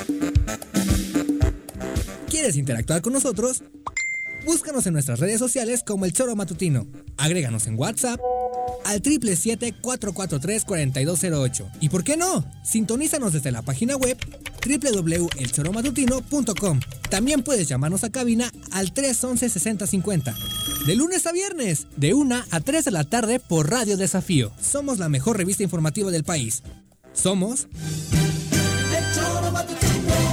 ¿Quieres interactuar con nosotros? Búscanos en nuestras redes sociales como El Choro Matutino. Agréganos en WhatsApp al 777-443-4208. ¿Y por qué no? Sintonízanos desde la página web www.elchoromatutino.com. También puedes llamarnos a cabina al 311-6050. De lunes a viernes, de 1 a 3 de la tarde por Radio Desafío. Somos la mejor revista informativa del país. Somos... El Choro Matutino.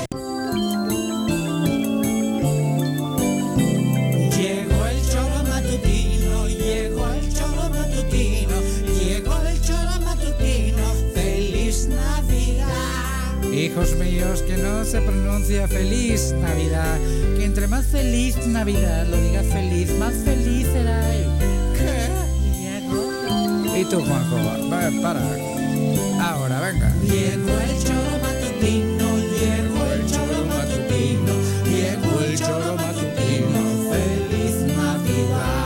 Hijos míos, que no se pronuncia feliz Navidad, que entre más feliz Navidad lo diga feliz, más feliz será. ¿Qué? ¿Y tú, Juanjo? Para. Ahora, venga. Llegó el Choro Matutino, llegó el Choro Matutino, llegó el Choro Matutino, feliz Navidad.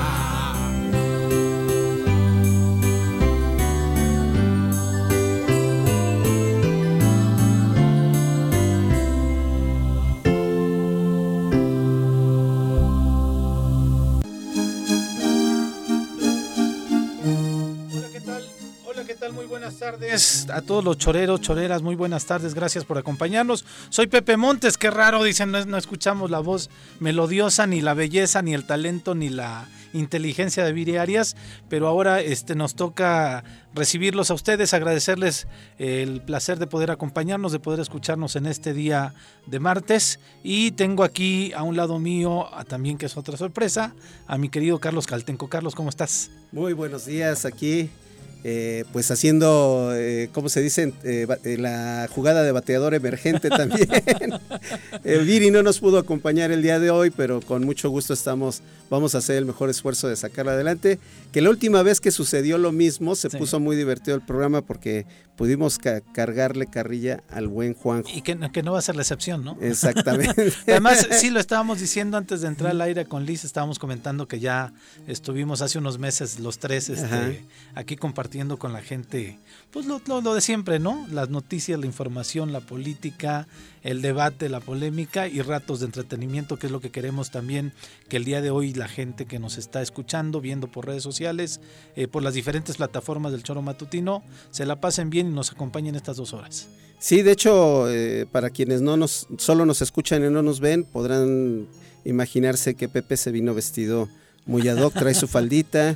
Muy buenas tardes a todos los choreros, choreras, muy buenas tardes, gracias por acompañarnos. Soy Pepe Montes, qué raro, dicen, no escuchamos la voz melodiosa, ni la belleza, ni el talento, ni la inteligencia de Viri Arias, pero ahora nos toca recibirlos a ustedes, agradecerles el placer de poder acompañarnos, de poder escucharnos en este día de martes, y tengo aquí a un lado mío, también que es otra sorpresa, a mi querido Carlos Caltenco. Carlos, ¿cómo estás? Muy buenos días, aquí pues haciendo, ¿cómo se dice? La jugada de bateador emergente también. Viri no nos pudo acompañar el día de hoy, pero con mucho gusto vamos a hacer el mejor esfuerzo de sacarla adelante. Que la última vez que sucedió lo mismo, se puso muy divertido el programa porque pudimos cargarle carrilla al buen Juanjo. Y que no va a ser la excepción, ¿no? Exactamente. Además, sí, lo estábamos diciendo antes de entrar al aire con Liz, estábamos comentando que ya estuvimos hace unos meses los tres aquí compartiendo con la gente, pues lo de siempre, ¿no? Las noticias, la información, la política, el debate, la polémica y ratos de entretenimiento, que es lo que queremos también que el día de hoy la gente que nos está escuchando, viendo por redes sociales, por las diferentes plataformas del Choro Matutino, se la pasen bien y nos acompañen estas 2 horas. Sí, de hecho, para quienes solo nos escuchan y no nos ven, podrán imaginarse que Pepe se vino vestido muy ad hoc, trae su faldita,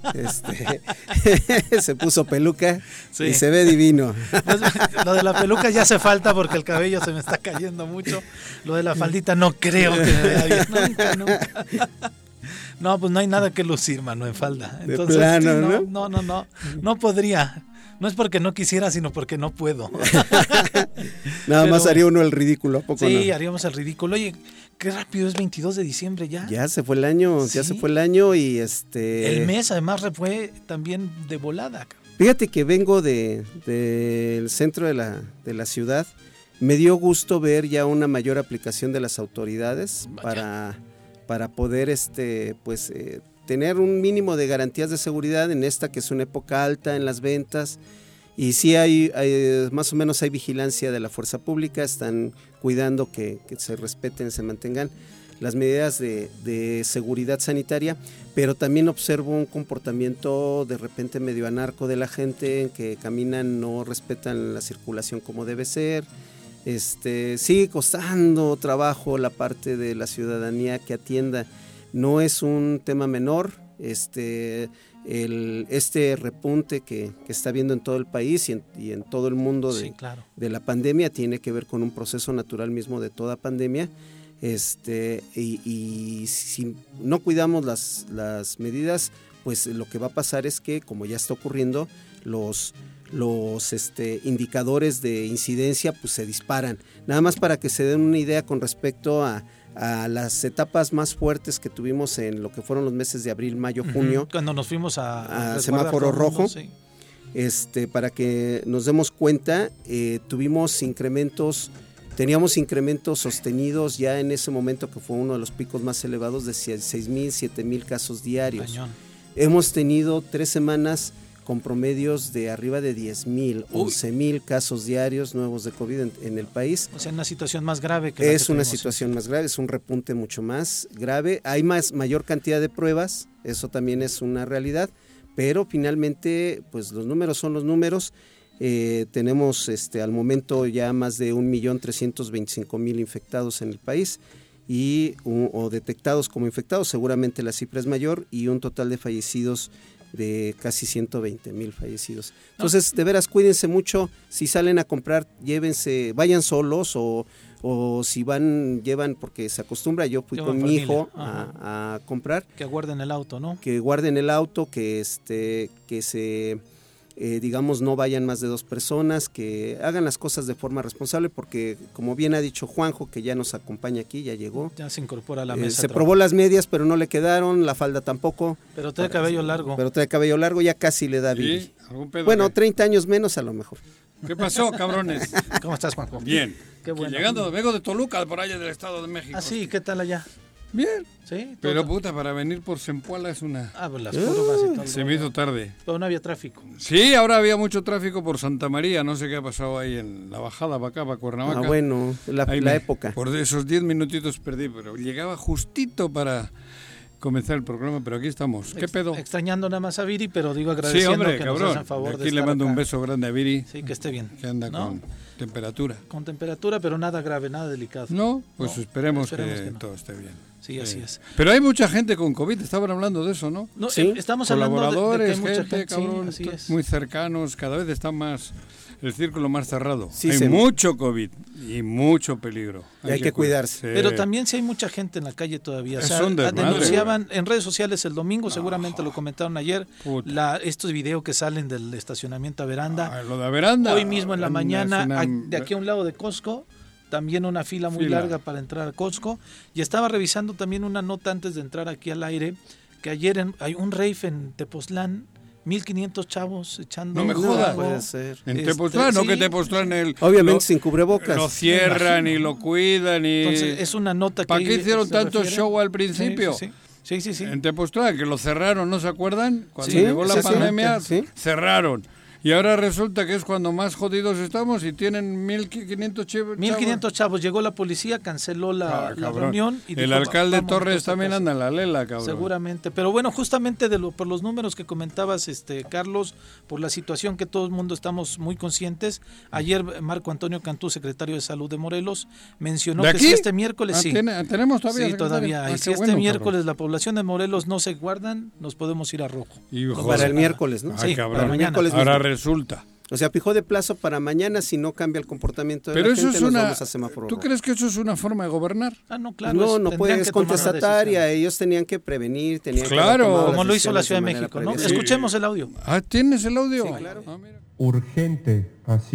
se puso peluca, sí, y se ve divino. Pues, lo de la peluca ya hace falta porque el cabello se me está cayendo mucho. Lo de la faldita no creo que me vea bien. Nunca. No, pues no hay nada que lucir, mano, en falda. Entonces, de plano, no podría. No es porque no quisiera, sino porque no puedo. Nada más haría uno el ridículo, ¿a poco no? Sí, haríamos el ridículo. Oye, qué rápido, es 22 de diciembre ya. Ya se fue el año, ¿sí? Y El mes además fue también de volada. Fíjate que vengo del centro de la ciudad. Me dio gusto ver ya una mayor aplicación de las autoridades para poder tener un mínimo de garantías de seguridad en esta que es una época alta en las ventas. Y sí hay más o menos hay vigilancia de la fuerza pública, están cuidando que se respeten, se mantengan las medidas de seguridad sanitaria, pero también observo un comportamiento de repente medio anarco de la gente, que caminan, no respetan la circulación como debe ser. Sigue costando trabajo la parte de la ciudadanía que atienda, no es un tema menor, este repunte que está habiendo en todo el país y en todo el mundo de la pandemia tiene que ver con un proceso natural mismo de toda pandemia, y si no cuidamos las medidas, pues lo que va a pasar es que, como ya está ocurriendo, los indicadores de incidencia pues se disparan. Nada más para que se den una idea con respecto a las etapas más fuertes que tuvimos en lo que fueron los meses de abril, mayo, junio. Cuando nos fuimos a semáforo rojo. Sí. Para que nos demos cuenta, teníamos incrementos sostenidos ya en ese momento, que fue uno de los picos más elevados, de 6,000, 7,000 casos diarios. Cañón. Hemos tenido 3 semanas con promedios de arriba de 10,000, 11,000 casos diarios nuevos de COVID en el país. O sea, una situación más grave que es una situación más grave, es un repunte mucho más grave. Hay mayor cantidad de pruebas, eso también es una realidad, pero finalmente, pues los números son los números. Tenemos al momento ya más de 1,325,000 infectados en el país o detectados como infectados, seguramente la cifra es mayor, y un total de fallecidos de casi 120,000 fallecidos. Entonces, de veras, cuídense mucho. Si salen a comprar, vayan solos o si llevan, porque se acostumbra. Yo fui con mi hijo a comprar. Que guarden el auto, ¿no? Que guarden el auto, que se digamos, no vayan más de 2 personas, que hagan las cosas de forma responsable, porque como bien ha dicho Juanjo, que ya nos acompaña aquí, ya llegó. Ya se incorpora a la mesa. Se probó las medias, pero no le quedaron, la falda tampoco. Pero trae cabello largo. Ya casi le da vida. Bueno, 30 años menos a lo mejor. ¿Qué pasó, cabrones? ¿Cómo estás, Juanjo? Bien. Qué bueno. Vengo de Toluca, por allá del Estado de México. Ah, sí, ¿qué tal allá? Bien. Sí. Pero puta, para venir por Zempoala es una... Pues las curvas y todo. Se me hizo tarde. Pero no había tráfico. Sí, ahora había mucho tráfico por Santa María. No sé qué ha pasado ahí en la bajada para acá, para Cuernavaca. Bueno, la época. Por esos 10 minutitos perdí, pero llegaba justito para comenzar el programa, pero aquí estamos. ¿Qué pedo? Extrañando nada más a Viri, pero digo agradeciendo sí, hombre, que cabrón. nos hacen favor de aquí le mando acá. Un beso grande a Viri. Sí, que esté bien. Que anda con temperatura. Con temperatura, pero nada grave, nada delicado. No, pues no, esperemos que no. todo esté bien. Sí, así es. Pero hay mucha gente con COVID, estaban hablando de eso, ¿no? No, sí, estamos hablando colaboradores, de que hay mucha gente, cabrón, sí, así es. muy cercanos, cada vez está más el círculo más cerrado. Sí, hay mucho COVID y mucho peligro. Hay que cuidarse. Pero también sí hay mucha gente en la calle todavía. O sea, denunciaban en redes sociales el domingo, seguramente lo comentaron ayer, estos videos que salen del estacionamiento a Veranda. Lo de Veranda. Hoy mismo en la mañana, de aquí a un lado de Costco, también una fila muy larga para entrar a Costco. Y estaba revisando también una nota antes de entrar aquí al aire, que ayer hay un rave en Tepoztlán, 1,500 chavos echando... No me jodas. Puede ser. En Tepoztlán, no que Tepoztlán obviamente sin cubrebocas. Lo cierran y lo cuidan y... Entonces es una nota que... ¿Para qué hicieron tanto show al principio? Sí. En Tepoztlán, que lo cerraron, ¿no se acuerdan? Cuando llegó la pandemia, cerraron. Y ahora resulta que es cuando más jodidos estamos y tienen 1,500 chavos. 1,500 chavos. Llegó la policía, canceló la reunión. Y el dijo, alcalde Torres también anda en la lela, cabrón. Seguramente. Pero bueno, justamente por los números que comentabas, Carlos, por la situación que todo el mundo estamos muy conscientes. Ayer Marco Antonio Cantú, secretario de Salud de Morelos, mencionó que si este miércoles... ¿Tenemos todavía? Sí, todavía. Y si miércoles la población de Morelos no se guardan, nos podemos ir a rojo. Para el miércoles, ¿no? Sí, cabrón. para mañana. Ahora resulta. O sea, fijó de plazo para mañana, si no cambia el comportamiento de la gente, nos vamos a semáforo. ¿Tú crees que eso es una forma de gobernar? No, claro. No puedes contestataria, ellos tenían que prevenir, tenían que como lo hizo la Ciudad de México, ¿no? Sí. Escuchemos el audio. ¿Tienes el audio? Sí, claro. Urgente,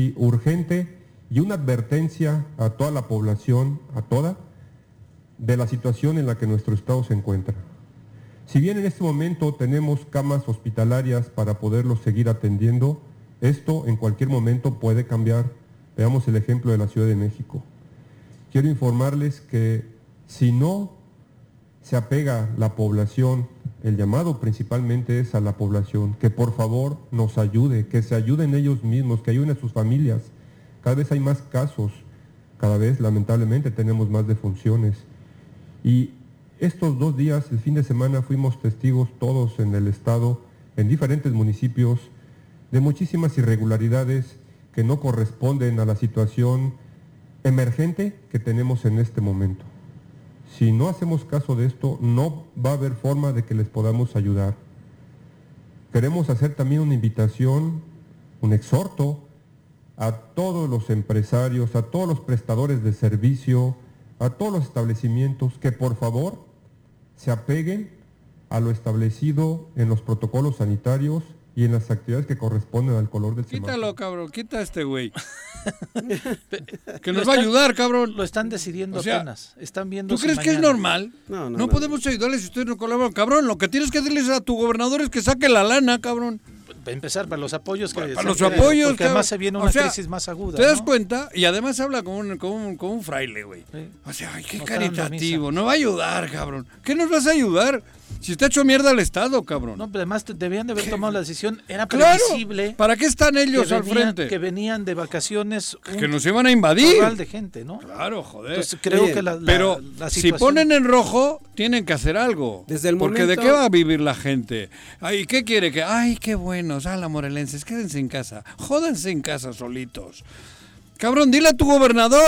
y una advertencia a toda la población, de la situación en la que nuestro estado se encuentra. Si bien en este momento tenemos camas hospitalarias para poderlos seguir atendiendo, esto en cualquier momento puede cambiar. Veamos el ejemplo de la Ciudad de México. Quiero informarles que si no se apega la población, el llamado principalmente es a la población, que por favor nos ayude, que se ayuden ellos mismos, que ayuden a sus familias. Cada vez hay más casos, cada vez lamentablemente tenemos más defunciones. Y estos 2 días, el fin de semana, fuimos testigos todos en el estado, en diferentes municipios, de muchísimas irregularidades que no corresponden a la situación emergente que tenemos en este momento. Si no hacemos caso de esto, no va a haber forma de que les podamos ayudar. Queremos hacer también una invitación, un exhorto a todos los empresarios, a todos los prestadores de servicio, a todos los establecimientos, que por favor se apeguen a lo establecido en los protocolos sanitarios y en las actividades que corresponden al color del semáforo. Quítalo, cabrón, quita a este güey. Que nos va a ayudar, cabrón. Lo están decidiendo apenas. Están viendo. ¿Tú crees que es normal? No podemos ayudarles si ustedes no colaboran. Cabrón, lo que tienes que decirles a tu gobernador es que saque la lana, cabrón. Para empezar, para los apoyos. Para los apoyos, porque además se viene una crisis más aguda. ¿Te das cuenta? Y además habla como un fraile, güey. Sí. O sea, ay, qué caritativo. No va a ayudar, cabrón. ¿Qué nos vas a ayudar? Si está hecho mierda el Estado, cabrón. No, pero además debían de haber tomado la decisión. Era previsible. Claro, ¿para qué están ellos al frente? Que venían de vacaciones. Que nos iban a invadir. De gente, ¿no? Claro, joder. Entonces, creo que la situación... si ponen en rojo, tienen que hacer algo. Desde el porque momento... ¿de qué va a vivir la gente? Ay, ¿qué quiere? Ay, qué buenos. La morelenses, quédense en casa. Jódense en casa solitos. Cabrón, dile a tu gobernador.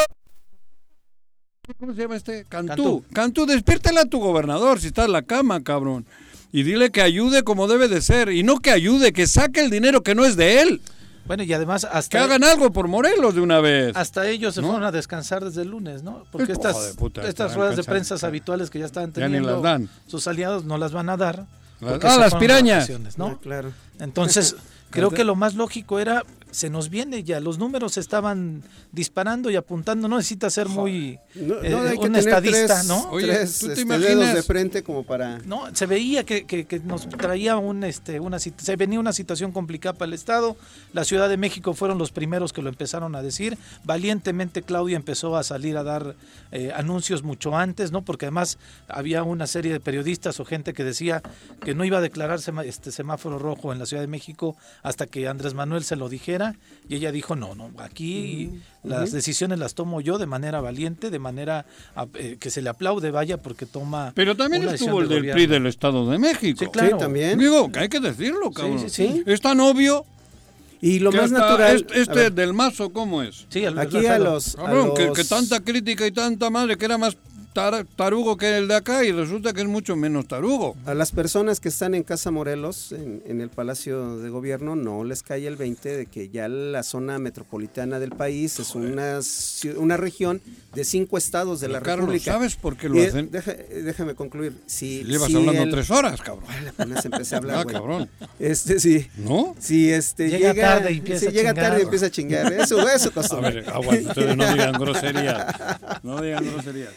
¿Cómo se llama este? Cantú, despiértale a tu gobernador si está en la cama, cabrón. Y dile que ayude como debe de ser. Y no que ayude, que saque el dinero que no es de él. Bueno, y además hasta... Que hagan algo por Morelos de una vez. Hasta ellos se fueron a descansar desde el lunes, ¿no? Porque estas ruedas de prensa habituales que ya estaban teniendo sus aliados no las van a dar. Las pirañas. ¿no? Claro. Entonces, creo que lo más lógico era... Se nos viene ya, los números se estaban disparando y apuntando, no necesita ser muy un estadista, ¿no? Oye, tres dedos de frente como para... No, se veía que nos traía se venía una situación complicada para el Estado. La Ciudad de México fueron los primeros que lo empezaron a decir. Valientemente Claudia empezó a salir a dar anuncios mucho antes, ¿no? Porque además había una serie de periodistas o gente que decía que no iba a declarar semáforo rojo en la Ciudad de México hasta que Andrés Manuel se lo dijera. Y ella dijo, no, aquí las decisiones las tomo yo de manera valiente, de manera que se le aplaude, vaya, porque toma... Pero también estuvo el del PRI del Estado de México. Sí, claro. Sí, también. Digo, que hay que decirlo, cabrón. Sí. Es tan obvio... Y lo más natural... del Mazo, ¿cómo es? Sí, aquí a los... Que tanta crítica y tanta madre, que era más... tarugo que el de acá y resulta que es mucho menos tarugo. A las personas que están en Casa Morelos, en el Palacio de Gobierno, no les cae el 20 de que ya la zona metropolitana del país es una región de 5 estados de la Carlos, República. ¿sabes por qué lo hacen? Déjame concluir. Llevas hablando 3 horas, cabrón. Apenas empecé a hablar, güey. Cabrón. Sí. ¿No? Sí, llega tarde y empieza a chingar. Eso costó. A ver, aguanta, ustedes no digan groserías. No digan groserías.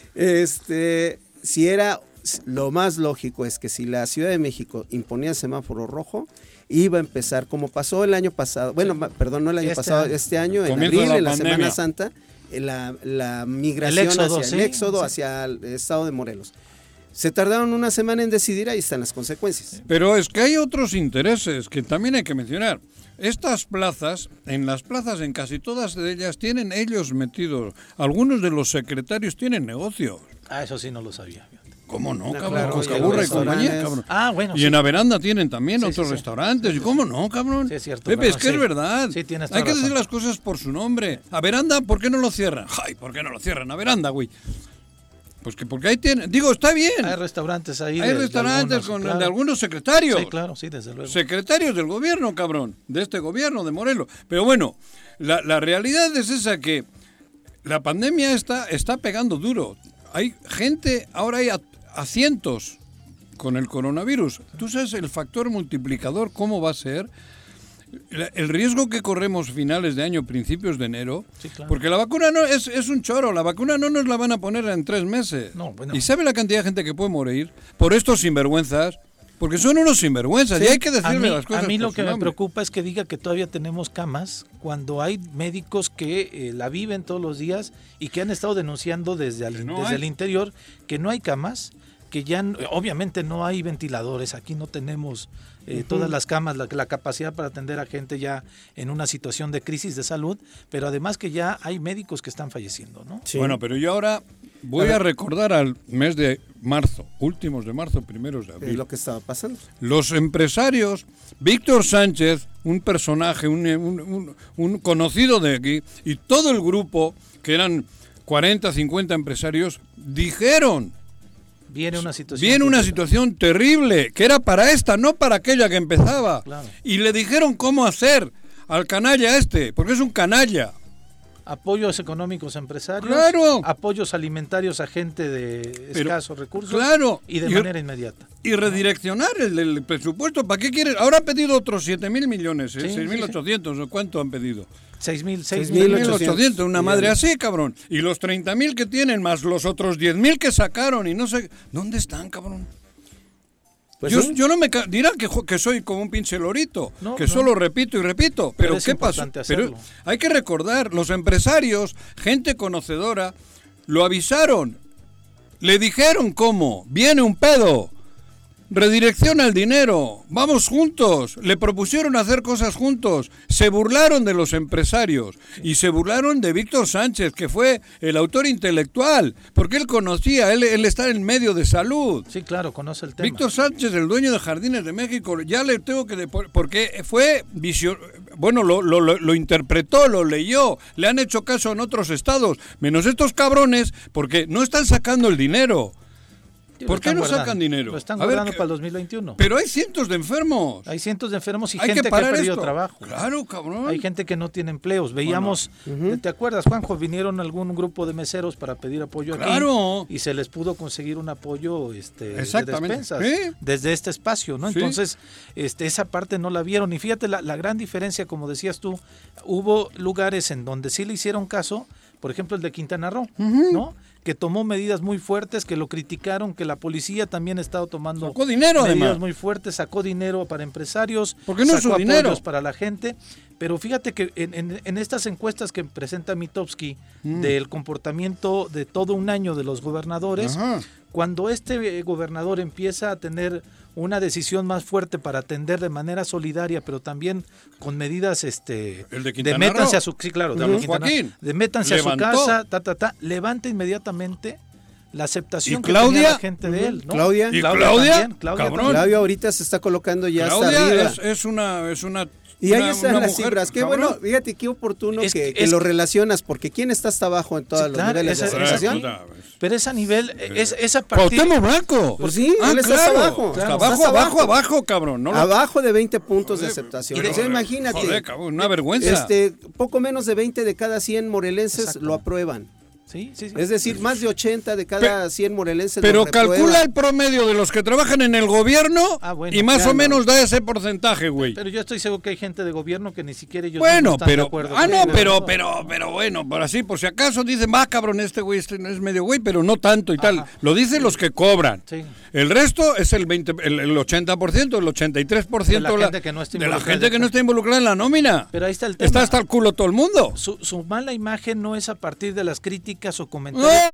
Si era lo más lógico es que si la Ciudad de México imponía semáforo rojo, iba a empezar como pasó el año pasado, no el año pasado, este año, en abril, en la Semana Santa, la migración el éxodo hacia el estado de Morelos. Se tardaron una semana en decidir, ahí están las consecuencias. Pero es que hay otros intereses que también hay que mencionar. Estas plazas, en casi todas de ellas, tienen ellos metidos. Algunos de los secretarios tienen negocios. Eso sí no lo sabía. ¿Cómo no, cabrón? Claro, Coscaburra y compañía, cabrón. Bueno. Y sí. En Averanda tienen también otros restaurantes. ¿Y cómo no, cabrón? Sí, es cierto. Pepe, es que es verdad. Sí, tienes hay que razón. decir las cosas por su nombre. Averanda, ¿por qué no lo cierran? Ay, ¿por qué no lo cierran? Averanda, güey. Pues que porque ahí tienen, digo, está bien. Hay restaurantes ahí. Hay restaurantes de algunos secretarios. Sí, claro, sí, desde luego. Secretarios del gobierno, cabrón, de este gobierno de Morelos. Pero bueno, la realidad es esa, que la pandemia está pegando duro. Hay gente, ahora hay a cientos con el coronavirus. ¿Tú sabes el factor multiplicador cómo va a ser? El riesgo que corremos finales de año, principios de enero, sí, claro. Porque la vacuna no es un choro, la vacuna no nos la van a poner en 3 meses. No, bueno. ¿Y sabe la cantidad de gente que puede morir por estos sinvergüenzas? Porque son unos sinvergüenzas, sí. Y hay que decirle las cosas. A mí lo que me preocupa es que diga que todavía tenemos camas cuando hay médicos que la viven todos los días y que han estado denunciando desde el interior que no hay camas, que ya obviamente no hay ventiladores, aquí no tenemos todas las camas, la capacidad para atender a gente ya en una situación de crisis de salud, pero además que ya hay médicos que están falleciendo, ¿no? Sí. Bueno, pero yo ahora voy a recordar al mes de marzo, últimos de marzo, primeros de abril. Es lo que estaba pasando. Los empresarios, Víctor Sánchez, un personaje, un conocido de aquí, y todo el grupo, que eran 40, 50 empresarios, dijeron... Viene una situación terrible, que era para esta, no para aquella que empezaba. Claro. Y le dijeron cómo hacer al canalla porque es un canalla. Apoyos económicos a empresarios, claro. Apoyos alimentarios a gente de escasos recursos, claro. Y de manera inmediata. Y redireccionar el presupuesto. ¿Para qué quieren? Ahora han pedido otros 7.000 millones, 6.800, ¿o cuánto han pedido? 6.800, una madre así, cabrón. Y los 30.000 que tienen, más los otros 10.000 que sacaron, y no sé, ¿dónde están, cabrón? Pues yo no me dirán que soy como un pinche lorito, solo repito y repito, pero ¿qué pasó? Pero hay que recordar, los empresarios, gente conocedora, lo avisaron, le dijeron cómo, viene un pedo. redirecciona el dinero, vamos juntos, le propusieron hacer cosas juntos, se burlaron de los empresarios y se burlaron de Víctor Sánchez, que fue el autor intelectual, porque él conocía, él está en medio de salud. Sí, claro, conoce el tema. Víctor Sánchez, el dueño de Jardines de México, ya le tengo que... porque fue bueno, lo interpretó, lo leyó, le han hecho caso en otros estados, menos estos cabrones, porque no están sacando el dinero. ¿Por qué no sacan dinero? Lo están guardando para el 2021. Pero hay cientos de enfermos. Hay cientos de enfermos y Hay gente que ha perdido esto. trabajo. Claro, cabrón. Hay gente que no tiene empleos. Veíamos, ¿te acuerdas, Juanjo? Vinieron algún grupo de meseros para pedir apoyo Claro. aquí y se les pudo conseguir un apoyo de Exactamente. despensas Sí. desde este espacio, ¿no? Sí. Entonces, esa parte no la vieron. Y fíjate la gran diferencia, como decías tú, hubo lugares en donde sí le hicieron caso, por ejemplo el de Quintana Roo, ¿no? Que tomó medidas muy fuertes, que lo criticaron, que la policía también ha estado tomando Sacó dinero, medidas además. muy fuertes, sacó dinero para empresarios, Porque no es sacó su dinero. apoyos para la gente, pero fíjate que en estas encuestas que presenta Mitofsky del comportamiento de todo un año de los gobernadores, Ajá. cuando este gobernador empieza a tener una decisión más fuerte para atender de manera solidaria, pero también con medidas El de Quintana métanse Roo. a su claro, Carlos de Quintana, Joaquín. de métanse Levantó. a su casa, levanta inmediatamente la aceptación ¿Y que tenía Claudia? la gente de él, ¿no? Claudia. ¿Y Claudia? también, Claudia Cabrón. también. Claudia ahorita se está colocando ya hasta Claudia arriba. es una Y ahí una- están una las mujer, cifras. Qué cabrón. bueno, fíjate qué oportuno Es que que- lo relacionas, porque ¿quién está hasta abajo en todos Sí, los claro, niveles de esa- aceptación? puta, Pero es a nivel, es a partir... Cuauhtémoc Blanco. Pues sí, él está hasta abajo. Está Claro, abajo, está abajo, abajo. abajo, cabrón. No lo- Abajo de 20 puntos de Joder, aceptación. pero- O sea, imagínate. Joder, cabrón, una vergüenza. Poco menos de 20 de cada 100 morelenses Exacto. lo aprueban. Sí. Es decir, más de 80 de cada 100 morelenses Pero lo reprueban. calcula el promedio de los que trabajan en el gobierno Bueno, y más ya o no. menos da ese porcentaje, güey. Pero yo estoy seguro que hay gente de gobierno que ni siquiera ellos Bueno, mismos están de pero... acuerdo Ah, con no, eso. pero bueno, por así, por si acaso dicen, cabrón, este güey es medio güey, pero no tanto y tal. Lo dicen los que cobran. Sí. El resto es el 20, el 80%, el 83% De la gente que no está de la involucrada. gente que no está involucrada en la nómina. Pero ahí está el tema. Está hasta el culo todo el mundo. Su mala imagen no es a partir de las críticas o comentarios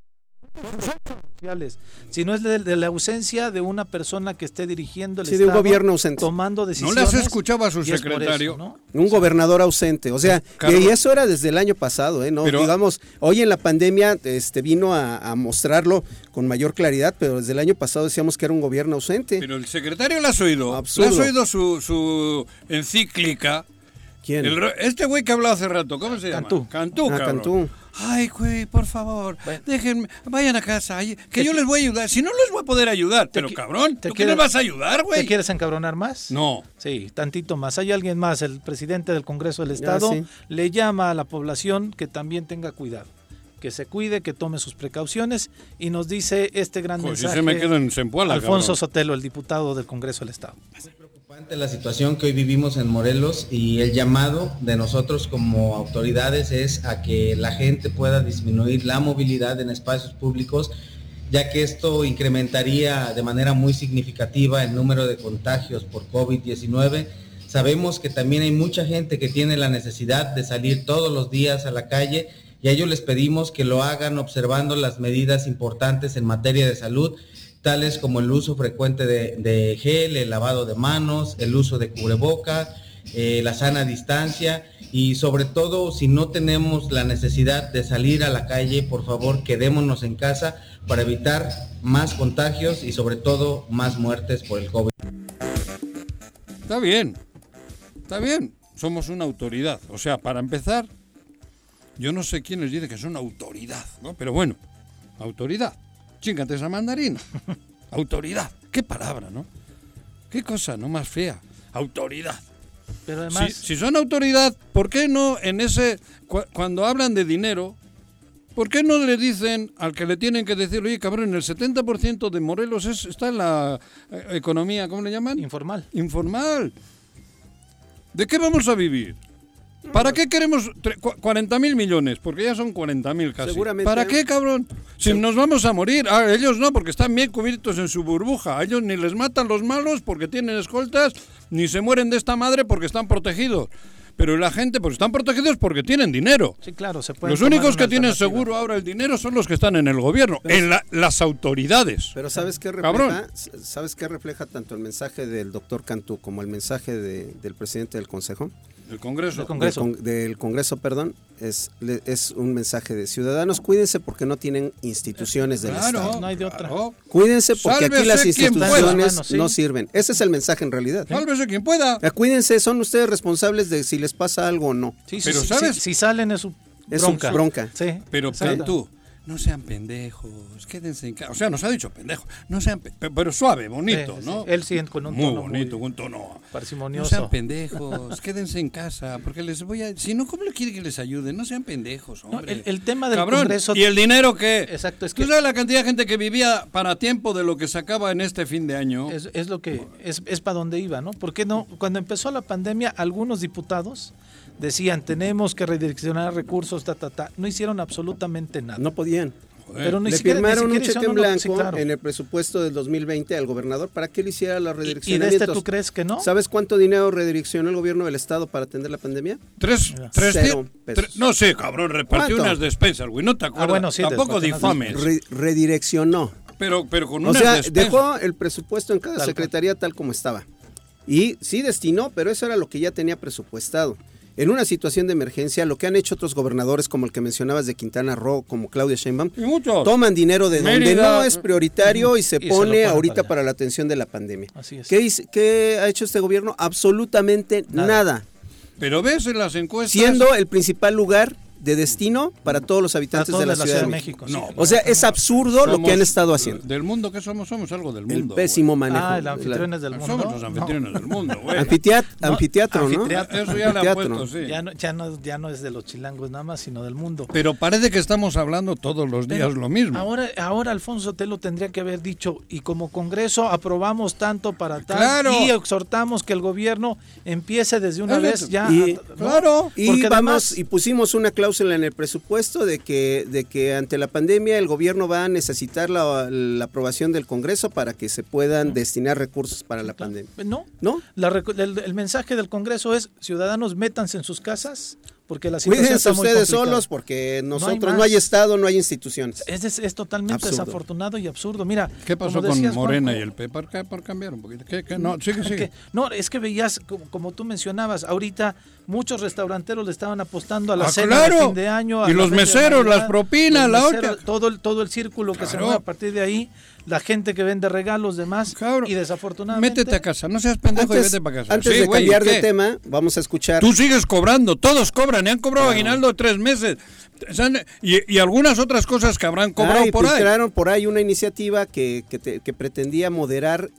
sociales, sino es de la ausencia de una persona que esté dirigiendo el Sí, de un Estado, gobierno ausente. tomando ¿No decisiones. le has escuchado a su y es por secretario? eso, ¿no? Un gobernador ausente, o sea, Carlos. y eso era desde el año pasado, ¿no? Pero- Digamos, hoy en la pandemia vino a mostrarlo con mayor claridad, pero desde el año pasado decíamos que era un gobierno ausente. Pero el secretario le has oído. Absurdo. ¿Le has oído su encíclica? ¿Quién? Este güey que habló hace rato, ¿cómo se llama? Cantú, Ah, cabrón. Cantú. Ay, güey, por favor, Bueno. déjenme, vayan a casa, que yo les voy a ayudar. Si no les voy a poder ayudar, pero cabrón, ¿tú qué quieres- les vas a ayudar, ¿Te güey? quieres encabronar más? No. Sí, tantito más. Hay alguien más, el presidente del Congreso del Estado, sí. le llama a la población que también tenga cuidado, que se cuide, que tome sus precauciones y nos dice este gran Pues si mensaje. se me quedo en Zempoala, Alfonso cabrón. Sotelo, el diputado del Congreso del Estado. Ante la situación que hoy vivimos en Morelos y el llamado de nosotros como autoridades es a que la gente pueda disminuir la movilidad en espacios públicos, ya que esto incrementaría de manera muy significativa el número de contagios por COVID-19. Sabemos que también hay mucha gente que tiene la necesidad de salir todos los días a la calle y a ellos les pedimos que lo hagan observando las medidas importantes en materia de salud, tales como el uso frecuente de gel, el lavado de manos, el uso de cubreboca, la sana distancia y sobre todo si no tenemos la necesidad de salir a la calle, por favor quedémonos en casa para evitar más contagios y sobre todo más muertes por el COVID. Está bien, somos una autoridad. O sea, para empezar, yo no sé quién les dice que son autoridad, ¿no? Pero bueno, autoridad. Chíngate esa mandarina. Autoridad. Qué palabra, ¿no? Qué cosa, no más fea. Autoridad. Pero además, Si son autoridad, ¿por qué no en ese... cuando hablan de dinero, ¿por qué no le dicen al que le tienen que decir, oye, cabrón, el 70% de Morelos está en la economía, ¿cómo le llaman? informal. Informal. ¿De qué vamos a vivir? ¿Para qué queremos 40.000 millones? Porque ya son 40.000 casi. Seguramente. ¿Para qué, cabrón? Si nos vamos a morir. Ah, ellos no, porque están bien cubiertos en su burbuja. A ellos ni les matan los malos porque tienen escoltas, ni se mueren de esta madre porque están protegidos. pero la gente pues están protegidos porque tienen dinero. Sí, claro, se puede. Los únicos que tienen seguro ahora el dinero son los que están en el gobierno, las autoridades. Pero ¿sabes qué refleja? ¿Sabes qué refleja tanto el mensaje del doctor Cantú como el mensaje del presidente del Consejo? El Congreso. Del Congreso, perdón, es un mensaje de ciudadanos, cuídense porque no tienen instituciones del Estado. No hay de otra. Cuídense porque aquí las instituciones pueda, no sirven. Ese es el mensaje en realidad. Sálvese quien pueda. Cuídense, son ustedes responsables de si les pasa algo o no. Sí, pero ¿sabes? Si salen es su bronca. bronca. Sí, pero Cantú, no sean pendejos, quédense en casa. O sea, nos ha dicho pendejos, no sean pero suave, bonito, sí, ¿no? Él sí con un muy tono bonito, un tono parsimonioso. No sean pendejos, quédense en casa, porque les voy a... Si no, ¿cómo le quiere que les ayude? No sean pendejos, hombre. No, el tema del Cabrón, Congreso... ¿y el dinero qué? Exacto, es ¿Tú que... sabes la cantidad de gente que vivía para tiempo de lo que sacaba en este fin de año? Es lo que... Es para donde iba, ¿no? ¿Por qué no? Cuando empezó la pandemia, algunos diputados decían, tenemos que redireccionar recursos, no hicieron absolutamente nada. No podían. Pero le firmaron un cheque en blanco en el presupuesto del 2020 al gobernador para que él hiciera la redireccionamientos. ¿Y de tú crees que no? ¿Sabes cuánto dinero redireccionó el gobierno del estado para atender la pandemia? 0 pesos. No sé, cabrón, repartió ¿Cuánto? unas despensas, güey, no te acuerdas. Bueno, sí, tampoco difames. Redireccionó. Pero con unas despensas. Dejó el presupuesto en cada secretaría tal como estaba. Y sí destinó, pero eso era lo que ya tenía presupuestado. En una situación de emergencia, lo que han hecho otros gobernadores, como el que mencionabas de Quintana Roo, como Claudia Sheinbaum, toman dinero de donde no es prioritario y se pone ahorita para la atención de la pandemia. Así es. ¿Qué ha hecho este gobierno? Absolutamente nada. Pero ves en las encuestas... Siendo el principal lugar de destino para todos los habitantes de la Ciudad de México. No, o sea, es absurdo lo que han estado haciendo. ¿Del mundo qué somos? Somos algo del mundo. El pésimo manejo. El anfitriones del mundo. Somos los anfitriones del mundo, güey. Anfiteatro, ¿no? Eso ya lo han puesto, sí. Ya no es de los chilangos nada más, sino del mundo. Pero parece que estamos hablando todos los días lo mismo. Ahora Alfonso Sotelo tendría que haber dicho, y como Congreso aprobamos tanto para tal, claro. Y exhortamos que el gobierno empiece desde una vez ya. Claro. Y además, y pusimos una cláusula en el presupuesto de que ante la pandemia el gobierno va a necesitar la aprobación del Congreso para que se puedan destinar recursos para la pandemia. No. El mensaje del Congreso es, ciudadanos, métanse en sus casas, porque la situación cuídense está muy ustedes complicada. Solos, porque nosotros no hay Estado, no hay instituciones. Es totalmente desafortunado y absurdo. Mira, ¿qué pasó con Morena, Juanjo, y el P? ¿Por cambiar un poquito? ¿Qué? No, sigue. No, es que veías, como tú mencionabas, ahorita muchos restauranteros le estaban apostando a la cena de fin de año. Y los meseros, las propinas, todo el círculo que se mueve a partir de ahí, la gente que vende regalos, demás, y desafortunadamente... Métete a casa, no seas pendejo y vete para casa. Antes de cambiar de tema, vamos a escuchar... Tú sigues cobrando, todos cobran, y han cobrado aguinaldo 3 meses. Y algunas otras cosas que habrán cobrado por ahí. Filtraron por ahí una iniciativa que pretendía moderar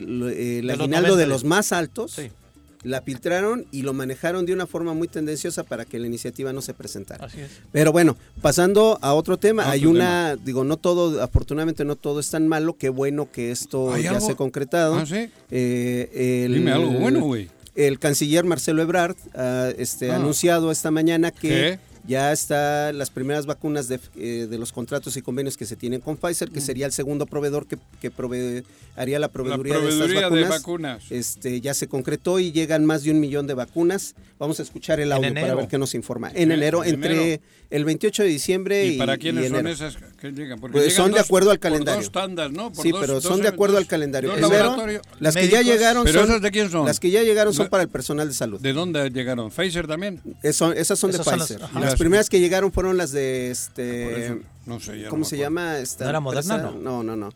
el aguinaldo de los más altos. Sí. La filtraron y lo manejaron de una forma muy tendenciosa para que la iniciativa no se presentara. Así es. Pero bueno, pasando a otro tema, no todo, afortunadamente no todo es tan malo, qué bueno que esto ya se ha concretado. ¿Sí? Dime algo bueno, güey. El canciller Marcelo Ebrard ha anunciado esta mañana que ya están las primeras vacunas de los contratos y convenios que se tienen con Pfizer, que sería el segundo proveedor que haría la proveeduría de estas vacunas. Ya se concretó y llegan más de 1 millón de vacunas. Vamos a escuchar el audio para ver qué nos informa. En enero, entre el 28 de diciembre y ¿para quiénes son esas que llegan? Porque pues son de acuerdo al calendario. Por 2 tandas, ¿no? Pero son de acuerdo al calendario. Primero, las que ya llegaron ¿Esas de quién son? Las que ya llegaron son para el personal de salud. ¿De dónde llegaron? ¿Pfizer también? Esas son de Pfizer. Las primeras que llegaron fueron las de no sé, ¿cómo se llama? ¿No era Moderna? No.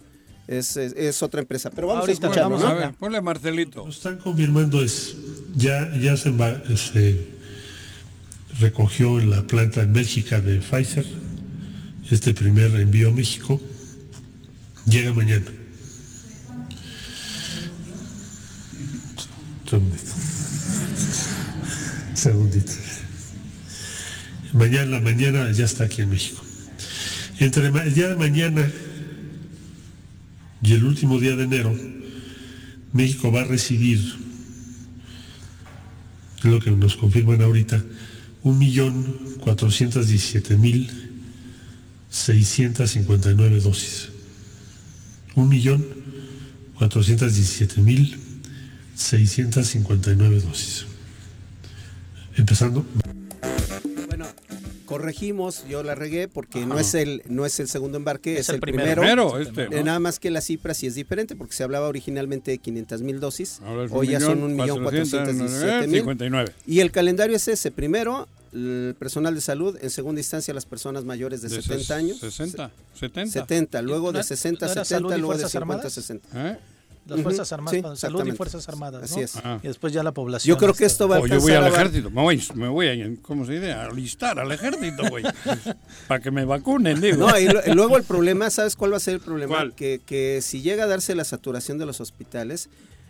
Es otra empresa. Pero vamos ahorita a escucharlo, ¿no? A ver, ponle a Marcelito. Lo están confirmando ya se recogió en la planta en Bélgica de Pfizer este primer envío a México. Llega mañana. Segundito. Mañana ya está aquí en México. Entre el día de mañana y el último día de enero, México va a recibir, lo que nos confirman ahorita, 1.417.659 dosis. 1.417.659 dosis. empezando. Bueno, corregimos, yo la regué porque no es el segundo embarque, es el primero. ¿no? Nada más que la cifra sí es diferente porque se hablaba originalmente de 500,000 dosis, Ahora es hoy ya son 1,417,000. 59. Y el calendario es ese: primero el personal de salud, en segunda instancia las personas mayores de 70 años. 70, luego de ¿No 60 era 70, salud y luego de Fuerzas 50 Armadas? 60. ¿Eh? Las Fuerzas Armadas, Sí, salud y exactamente. Fuerzas Armadas, ¿no? Así es. Y después ya la población. Yo creo que esto va a Yo voy alcanzar al a ejército, me voy a, ¿cómo se dice? A alistar al ejército, güey. Para que me vacunen, digo. No, y luego el problema, ¿sabes cuál va a ser el problema? ¿Cuál? Que si llega a darse la saturación de los hospitales,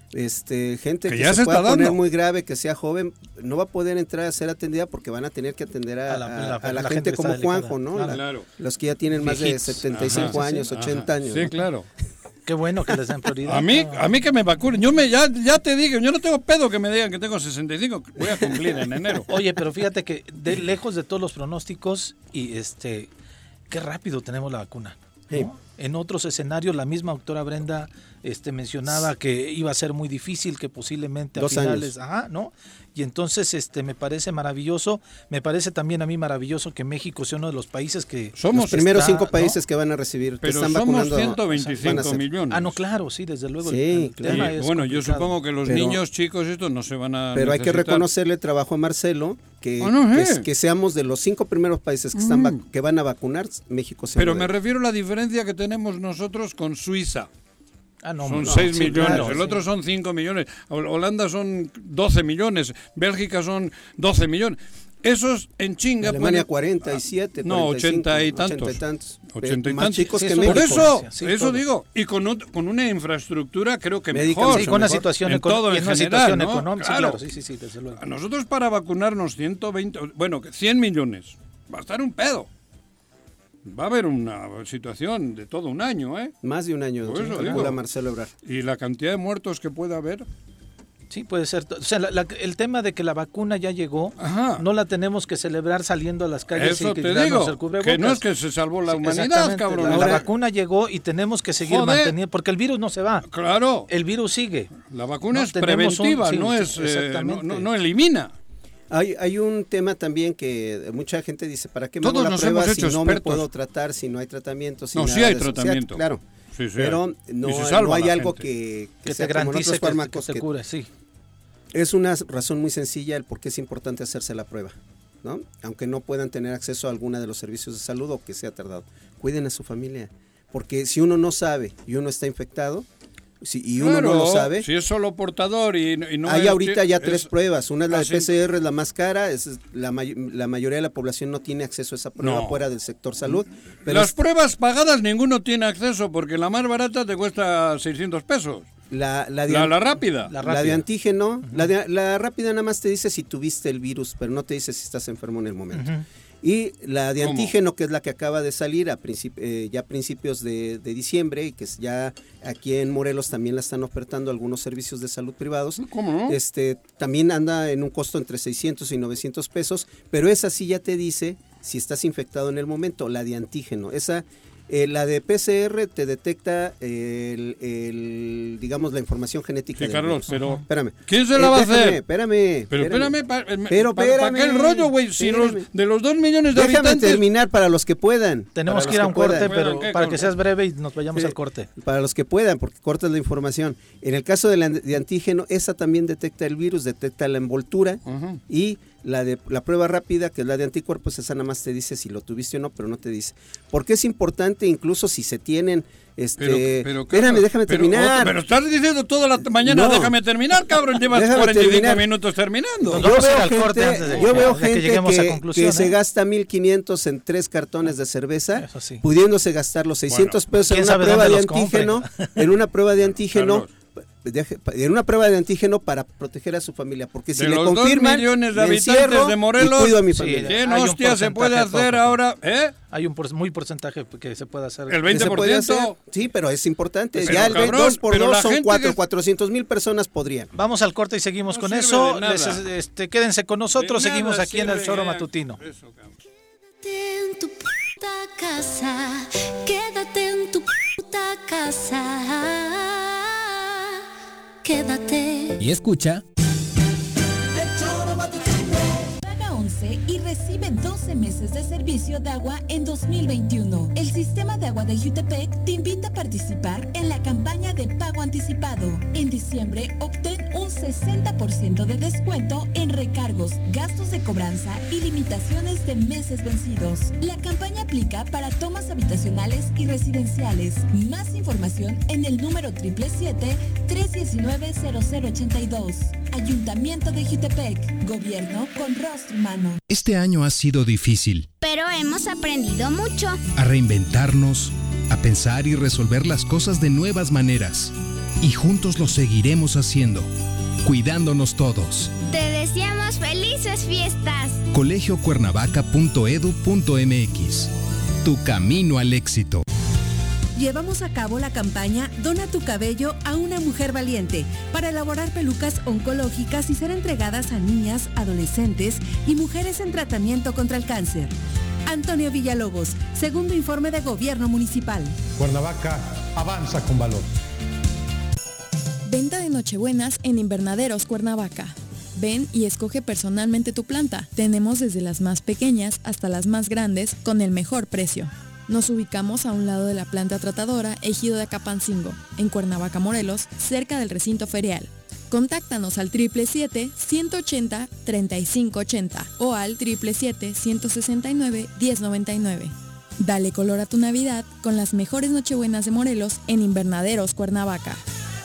gente Que que ya se se pueda está poner dando. muy grave, que sea joven, no va a poder entrar a ser atendida porque van a tener que atender a la gente que como está delicada. Juanjo, ¿no? Claro. Los que ya tienen más de Viejitos. 75 Ajá, años, sí, 80 años. Sí, ¿no? claro. Qué bueno que les den prioridad. A mí que me vacunen. Ya te digo, yo no tengo pedo que me digan que tengo 65. Voy a cumplir en enero. Oye, pero fíjate que lejos de todos los pronósticos y qué rápido tenemos la vacuna, ¿no? Sí. En otros escenarios la misma doctora Brenda mencionaba que iba a ser muy difícil, que posiblemente a 2 finales, años. ¿no? Y entonces me parece maravilloso, me parece también a mí maravilloso que México sea uno de los países que Somos Los primeros está, 5 ¿no? países que van a recibir, que Pero están somos vacunando. van a 125 ser. millones. Ah, no, claro, sí, desde luego. Sí, el claro. tema Y, es bueno, yo complicado. supongo que los Pero- niños chicos estos no se van a Pero hay que necesitar. reconocerle el trabajo a Marcelo, que seamos de los 5 primeros países que que van a vacunar, México se Pero me refiero a la diferencia que tenemos nosotros con Suiza. Ah, no, Son no, 6 sí, millones, claro, el sí. otro son 5 millones, Holanda son 12 millones, Bélgica son 12 millones. Esos en chinga Alemania pueden- 47, No, 45, 80 y tantos. 80 y tantos. 80 y Más tantos. chicos Sí, que eso Por México. eso, Sí, eso todo. digo, y con una infraestructura creo que Médica, mejor. Sí, con una mejor. situación en todo y en en una general, situación ¿no? económica, sí, Claro. claro, sí, desde luego. A nosotros para vacunarnos 120, bueno, 100 millones, va a estar un pedo. Va a haber una situación de todo un año, ¿eh? Más de un año, Por eso calcula digo. Marcelo Ebrard. Y la cantidad de muertos que puede haber. Sí, puede ser. O sea, el tema de que la vacuna ya llegó, Ajá. no la tenemos que celebrar saliendo a las calles Eso y te quitarnos digo, el cubrebocas. que no es que se salvó la Sí, humanidad, exactamente. cabrón. La Ahora- vacuna llegó y tenemos que seguir Joder. manteniendo, porque el virus no se va, Claro, el virus sigue. la vacuna No, es tenemos preventiva, sí, no sí, es exactamente. no elimina. Hay un tema también que mucha gente dice, ¿para qué me Todos hago la nos prueba hemos si hecho no me expertos. puedo tratar, si no hay tratamiento? Si No, nada sí hay de eso? tratamiento. Claro, Sí, sí pero hay. no, Y se salva no hay la algo gente. que Que te sea como en garantice otros que fármacos. te que cure, sí. es una razón muy sencilla el por qué es importante hacerse la prueba, ¿no? Aunque no puedan tener acceso a alguna de los servicios de salud o que sea tardado. Cuiden a su familia, porque si uno no sabe y uno está infectado, y uno no lo sabe, Si es solo portador y no hay es- ahorita ya es- 3 pruebas. Una es la de así- PCR, es la más cara. La mayoría de la población no tiene acceso a esa prueba No. fuera del sector salud. Pero Las pruebas pagadas ninguno tiene acceso porque la más barata te cuesta 600 pesos. la La de, rápida. la de antígeno, la rápida nada más te dice si tuviste el virus, pero no te dice si estás enfermo en el momento. Y la de ¿Cómo? antígeno, que es la que acaba de salir ya a principios de diciembre, y que ya aquí en Morelos también la están ofertando algunos servicios de salud privados. ¿Cómo no? También anda en un costo entre 600 y 900 pesos, pero esa sí ya te dice si estás infectado en el momento, la de antígeno. Esa, la de PCR te detecta digamos, la información genética Sí, del Carlos, virus. pero Espérame. ¿quién se la va a Déjame, hacer? Espérame. Pero espérame, Pero ¿para espérame, qué el rollo, güey? Si espérame. de los 2 millones de Déjame habitantes... terminar para los que puedan. Tenemos para que ir los a un corte, puedan. pero ¿Qué, para que Carlos? seas breve y nos vayamos Sí. al corte. Para los que puedan, porque cortas la información. En el caso de antígeno, esa también detecta el virus, detecta la envoltura. Ajá. Y la prueba rápida, que es la de anticuerpos, esa nada más te dice si lo tuviste o no, pero no te dice. Porque es importante, incluso si se tienen... Pero, espérame, déjame terminar. Pero estás diciendo toda la mañana, No. déjame terminar, cabrón. Llevas Déjame 45 terminar. minutos terminando. Nos Yo vamos a ir veo al corte gente, antes de- yo veo de que gente lleguemos a que conclusión, se ¿eh? gasta 1,500 en 3 cartones de cerveza, Eso sí. pudiéndose gastar los 600 pesos en quién una sabe prueba dónde de los compre. antígeno, en una prueba de antígeno, Carlos. en una prueba de antígeno para proteger a su familia, porque si De le los 2 confirman, millones de me habitantes encierro de Morelos, y cuido a mi sí, familia. ¿Quién Hay un hostia se puede porcentaje hacer poco. ahora? ¿Eh? Hay un muy porcentaje que se puede hacer. El ¿Qué se puede 20%. hacer? Sí, pero es importante. Pero, Ya el cabrón, 2 por pero 2 la son gente 400,000 personas podrían. Vamos al corte y seguimos No con sirve eso. de nada. Quédense con nosotros, De seguimos nada aquí en el sirve, Choro ya. Matutino. Eso, cabrón. Quédate en tu puta casa, quédate en tu puta casa, quédate. Y escucha servicio de agua en 2021. El Sistema de Agua de Jutepec te invita a participar en la campaña de pago anticipado. En diciembre, obtén un 60% de descuento en recargos, gastos de cobranza y limitaciones de meses vencidos. La campaña aplica para tomas habitacionales y residenciales. Más información en el número 777-319-0082. Ayuntamiento de Jutepec. Gobierno con rostro humano. Este año ha sido difícil. Pero hemos aprendido mucho. A reinventarnos, a pensar y resolver las cosas de nuevas maneras. Y juntos lo seguiremos haciendo, cuidándonos todos. Te deseamos felices fiestas. colegiocuernavaca.edu.mx. Tu camino al éxito. Llevamos a cabo la campaña Dona tu cabello a una mujer valiente para elaborar pelucas oncológicas y ser entregadas a niñas, adolescentes y mujeres en tratamiento contra el cáncer. Antonio Villalobos, segundo informe de Gobierno Municipal. Cuernavaca avanza con valor. Venta de Nochebuenas en Invernaderos Cuernavaca. Ven y escoge personalmente tu planta. Tenemos desde las más pequeñas hasta las más grandes con el mejor precio. Nos ubicamos a un lado de la planta tratadora Ejido de Acapancingo, en Cuernavaca, Morelos, cerca del recinto ferial. Contáctanos al 777-180-3580 o al 777-169-1099. Dale color a tu Navidad con las mejores Nochebuenas de Morelos en Invernaderos Cuernavaca.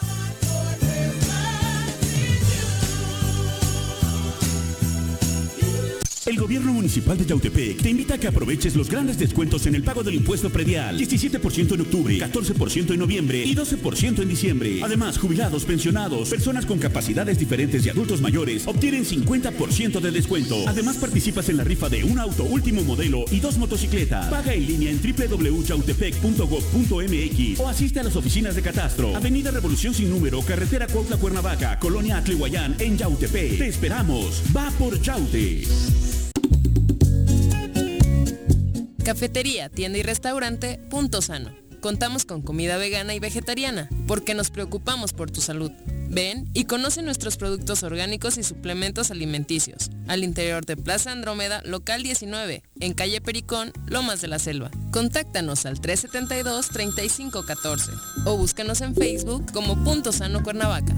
El Gobierno Municipal de Yautepec te invita a que aproveches los grandes descuentos en el pago del impuesto predial. 17% en octubre, 14% en noviembre y 12% en diciembre. Además, jubilados, pensionados, personas con capacidades diferentes y adultos mayores obtienen 50% de descuento. Además, participas en la rifa de un auto último modelo y 2 motocicletas. Paga en línea en www.yautepec.gov.mx o asiste a las oficinas de Catastro. Avenida Revolución Sin Número, Carretera Cuautla-Cuernavaca, Colonia Atlihuayán, en Yautepec. Te esperamos. Va por Yaute. Cafetería, tienda y restaurante Punto Sano. Contamos con comida vegana y vegetariana, porque nos preocupamos por tu salud. Ven y conoce nuestros productos orgánicos y suplementos alimenticios, al interior de Plaza Andrómeda, local 19, en calle Pericón, Lomas de la Selva. Contáctanos al 372-3514 o búscanos en Facebook como Punto Sano Cuernavaca.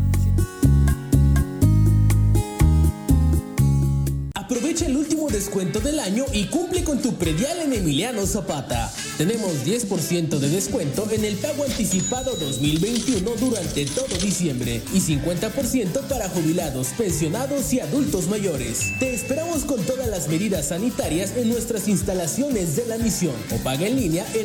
Aprovecha el último descuento del año y cumple con tu predial en Emiliano Zapata. Tenemos 10% de descuento en el pago anticipado 2021 durante todo diciembre y 50% para jubilados, pensionados y adultos mayores. Te esperamos con todas las medidas sanitarias en nuestras instalaciones de la misión o paga en línea en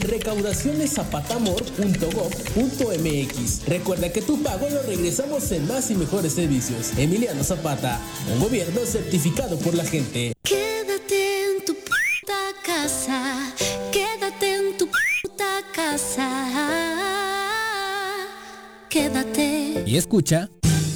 recaudacionesapatamor.gov.mx. Recuerda que tu pago lo regresamos en más y mejores servicios. Emiliano Zapata, un gobierno certificado por la gente. Quédate en tu puta casa. Quédate en tu puta casa. Quédate. Y escucha.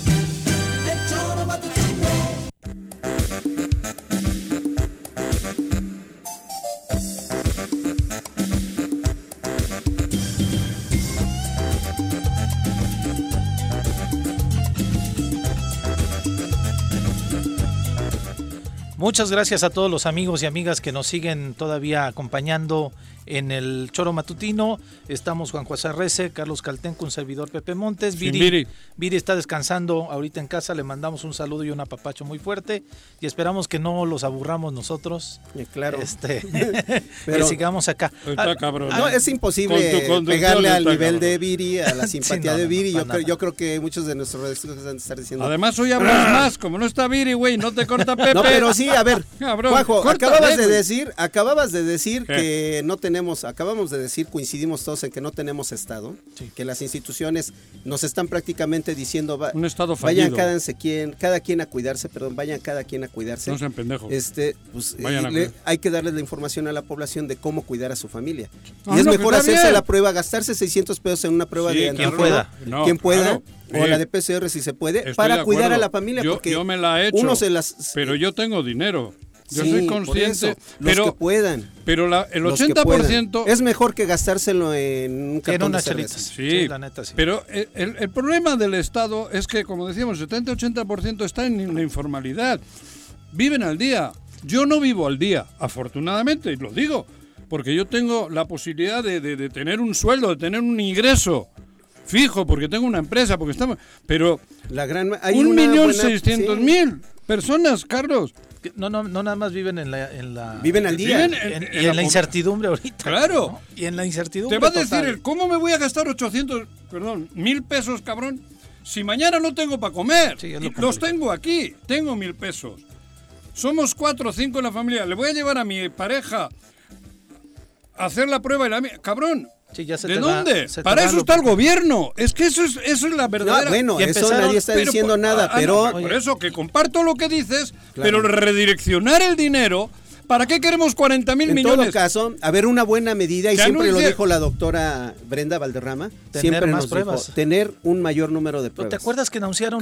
Muchas gracias a todos los amigos y amigas que nos siguen todavía acompañando en el Choro Matutino. Estamos Juan José Rece, Carlos Caltenco, un servidor Pepe Montes. Viri está descansando ahorita en casa, le mandamos un saludo y un apapacho muy fuerte y esperamos que no los aburramos nosotros. Claro. Que sigamos acá. Está cabrón. No, es imposible pegarle al nivel de Viri, a la simpatía de Viri. Yo creo que muchos de nuestros redescuchas van a estar diciendo. Además, hoy hablas más, como no está Viri, güey, no te corta Pepe. No, pero sí, a ver, cabrón, Juanjo, acababas de decir que no tenemos, acabamos de decir, coincidimos todos en que no tenemos Estado, sí, que las instituciones nos están prácticamente diciendo, un Estado fallido. Vayan cada quien a cuidarse. No sean pendejos. Hay que darles la información a la población de cómo cuidar a su familia. Y es mejor hacerse la prueba, gastarse 600 pesos en una prueba de antígeno, quien pueda. O la de PCR si se puede, para cuidar a la familia, porque yo me la he hecho, pero yo tengo dinero. Yo soy consciente, los que puedan. Pero el 80% es mejor que gastárselo en un cartón de cerveza. Sí, la neta, sí. Pero el problema del Estado es que, como decíamos, 70-80% está en la informalidad. Viven al día. Yo no vivo al día, afortunadamente, y lo digo, porque yo tengo la posibilidad de tener un sueldo, de tener un ingreso fijo, porque tengo una empresa, porque estamos... Pero hay 1.600.000 personas, Carlos. No nada más viven en la viven al día. En la incertidumbre ahorita. Claro. ¿No? Y en la incertidumbre Te va a total. decir, ¿cómo me voy a gastar 1.000 pesos, cabrón? Si mañana no tengo para comer. Sí, Y los tengo aquí, tengo 1.000 pesos. Somos 4 o 5 en la familia. Le voy a llevar a mi pareja a hacer la prueba y la mía. Cabrón. Sí, ya ¿De dónde? Para eso está el gobierno. Es que eso es la verdadera... No, bueno, eso nadie está diciendo nada, pero... Por eso que comparto lo que dices, pero redireccionar el dinero... ¿Para qué queremos 40,000 millones? En todo caso, haber una buena medida, y siempre lo dijo la doctora Brenda Valderrama, siempre nos dijo, tener un mayor número de pruebas. ¿Te acuerdas que anunciaron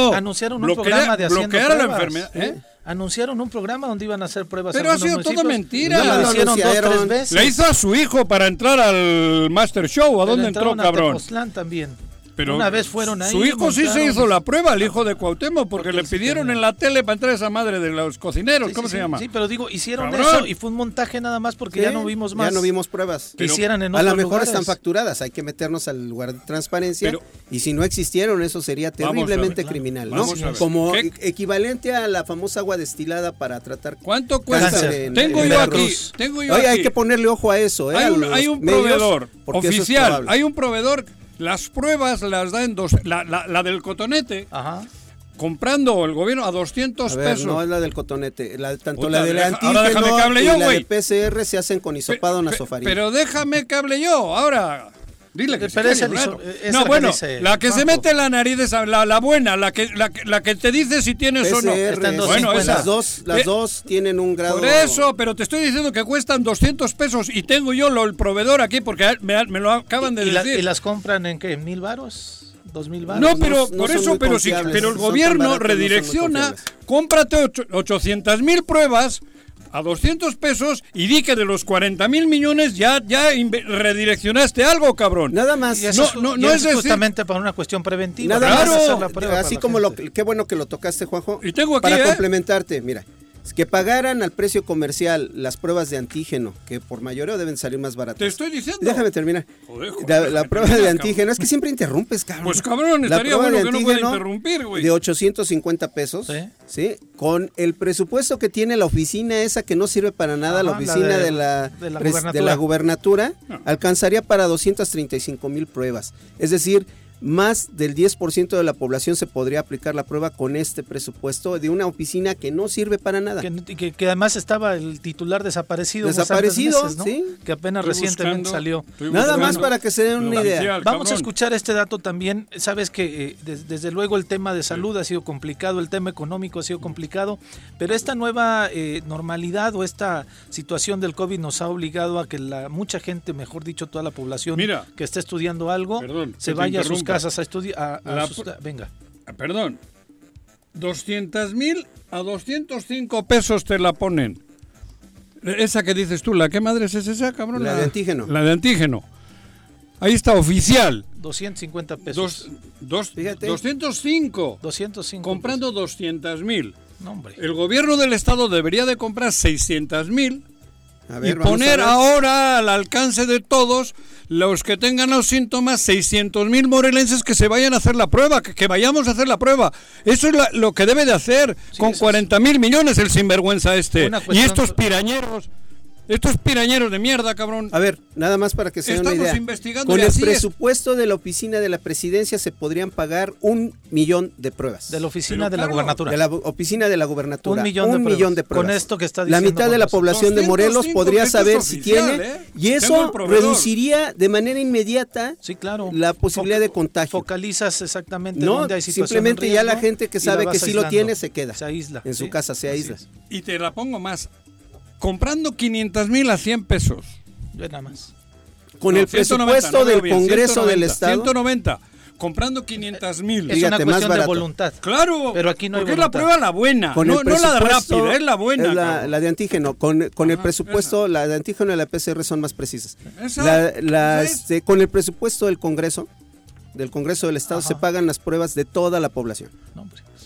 un Bloquear, programa de haciendo bloquear pruebas? La enfermedad, ¿eh? Anunciaron un programa donde iban a hacer pruebas. Pero ha sido todo mentira. No, lo hicieron 2-3 veces. Le hizo a su hijo para entrar al Master Show. ¿A dónde entró, cabrón? A Tepoztlán también. Pero una vez fueron ahí. Su hijo sí se hizo la prueba, el hijo de Cuauhtémoc, porque le pidieron en la tele para entrar a esa madre de los cocineros. ¿Cómo se llama? Sí, pero digo, hicieron ¡Cabrón! eso y fue un montaje nada más porque ya no vimos más. Ya no vimos pruebas. Que hicieran en a otros lo mejor lugares. están facturadas, hay que meternos al lugar de transparencia. Y si no existieron, eso sería terriblemente criminal, ¿no? Como equivalente a la famosa agua destilada para tratar. ¿Cuánto cuesta? Tengo yo aquí. Oye, hay que ponerle ojo a eso. Hay un proveedor oficial, hay un proveedor. Las pruebas las dan la del cotonete. Ajá. Comprando el gobierno a 200 pesos. No es la del cotonete, tanto Puta, la del antígeno y la del PCR se hacen con hisopado nasofarín. Pero déjame que hable yo, ahora. Dile que pero se No, bueno, la que se mete en la nariz es la buena, la que te dice si tienes PCR, o no. Bueno, las dos tienen un grado. Por eso, pero te estoy diciendo que cuestan 200 pesos y tengo yo el proveedor aquí porque me lo acaban de decir. ¿Y las compran en qué? ¿1,000 varos? 2,000 varos. No, pero por eso, pero el gobierno redirecciona, cómprate 800,000 pruebas a 200 pesos y di que de los 40,000 millones ya redireccionaste algo, cabrón. Nada más. Y eso, no es justamente para una cuestión preventiva. Nada más. Así como qué bueno que lo tocaste, Juanjo. Y tengo aquí, para complementarte, mira. Que pagaran al precio comercial las pruebas de antígeno, que por mayoreo deben salir más baratas. Te estoy diciendo. Déjame terminar. La prueba de antígeno, es que siempre interrumpes, cabrón. Pues cabrón, estaría bueno que no pueda interrumpir, güey. De 850 pesos, ¿sí? Con el presupuesto que tiene la oficina esa que no sirve para nada, la oficina de la gubernatura, alcanzaría para 235,000 pruebas. Es decir, más del 10% de la población se podría aplicar la prueba con este presupuesto de una oficina que no sirve para nada. Que además estaba el titular desaparecido meses, ¿no? Sí. Que apenas recientemente salió. Nada más para que se den una idea. Vamos a escuchar este dato también. Sabes que desde luego el tema de salud ha sido complicado, el tema económico ha sido complicado, pero esta nueva normalidad o esta situación del COVID nos ha obligado a que mucha gente, mejor dicho, toda la población que está estudiando algo, se vaya a sus casas a estudiar. Venga. Perdón. 200,000 a 205 pesos te la ponen. Esa que dices tú, ¿la qué madre es esa, cabrón? La de antígeno. La de antígeno. Ahí está, oficial. 250 pesos. 205. 205. Comprando 200,000. No, hombre. El gobierno del estado debería de comprar 600,000 y poner ahora al alcance de todos los que tengan los síntomas, 600,000 morelenses que se vayan a hacer la prueba, que vayamos a hacer la prueba. Eso es lo que debe de hacer con 40,000 millones el sinvergüenza este. Y estos pirañeros de mierda, cabrón. A ver, nada más para que se den una idea. Con el presupuesto de la oficina de la presidencia se podrían pagar 1,000,000 de pruebas. De la oficina de la gubernatura. De la oficina de la gubernatura. 1,000,000 de pruebas. Con esto que está diciendo. La mitad de la población de Morelos podría saber si tiene. Y eso reduciría de manera inmediata la posibilidad de contagio. Focalizas exactamente donde hay situación simplemente de riesgo, ya la gente que sabe que sí lo tiene se queda. Se aísla. En su casa se aísla. Y te la pongo más. Comprando 500,000 a 100 pesos. Yo nada más. Con el presupuesto del Congreso del Estado. 190. Comprando 500,000. Es una cuestión de voluntad. Claro. Pero aquí no hay porque voluntad. es la prueba la buena. No la rápida, es la buena. Es la de antígeno. Con el presupuesto, la de antígeno y la PCR son más precisas. Con el presupuesto del Congreso del Estado, se pagan las pruebas de toda la población. No, hombre, sí.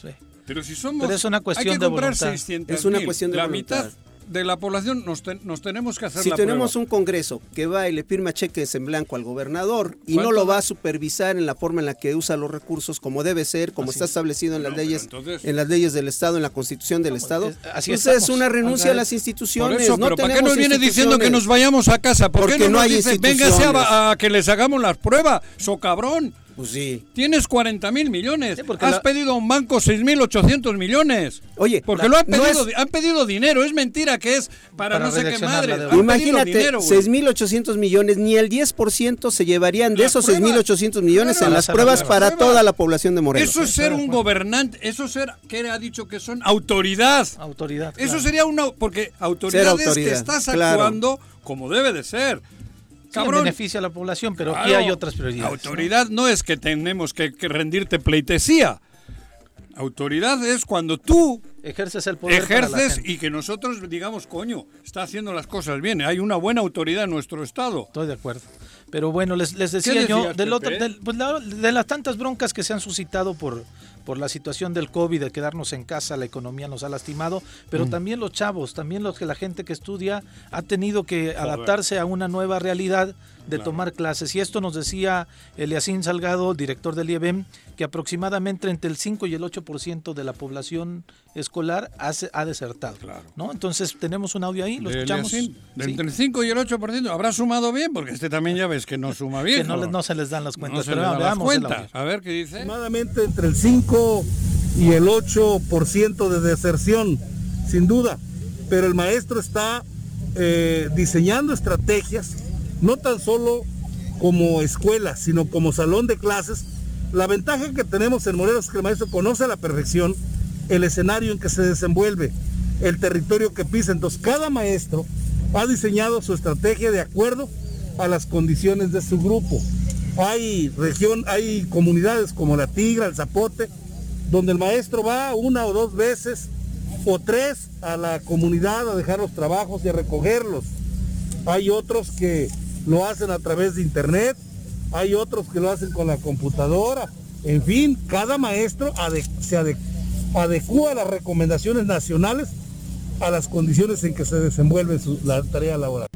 Pero si somos... Pero es una cuestión hay que de comprar voluntad. 600.000. Es una cuestión de la voluntad. mitad de la población nos tenemos que hacer si la tenemos prueba. un Congreso que va y le firma cheques en blanco al gobernador y no ¿Cuánto lo va da? a supervisar en la forma en la que usa los recursos como debe ser, como está establecido en las leyes, entonces... en las leyes del Estado, en la Constitución del Estado, así entonces estamos. es una renuncia a las instituciones. Por eso, no pero ¿para qué tenemos nos viene diciendo que nos vayamos a casa? ¿Por qué Porque no nos hay dice, véngase instituciones. a que les hagamos las pruebas, cabrón? Pues sí. Tienes 40.000 millones. porque Has pedido a un banco 6.800 millones. Oye, porque han pedido dinero. Es mentira que es para no sé qué madre. Imagínate, 6.800 millones, ni el 10% se llevarían de esos 6.800 millones en las pruebas para toda la población de Morelos. Eso es ser un gobernante, eso es ser, ¿qué ha dicho que son? Autoridad. Autoridad. Eso claro. sería una, porque autoridad es que estás actuando como debe de ser. Cabrón. Beneficia a la población, pero aquí Claro, hay otras prioridades. Autoridad no es que tenemos que rendirte pleitesía. Autoridad es cuando tú ejerces el poder ejerces y que nosotros digamos, coño, está haciendo las cosas bien. Hay una buena autoridad en nuestro estado. Estoy de acuerdo. Pero bueno, les decía yo, de las tantas broncas que se han suscitado por la situación del COVID, de quedarnos en casa, la economía nos ha lastimado, pero también los chavos, también la gente que estudia ha tenido que adaptarse a una nueva realidad de tomar clases. Y esto nos decía Eliasín Salgado, director del IEBEM, que aproximadamente entre el 5 y el 8% de la población escolar ha desertado. Claro. ¿No? Entonces tenemos un audio ahí, lo escuchamos. Entre el 5 y el 8%, ¿habrá sumado bien? Porque este también ya ves que no suma bien. Que no se les dan las cuentas. No se les dan las cuentas. A ver qué dice. Aproximadamente entre el 5 y el 8% de deserción, sin duda. Pero el maestro está diseñando estrategias, no tan solo como escuela, sino como salón de clases. La ventaja que tenemos en Morelos es que el maestro conoce a la perfección el escenario en que se desenvuelve, el territorio que pisa. Entonces, cada maestro ha diseñado su estrategia de acuerdo a las condiciones de su grupo. Hay comunidades como La Tigra, El Zapote, donde el maestro va 1 o 2 veces o 3 a la comunidad a dejar los trabajos y a recogerlos. Hay otros que lo hacen a través de internet, hay otros que lo hacen con la computadora. En fin, cada maestro se adecúa a las recomendaciones nacionales a las condiciones en que se desenvuelve la tarea laboral.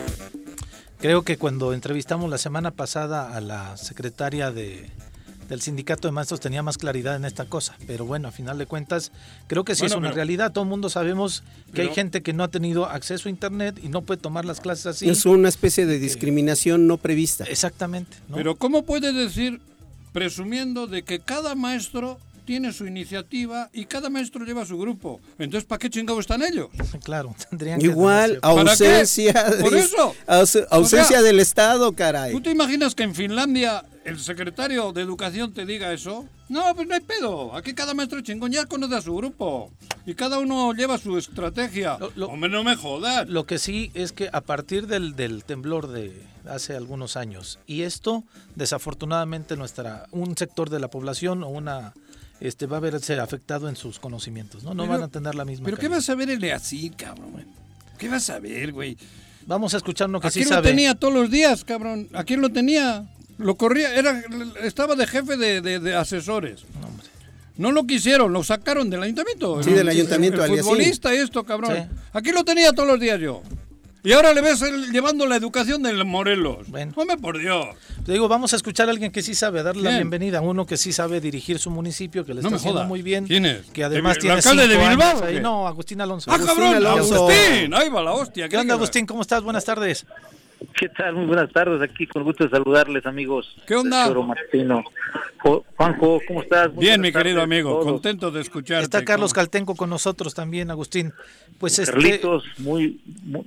Creo que cuando entrevistamos la semana pasada a la secretaria del sindicato de maestros tenía más claridad en esta cosa, pero bueno, a final de cuentas creo que sí es una realidad. Todo el mundo sabemos que hay gente que no ha tenido acceso a internet y no puede tomar las clases así. Es una especie de discriminación no prevista. Exactamente, ¿no? Pero ¿cómo puede decir, presumiendo de que cada maestro tiene su iniciativa y cada maestro lleva su grupo? Entonces, ¿para qué chingados están ellos? Claro, tendrían que... Igual, ausencia, ¿Por eso? ausencia del Estado, caray. ¿Tú te imaginas que en Finlandia el secretario de Educación te diga eso? No, pues no hay pedo. Aquí cada maestro chingón ya conoce a su grupo y cada uno lleva su estrategia. Hombre, no me jodas. Lo que sí es que a partir del temblor de hace algunos años, y esto, desafortunadamente, un sector de la población o va a verse afectado en sus conocimientos, ¿no? No van a tener la misma ¿Pero calidad. qué vas a ver el así, cabrón? ¿Qué vas a ver, güey? Vamos a escuchar lo que sí sabe. Aquí lo tenía todos los días, cabrón. Aquí lo tenía. Lo corría, estaba de jefe de asesores. No lo quisieron, lo sacaron del ayuntamiento. Sí, del ayuntamiento. El futbolista y esto, cabrón. Sí. Aquí lo tenía todos los días yo. Y ahora le ves llevando la educación de Morelos. Bueno. Hombre, por Dios. Te digo, vamos a escuchar a alguien que sí sabe, darle la bienvenida. Uno que sí sabe dirigir su municipio, que le está haciendo muy bien. ¿Quién es? Que además ¿El tiene alcalde de Bilbao? Ahí. No, Agustín Alonso. ¡Ah, cabrón! ¡Agustín! Ahí va la hostia. ¿Qué onda, Agustín? ¿Cómo estás? Buenas tardes. ¿Qué tal? Muy buenas tardes, aquí con gusto de saludarles, amigos. ¿Qué onda? Martino. Juanjo, ¿cómo estás? Muy bien, mi querido amigo, contento de escucharte. Está Carlos Caltenco con nosotros también, Agustín. Pues Carlitos, muy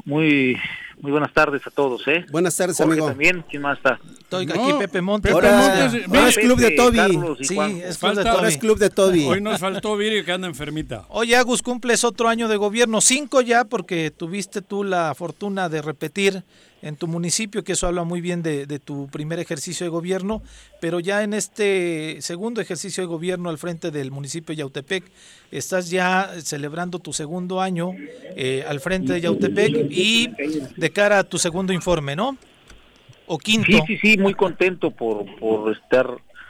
buenas tardes a todos, ¿eh? Buenas tardes, Jorge amigo. también, ¿quién más está? Estoy aquí, Pepe Montes. Ahora es Club de Toby. Sí, es Club de Toby. Hoy nos faltó Viri, que anda enfermita. Oye, Agus, cumples otro año de gobierno, 5 ya, porque tuviste tú la fortuna de repetir en tu municipio, que eso habla muy bien de tu primer ejercicio de gobierno, pero ya en este segundo ejercicio de gobierno al frente del municipio de Yautepec, estás ya celebrando tu segundo año al frente de Yautepec y de cara a tu segundo informe, ¿no? ¿O quinto? Sí, muy contento por estar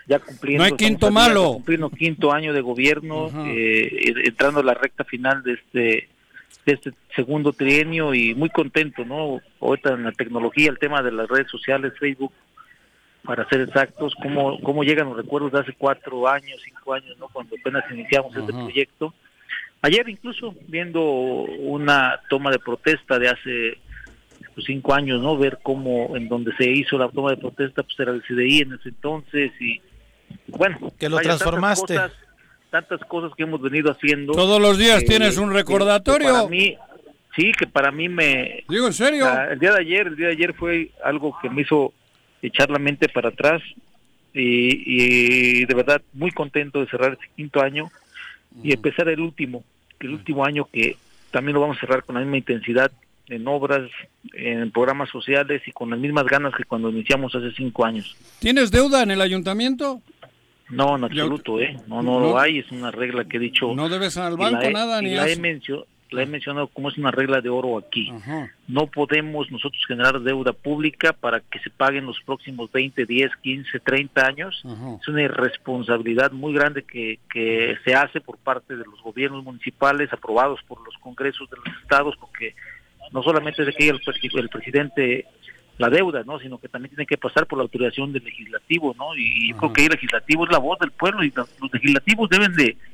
ya cumpliendo. No hay quinto malo. Cumpliendo quinto año de gobierno, entrando a la recta final de este segundo trienio y muy contento, ¿no? Ahorita en la tecnología, el tema de las redes sociales, Facebook, para ser exactos, cómo llegan los recuerdos de hace 4 años, 5 años, ¿no? Cuando apenas iniciamos este proyecto. Ayer incluso viendo una toma de protesta de hace 5 años, ¿no? Ver cómo en donde se hizo la toma de protesta, pues era el CDI en ese entonces y bueno. Que lo transformaste. Tantas cosas que hemos venido haciendo. Todos los días tienes un recordatorio. Para mí, sí, que para mí me... Digo, ¿en serio? El día de ayer fue algo que me hizo echar la mente para atrás y de verdad muy contento de cerrar este quinto año y empezar el último año que también lo vamos a cerrar con la misma intensidad en obras, en programas sociales y con las mismas ganas que cuando iniciamos hace 5 años. ¿Tienes deuda en el ayuntamiento? No, en absoluto, no lo hay, es una regla que he dicho. No debes al banco nada ni la he mencionado como es una regla de oro aquí. No podemos nosotros generar deuda pública para que se paguen los próximos 20, 10, 15, 30 años. Es una irresponsabilidad muy grande que se hace por parte de los gobiernos municipales aprobados por los congresos de los estados, porque no solamente es de que el presidente la deuda, ¿no? Sino que también tiene que pasar por la autorización del legislativo, ¿no? Y yo creo que el legislativo es la voz del pueblo y los legislativos deben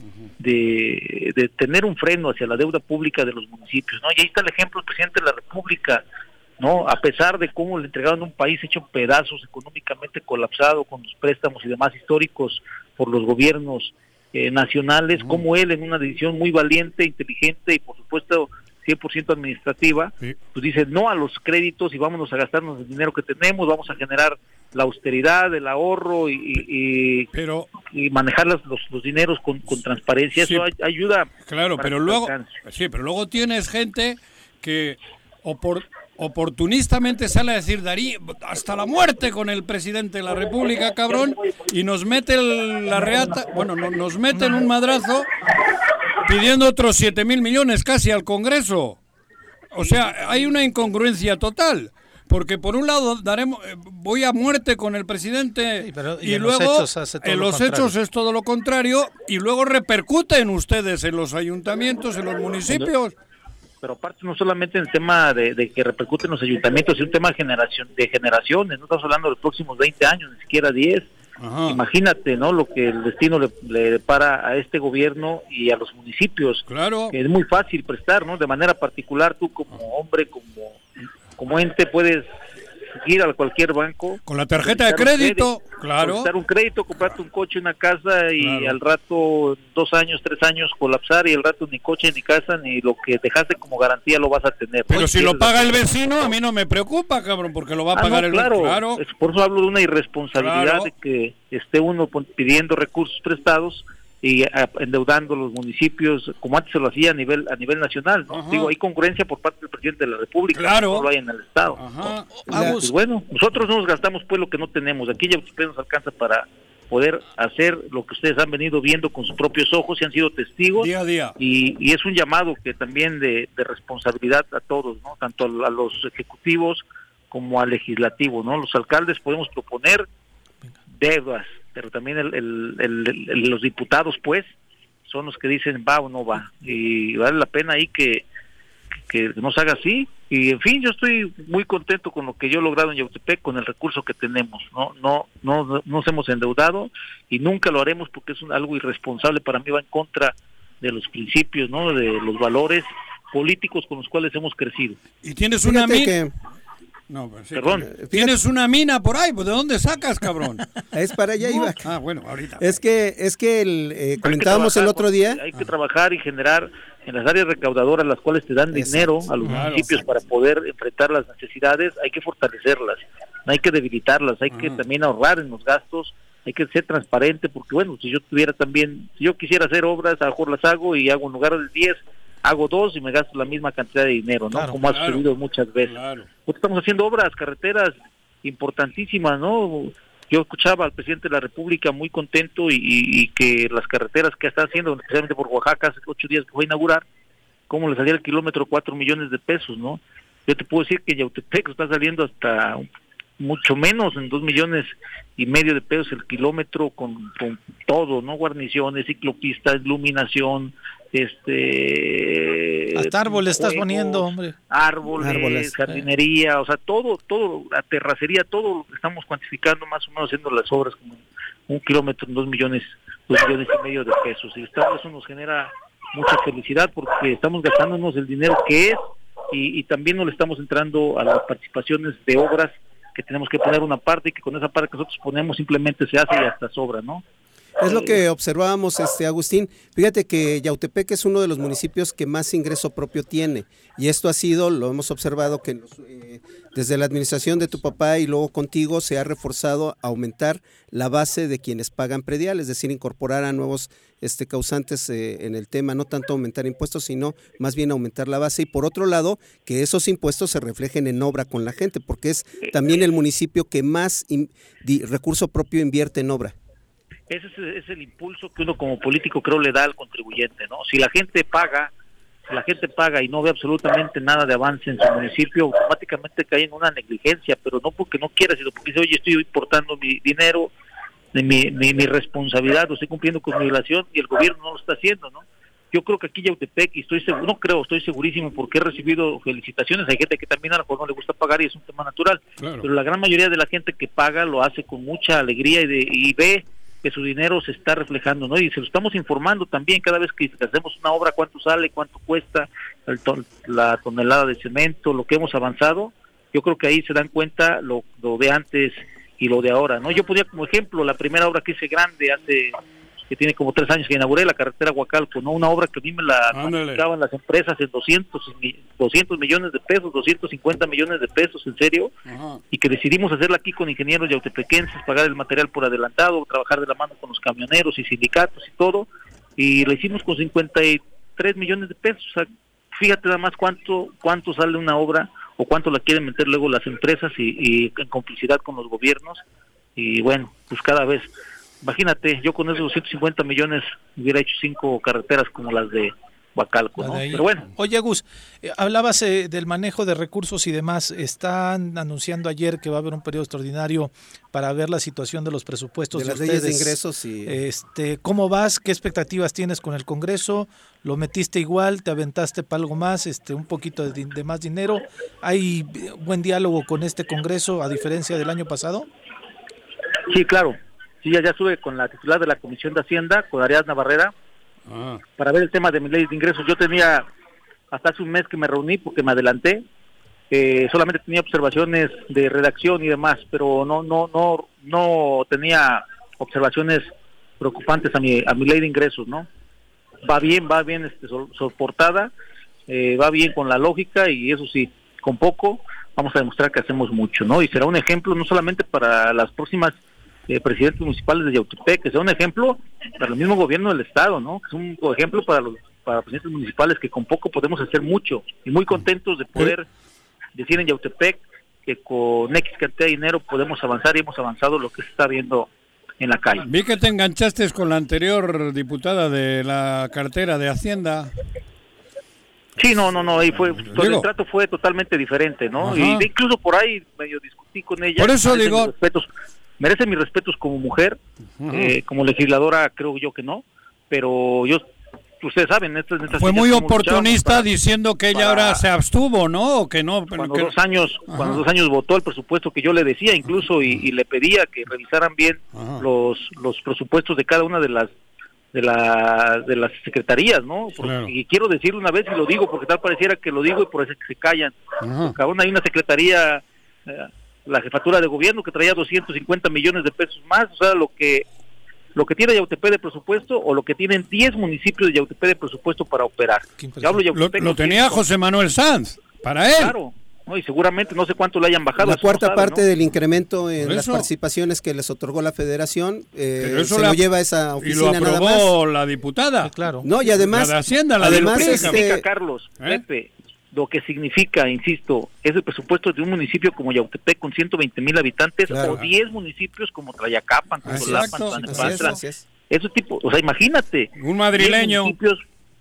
de tener un freno hacia la deuda pública de los municipios, ¿no? Y ahí está el ejemplo del presidente de la República, ¿no? A pesar de cómo le entregaron un país hecho pedazos, económicamente colapsado, con los préstamos y demás históricos por los gobiernos nacionales, como él en una decisión muy valiente, inteligente y por supuesto 100% administrativa, pues dice no a los créditos y vámonos a gastarnos el dinero que tenemos, vamos a generar la austeridad, el ahorro y manejar los dineros con transparencia. Eso ayuda. Claro, pero luego tienes gente que oportunistamente sale a decir Darí hasta la muerte con el presidente de la República, cabrón, y nos mete la reata, nos meten un madrazo pidiendo otros 7,000 millones casi al Congreso. O sea, hay una incongruencia total. Porque por un lado voy a muerte con el presidente y luego en los hechos es todo lo contrario y luego repercuten ustedes en los ayuntamientos, en los municipios. Pero aparte no solamente en el tema de que repercuten en los ayuntamientos, es un tema de generaciones, no estamos hablando de los próximos 20 años, ni siquiera 10. Imagínate, ¿no? Lo que el destino le depara a este gobierno y a los municipios. Claro. Que es muy fácil prestar, ¿no? De manera particular, tú como hombre, como ente, puedes ir a cualquier banco. Con la tarjeta de crédito, claro. Solicitar un crédito, comprarte un coche, una casa y al rato, 2 años, 3 años, colapsar y al rato ni coche, ni casa, ni lo que dejaste como garantía lo vas a tener. Pero si lo paga el vecino, a mí no me preocupa, cabrón, porque lo va a pagar el vecino. Claro. Por eso hablo de una irresponsabilidad de que esté uno pidiendo recursos prestados y endeudando los municipios como antes se lo hacía a nivel nacional, ¿no? Digo, hay congruencia por parte del presidente de la República, no lo hay en el Estado. Pues bueno, nosotros no nos gastamos pues lo que no tenemos, aquí ya nos alcanza para poder hacer lo que ustedes han venido viendo con sus propios ojos y han sido testigos día a día. Y es un llamado que también de responsabilidad a todos, ¿no? Tanto a los ejecutivos como al legislativo, ¿no? Los alcaldes podemos proponer deudas, pero también los diputados pues son los que dicen va o no va, y vale la pena ahí que no se haga así. Y en fin, yo estoy muy contento con lo que yo he logrado en Yautepec con el recurso que tenemos. No nos hemos endeudado y nunca lo haremos porque es algo irresponsable. Para mí va en contra de los principios, ¿no? De los valores políticos con los cuales hemos crecido. Y tienes una mina. No, pues sí. Perdón. Tienes una mina por ahí, pues ¿de dónde sacas, cabrón? Es para allá iba. Ah, bueno, ahorita. Es que comentábamos el otro día. Hay que trabajar y generar en las áreas recaudadoras, las cuales te dan dinero a los municipios para poder enfrentar las necesidades. Hay que fortalecerlas, no hay que debilitarlas, hay que también ahorrar en los gastos, hay que ser transparente, porque bueno, si yo quisiera hacer obras, a lo mejor las hago y hago en lugar de 10, hago 2 y me gasto la misma cantidad de dinero, ¿no? Como ha sucedido muchas veces. Porque estamos haciendo obras, carreteras importantísimas, ¿no? Yo escuchaba al presidente de la República muy contento y que las carreteras que está haciendo, especialmente por Oaxaca, hace 8 días que fue a inaugurar, cómo le salía el kilómetro 4 millones de pesos, ¿no? Yo te puedo decir que Yautepec está saliendo hasta mucho menos en 2,5 millones de pesos el kilómetro con todo, ¿no? Guarniciones, ciclopistas, iluminación, hasta árboles estás poniendo, hombre. Árboles, jardinería, o sea, todo, la terracería, todo lo estamos cuantificando más o menos haciendo las obras como 1 kilómetro en 2,5 millones de pesos. Y eso nos genera mucha felicidad porque estamos gastándonos el dinero que es y también no le estamos entrando a las participaciones de obras que tenemos que poner una parte y que con esa parte que nosotros ponemos simplemente se hace y hasta sobra, ¿no? Es lo que observábamos, Agustín. Fíjate que Yautepec es uno de los municipios que más ingreso propio tiene, y esto ha sido, lo hemos observado, que desde la administración de tu papá y luego contigo se ha reforzado aumentar la base de quienes pagan predial, es decir, incorporar a nuevos causantes en el tema, no tanto aumentar impuestos, sino más bien aumentar la base, y por otro lado, que esos impuestos se reflejen en obra con la gente, porque es también el municipio que más recurso propio invierte en obra. Ese es el impulso que uno como político creo le da al contribuyente, ¿no? Si la gente paga y no ve absolutamente nada de avance en su municipio, automáticamente cae en una negligencia, pero no porque no quiera, sino porque dice, oye, estoy importando mi dinero, mi responsabilidad, lo estoy cumpliendo con mi obligación y el gobierno no lo está haciendo, ¿no? Yo creo que aquí Yautepec, y estoy segurísimo porque he recibido felicitaciones, hay gente que también a lo mejor no le gusta pagar y es un tema natural, claro. Pero la gran mayoría de la gente que paga lo hace con mucha alegría y ve que su dinero se está reflejando, ¿no? Y se lo estamos informando también cada vez que hacemos una obra, cuánto sale, cuánto cuesta, la tonelada de cemento, lo que hemos avanzado. Yo creo que ahí se dan cuenta lo de antes y lo de ahora, ¿no? Yo ponía como ejemplo la primera obra que hice grande que tiene como 3 años que inauguré, la carretera Huacalco, ¿no? Una obra que a mí me la cuantificaban las empresas en 200 millones de pesos, 250 millones de pesos, en serio, y que decidimos hacerla aquí con ingenieros yautepequenses, pagar el material por adelantado, trabajar de la mano con los camioneros y sindicatos y todo, y la hicimos con 53 millones de pesos. O sea, fíjate nada más cuánto sale una obra o cuánto la quieren meter luego las empresas y en complicidad con los gobiernos, y bueno, pues cada vez. Imagínate, yo con esos 250 millones hubiera hecho 5 carreteras como las de Huacalco, ¿no? Pero bueno. Oye, Gus, hablabas del manejo de recursos y demás. Están anunciando ayer que va a haber un periodo extraordinario para ver la situación de los presupuestos de las ustedes. leyes de ingresos y... ¿Cómo vas? ¿Qué expectativas tienes con el Congreso? ¿Lo metiste igual? ¿Te aventaste para algo más? ¿Un poquito de más dinero? ¿Hay buen diálogo con este Congreso a diferencia del año pasado? Sí, claro. Sí, ya estuve con la titular de la Comisión de Hacienda, con Ariadna Barrera, para ver el tema de mis leyes de ingresos. Yo tenía, hasta hace un mes que me reuní porque me adelanté, solamente tenía observaciones de redacción y demás, pero no tenía observaciones preocupantes a mi ley de ingresos, ¿no? Va bien soportada, va bien con la lógica, y eso sí, con poco vamos a demostrar que hacemos mucho, ¿no? Y será un ejemplo no solamente para las próximas presidentes municipales de Yautepec, que sea un ejemplo para el mismo gobierno del estado, ¿no? Que es un ejemplo para presidentes municipales, que con poco podemos hacer mucho, y muy contentos de poder decir en Yautepec que con X cantidad de dinero podemos avanzar, y hemos avanzado lo que se está viendo en la calle. Vi que te enganchaste con la anterior diputada de la cartera de Hacienda. Sí, no, ahí fue, el trato fue totalmente diferente, ¿no? Ajá. Y incluso por ahí medio discutí con ella. Por eso digo... Merece mis respetos como mujer, como legisladora creo yo que no, pero ustedes saben, fue muy oportunista diciendo que ella ahora se abstuvo, ¿no? O que no. Cuando 2 años votó el presupuesto que yo le decía, incluso y le pedía que revisaran bien los presupuestos de cada una de las secretarías, ¿no? Claro. Y quiero decirlo una vez y lo digo porque tal pareciera que lo digo y por eso que se callan. Porque aún hay una secretaría, la jefatura de gobierno, que traía 250 millones de pesos más, o sea, lo que tiene Yautepec de presupuesto, o lo que tienen 10 municipios de Yautepec de presupuesto para operar. Lo tenía José Manuel Sanz, para él. Claro, ¿no? Y seguramente no sé cuánto le hayan bajado. La cuarta parte, ¿no?, del incremento en las participaciones que les otorgó la Federación, lo lleva a esa oficina nada más. Y lo aprobó la diputada. Sí, claro. No, y además... La de Hacienda, además Carlos, Pepe, lo que significa, insisto, es el presupuesto de un municipio como Yautepec con 120,000 habitantes, o 10 municipios como Tlayacapan, Tlaxcala, Tlanepantla. Ese tipo, o sea, imagínate. Un madrileño.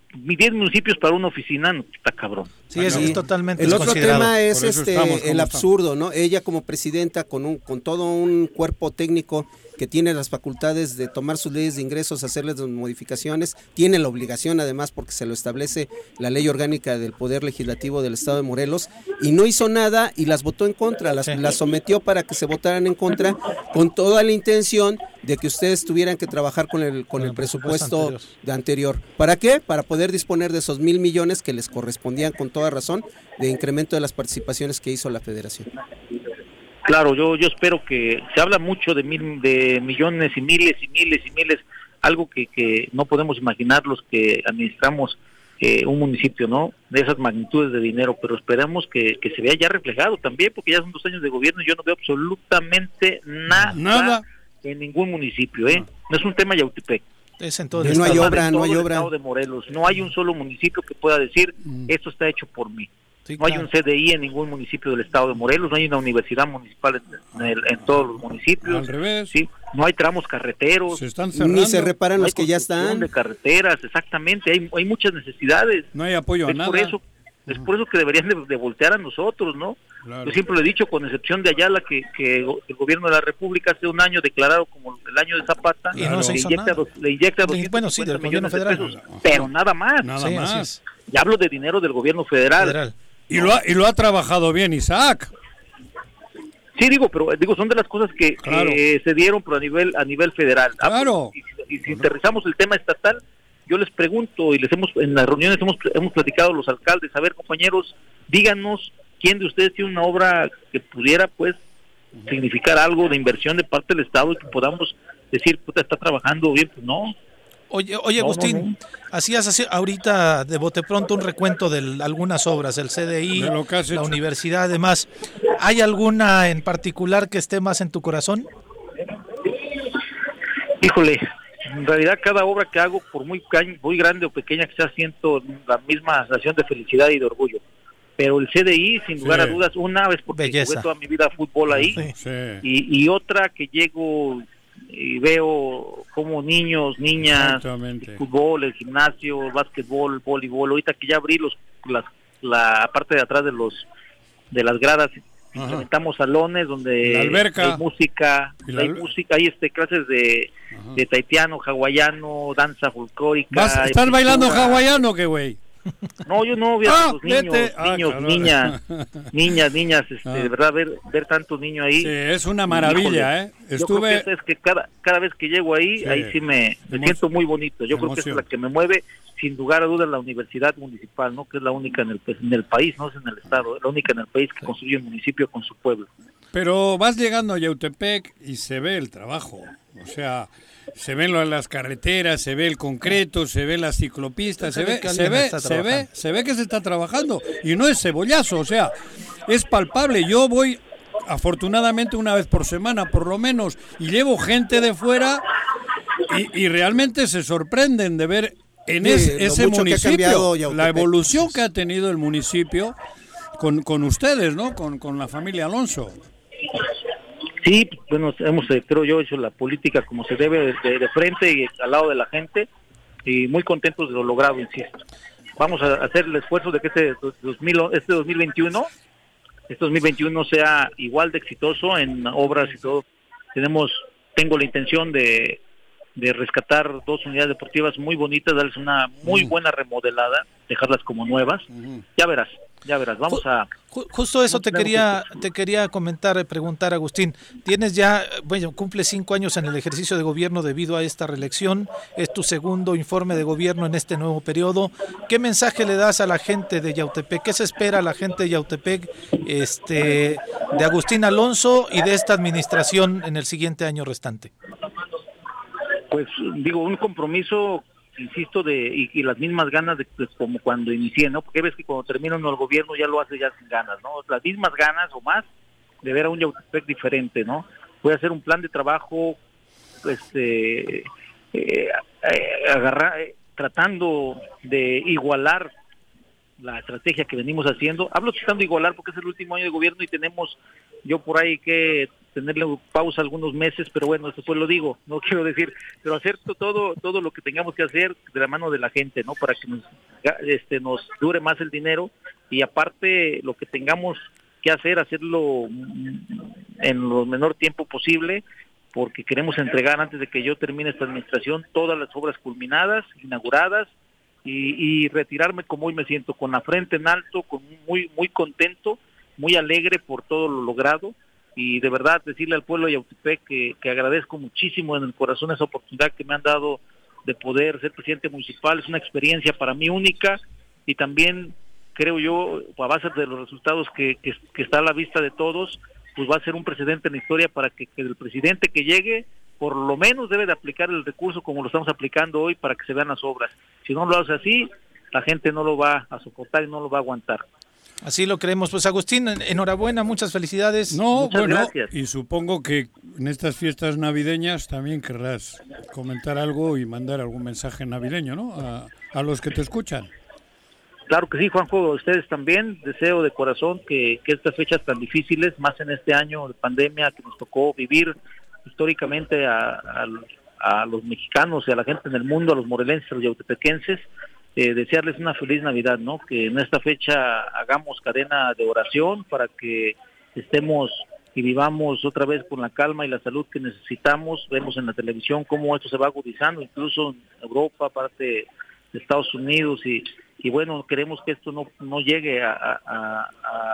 10 municipios para una oficina, no, está cabrón. Sí, es totalmente El otro tema es el absurdo, estamos. ¿no? Ella como presidenta con todo un cuerpo técnico que tiene las facultades de tomar sus leyes de ingresos, hacerles las modificaciones, tiene la obligación además porque se lo establece la ley orgánica del Poder Legislativo del Estado de Morelos, y no hizo nada y las votó en contra, las sometió para que se votaran en contra, con toda la intención de que ustedes tuvieran que trabajar con el presupuesto anterior. ¿Para qué? Para poder disponer de esos 1,000 millones que les correspondían con toda razón de incremento de las participaciones que hizo la Federación. Claro, yo espero que se habla mucho de millones y miles, algo que no podemos imaginar los que administramos un municipio, ¿no? De esas magnitudes de dinero, pero esperamos que se vea ya reflejado también, porque ya son 2 años de gobierno y yo no veo absolutamente nada en ningún municipio, No es un tema Yautepec. Es en todo el estado. No hay obra. Estado de Morelos. No hay un solo municipio que pueda decir, esto está hecho por mí. Sí, no hay un CDI en ningún municipio del estado de Morelos, no hay una universidad municipal en todos los municipios. Al revés. Sí, no hay tramos carreteros. Se están cerrando. Ni se reparan los que ya están. De carreteras, exactamente, hay muchas necesidades. No hay apoyo a nada. Es por eso que deberían de voltear a nosotros, ¿no? Claro. Yo siempre lo he dicho, con excepción de Ayala, que el gobierno de la República hace un año declarado como el año de Zapata, y no se hizo le inyecta 250 millones de pesos, pero nada más. Nada más. Y hablo de dinero del gobierno federal. Y lo ha trabajado bien Isaac. Sí, pero son de las cosas que se dieron pero a nivel federal. Claro. Y si aterrizamos el tema estatal, yo les pregunto, y en las reuniones hemos platicado los alcaldes, a ver, compañeros, díganos quién de ustedes tiene una obra que pudiera, pues, significar algo de inversión de parte del Estado y que podamos decir, puta, está trabajando bien, pues no. Oye, Agustín, hacías ahorita de bote pronto un recuento de algunas obras, el CDI, la universidad, además. ¿Hay alguna en particular que esté más en tu corazón? Híjole, en realidad cada obra que hago, por muy grande o pequeña que sea, siento la misma sensación de felicidad y de orgullo. Pero el CDI, sin lugar a dudas, una vez porque jugué toda mi vida a fútbol ahí, y otra que llego y veo como niños, niñas, el fútbol, el gimnasio, el básquetbol, voleibol, ahorita que ya abrí la parte de atrás de las gradas, implementamos salones donde hay música, hay clases de tahitiano, hawaiano, danza folclórica. ¿Estás bailando hawaiano qué güey? No, yo no, los niñas, de verdad, ver tantos niños ahí. Sí, es una maravilla, Yo creo que es que cada vez que llego ahí sí me siento muy bonito. Yo creo que esa es la que me mueve, sin lugar a dudas, la universidad municipal, ¿no? Que es la única en el país, no es en el estado, la única en el país que construye un municipio con su pueblo. Pero vas llegando a Yautepec y se ve el trabajo, o sea, se ven las carreteras, se ve el concreto, se ven las ciclopistas, se ve que se está trabajando y no es cebollazo, o sea, es palpable. Yo voy afortunadamente una vez por semana por lo menos y llevo gente de fuera y realmente se sorprenden de ver en ese municipio la evolución que ha tenido el municipio con ustedes, ¿no? Con la familia Alonso. Sí, bueno, hemos, creo yo, hecho la política como se debe, de frente y al lado de la gente, y muy contentos de lo logrado, insisto. Vamos a hacer el esfuerzo de que este 2021 sea igual de exitoso en obras y todo. Tengo la intención de rescatar 2 unidades deportivas muy bonitas, darles una muy buena remodelada, dejarlas como nuevas. Ya verás, vamos a... Justo eso te quería preguntar, Agustín. Tienes ya, cumples 5 años en el ejercicio de gobierno debido a esta reelección, es tu segundo informe de gobierno en este nuevo periodo. ¿Qué mensaje le das a la gente de Yautepec? ¿Qué se espera a la gente de Yautepec, de Agustín Alonso y de esta administración en el siguiente año restante? Pues digo, un compromiso, insisto, y las mismas ganas de como cuando inicié, ¿no? Porque ves que cuando termina uno el gobierno ya lo hace ya sin ganas, ¿no? Las mismas ganas o más de ver a un Yautepec diferente, ¿no? Voy a hacer un plan de trabajo, tratando de igualar la estrategia que venimos haciendo. Hablo tratando de igualar porque es el último año de gobierno y tenemos, yo por ahí que tenerle pausa algunos meses, pero bueno, eso pues lo digo, no quiero decir, pero hacer todo lo que tengamos que hacer de la mano de la gente, ¿no? Para que nos dure más el dinero, y aparte lo que tengamos que hacerlo en lo menor tiempo posible, porque queremos entregar antes de que yo termine esta administración todas las obras culminadas, inauguradas, y retirarme como hoy me siento, con la frente en alto, muy contento, muy alegre por todo lo logrado, y de verdad decirle al pueblo de Yautepec que agradezco muchísimo en el corazón esa oportunidad que me han dado de poder ser presidente municipal. Es una experiencia para mí única, y también creo yo, a base de los resultados que está a la vista de todos, pues va a ser un precedente en la historia para que el presidente que llegue por lo menos debe de aplicar el recurso como lo estamos aplicando hoy para que se vean las obras. Si no lo hace así, la gente no lo va a soportar y no lo va a aguantar. Así lo creemos. Pues Agustín, enhorabuena, muchas felicidades. Muchas gracias. Y supongo que en estas fiestas navideñas también querrás comentar algo y mandar algún mensaje navideño, ¿no? A los que te escuchan. Claro que sí, Juanjo, a ustedes también. Deseo de corazón que estas fechas tan difíciles, más en este año de pandemia que nos tocó vivir históricamente a los mexicanos y a la gente en el mundo, a los morelenses, a los yautepequenses, desearles una feliz Navidad, ¿no? Que en esta fecha hagamos cadena de oración para que estemos y vivamos otra vez con la calma y la salud que necesitamos. Vemos en la televisión cómo esto se va agudizando, incluso en Europa, parte de Estados Unidos, y bueno, queremos que esto no llegue a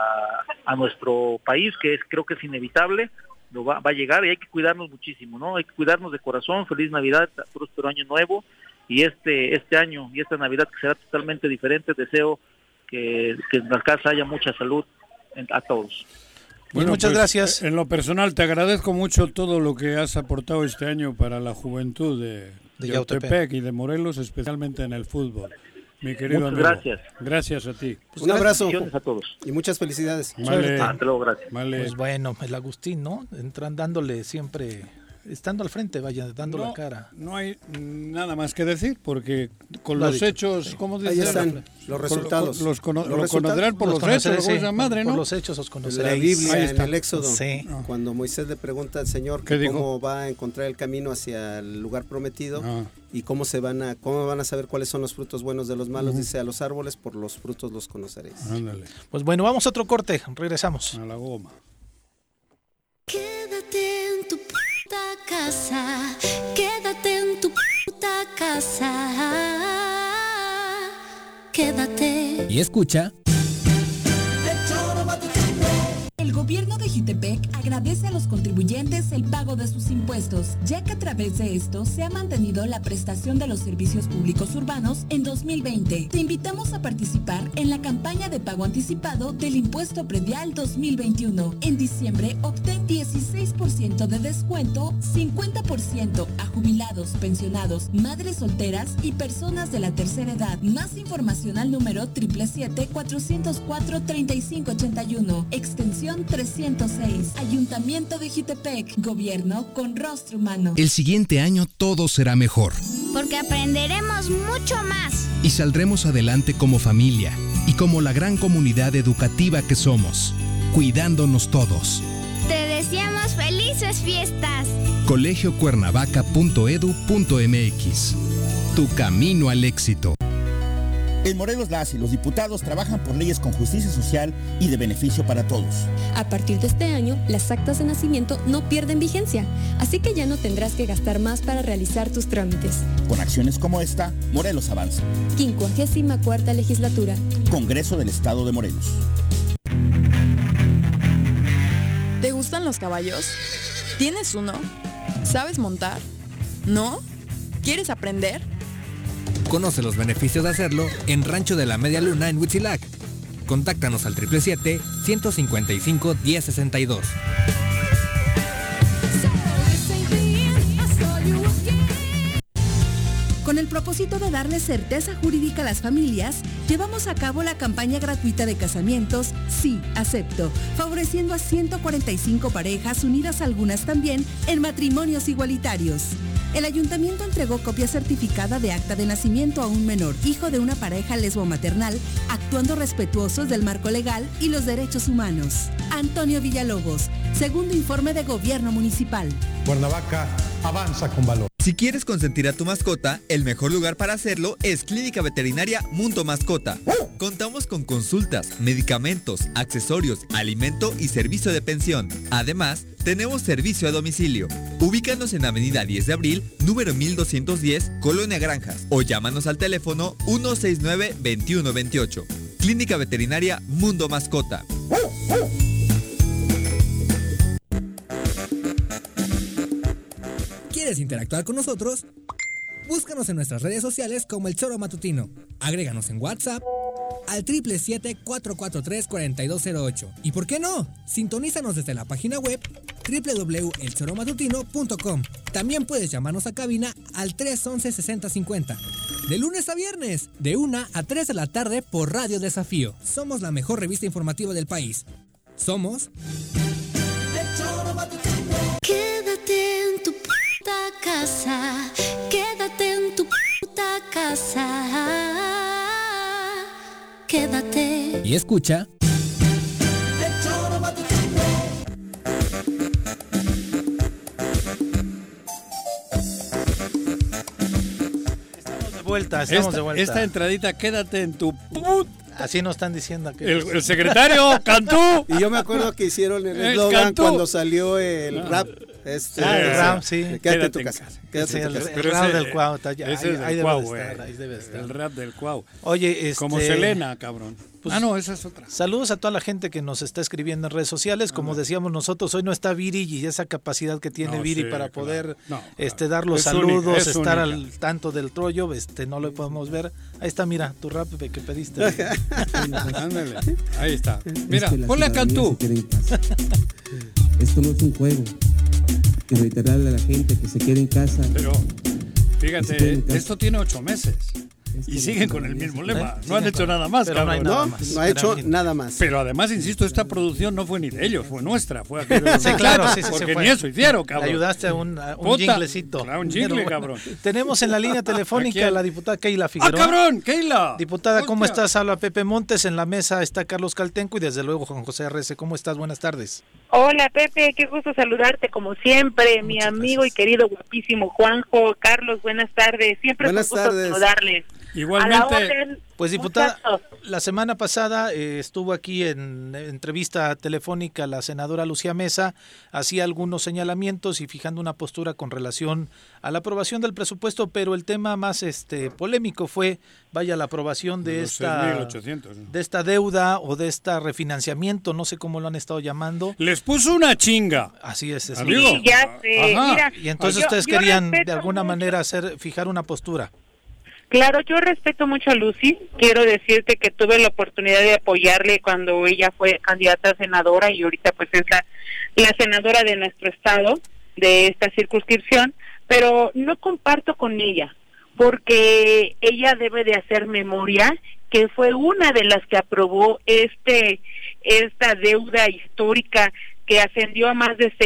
nuestro país, creo que es inevitable. Va a llegar, y hay que cuidarnos muchísimo, ¿no? Hay que cuidarnos de corazón. Feliz Navidad, próspero año nuevo, y este año y esta Navidad que será totalmente diferente. Deseo que en la casa haya mucha salud a todos. Bueno, muchas gracias. En lo personal te agradezco mucho todo lo que has aportado este año para la juventud de Yautepec y de Morelos, especialmente en el fútbol. Mi querido muchas amigo. Gracias. Gracias a ti. Un abrazo a todos. Y muchas felicidades. Vale. Hasta luego, gracias. Vale. Pues bueno, el Agustín, ¿no? Entran dándole siempre, estando al frente, dando la cara. No hay nada más que decir, porque con los hechos, sí. ¿Cómo dice? Ahí están los resultados. Lo conocerán por los hechos, sí, madre, ¿no? Por los hechos os conoceréis. En la Biblia, en el Éxodo, sí. Cuando Moisés le pregunta al Señor cómo va a encontrar el camino hacia el lugar prometido y cómo van a saber cuáles son los frutos buenos de los malos, dice: a los árboles por los frutos los conoceréis. Ándale. Pues bueno, vamos a otro corte, regresamos. A la goma. Quédate en tu puta casa, quédate en tu puta casa, quédate. Y escucha. El gobierno de Jutepec agradece a los contribuyentes el pago de sus impuestos, ya que a través de esto se ha mantenido la prestación de los servicios públicos urbanos en 2020. Te invitamos a participar en la campaña de pago anticipado del impuesto predial 2021. En diciembre obtén 16% de descuento, 50% a jubilados, pensionados, madres solteras y personas de la tercera edad. Más información al número 777-404-3581, extensión 306. Ayuntamiento de Jutepec, gobierno con rostro humano. El siguiente año todo será mejor. Porque aprenderemos mucho más. Y saldremos adelante como familia y como la gran comunidad educativa que somos, cuidándonos todos. Te deseamos felices fiestas. colegiocuernavaca.edu.mx. Tu camino al éxito. En Morelos, las y los diputados trabajan por leyes con justicia social y de beneficio para todos. A partir de este año, las actas de nacimiento no pierden vigencia, así que ya no tendrás que gastar más para realizar tus trámites. Con acciones como esta, Morelos avanza. 54ª Legislatura. Congreso del Estado de Morelos. ¿Te gustan los caballos? ¿Tienes uno? ¿Sabes montar? ¿No? ¿Quieres aprender? Conoce los beneficios de hacerlo en Rancho de la Media Luna en Huitzilac. Contáctanos al 777-155-1062. Con el propósito de darle certeza jurídica a las familias, llevamos a cabo la campaña gratuita de casamientos Sí, Acepto, favoreciendo a 145 parejas unidas, algunas también en matrimonios igualitarios. El ayuntamiento entregó copia certificada de acta de nacimiento a un menor, hijo de una pareja lesbomaternal, actuando respetuosos del marco legal y los derechos humanos. Antonio Villalobos, segundo informe de Gobierno Municipal. Cuernavaca avanza con valor. Si quieres consentir a tu mascota, el mejor lugar para hacerlo es Clínica Veterinaria Mundo Mascota. Contamos con consultas, medicamentos, accesorios, alimento y servicio de pensión. Además, tenemos servicio a domicilio. Ubícanos en Avenida 10 de Abril, número 1210, Colonia Granjas, o llámanos al teléfono 169-2128. Clínica Veterinaria Mundo Mascota. ¿Quieres interactuar con nosotros? Búscanos en nuestras redes sociales como El Choro Matutino. Agréganos en WhatsApp al 777-443-4208. ¿Y por qué no? Sintonízanos desde la página web www.elchoromatutino.com. También puedes llamarnos a cabina al 311-6050. De lunes a viernes, de 1 a 3 de la tarde por Radio Desafío. Somos la mejor revista informativa del país. Somos... El Choro Matutino. Quédate en tu puta casa. Quédate en tu puta casa. Quédate. Y escucha. El Choro Matutino. Estamos de vuelta. Esta entradita, quédate en tu Así nos están diciendo que el secretario Cantú. Y yo me acuerdo que hicieron el eslogan cuando salió el rap. El rap, sí. Quédate en tu casa. Quédate en tu casa. El rap del Cuau. Ese es del Cuau, ahí debe estar. El rap del Cuau. Oye, como Selena, cabrón. Pues, no, esa es otra. Saludos a toda la gente que nos está escribiendo en redes sociales. Como decíamos nosotros, hoy no está Viri y esa capacidad que tiene Viri para poder dar los saludos, estar al tanto del trollo, no lo podemos ver. Ahí está, mira, tu rap que pediste. Ándale, ahí está. Mira, ponle a Cantú. Esto no es un juego. Que reiterarle a la gente que se quede en casa. Pero, fíjate, esto tiene 8 meses. Y siguen con el mismo lema. No han hecho nada más, cabrón. No ha hecho nada más. Pero además, insisto, esta producción no fue ni de ellos, fue nuestra. Fue sí, claro, sí, porque ni eso hicieron, cabrón. Le ayudaste a un jinglecito. Claro, un jingle, cabrón. Tenemos en la línea telefónica a la diputada Keila Figueroa. ¡Ah, cabrón! ¡Keila! Diputada, ¿cómo estás? Habla Pepe Montes. En la mesa está Carlos Caltenco y desde luego Juan José Arrece. ¿Cómo estás? Buenas tardes. Hola, Pepe. Qué gusto saludarte como siempre. Mi amigo y querido guapísimo Juanjo. Carlos, buenas tardes. Siempre es un gusto saludarles. Igualmente. Pues diputada, la semana pasada estuvo aquí en entrevista telefónica la senadora Lucía Mesa, hacía algunos señalamientos y fijando una postura con relación a la aprobación del presupuesto, pero el tema más polémico fue, la aprobación de esta deuda o de este refinanciamiento, no sé cómo lo han estado llamando. Les puso una chinga. Así es. Amigo. Sí, ya sé. Mira, y entonces ustedes querían de alguna manera fijar una postura. Claro, yo respeto mucho a Lucy. Quiero decirte que tuve la oportunidad de apoyarle cuando ella fue candidata a senadora y ahorita pues es la senadora de nuestro estado, de esta circunscripción, pero no comparto con ella, porque ella debe de hacer memoria que fue una de las que aprobó esta deuda histórica que ascendió a más de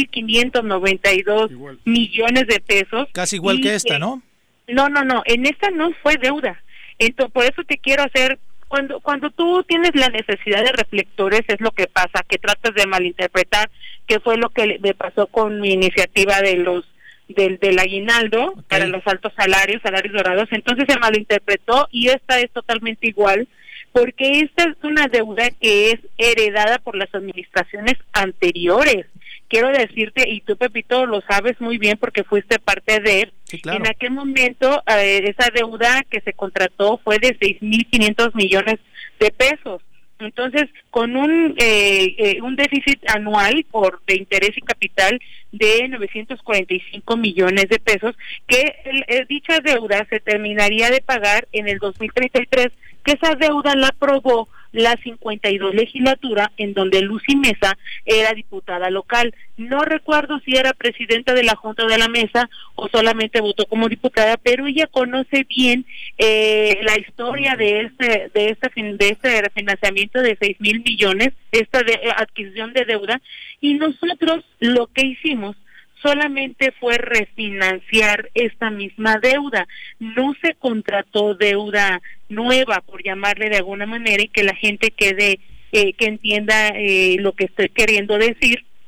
6,592 millones de pesos. Casi igual que esta, ¿no? No, en esta no fue deuda. Entonces, por eso te quiero hacer, cuando tú tienes la necesidad de reflectores, es lo que pasa, que tratas de malinterpretar, que fue lo que me pasó con mi iniciativa del aguinaldo para los altos salarios dorados. Entonces se malinterpretó y esta es totalmente igual, porque esta es una deuda que es heredada por las administraciones anteriores. Quiero decirte, y tú, Pepito, lo sabes muy bien porque fuiste parte de él, sí, claro. En aquel momento esa deuda que se contrató fue de 6,500 millones de pesos. Entonces, con un déficit anual de interés y capital de 945 millones de pesos, que dicha deuda se terminaría de pagar en el 2033, que esa deuda la aprobó la 52 legislatura, en donde Lucy Mesa era diputada local. No recuerdo si era presidenta de la Junta de la Mesa o solamente votó como diputada, pero ella conoce bien la historia de este refinanciamiento de 6,000 millones, esta adquisición de deuda, y nosotros lo que hicimos solamente fue refinanciar esta misma deuda. No se contrató deuda nueva, por llamarle de alguna manera, y que la gente que entienda lo que estoy queriendo decir.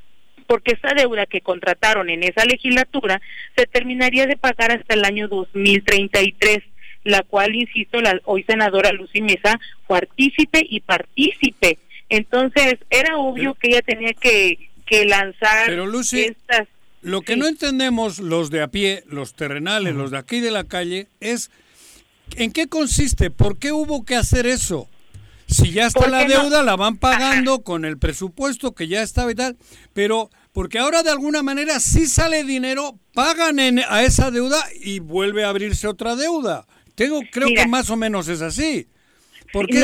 porque esa deuda que contrataron en esa legislatura se terminaría de pagar hasta el año 2033, la cual, insisto, la hoy senadora Lucy Mesa fue partícipe. Entonces, era obvio que ella tenía que lanzar estas... Lo que no entendemos los de a pie, los terrenales, los de aquí de la calle, es ¿en qué consiste? ¿Por qué hubo que hacer eso? Si ya está la deuda, la van pagando con el presupuesto que ya estaba y tal, pero porque ahora de alguna manera sí sale dinero, pagan a esa deuda y vuelve a abrirse otra deuda. Creo que más o menos es así. Porque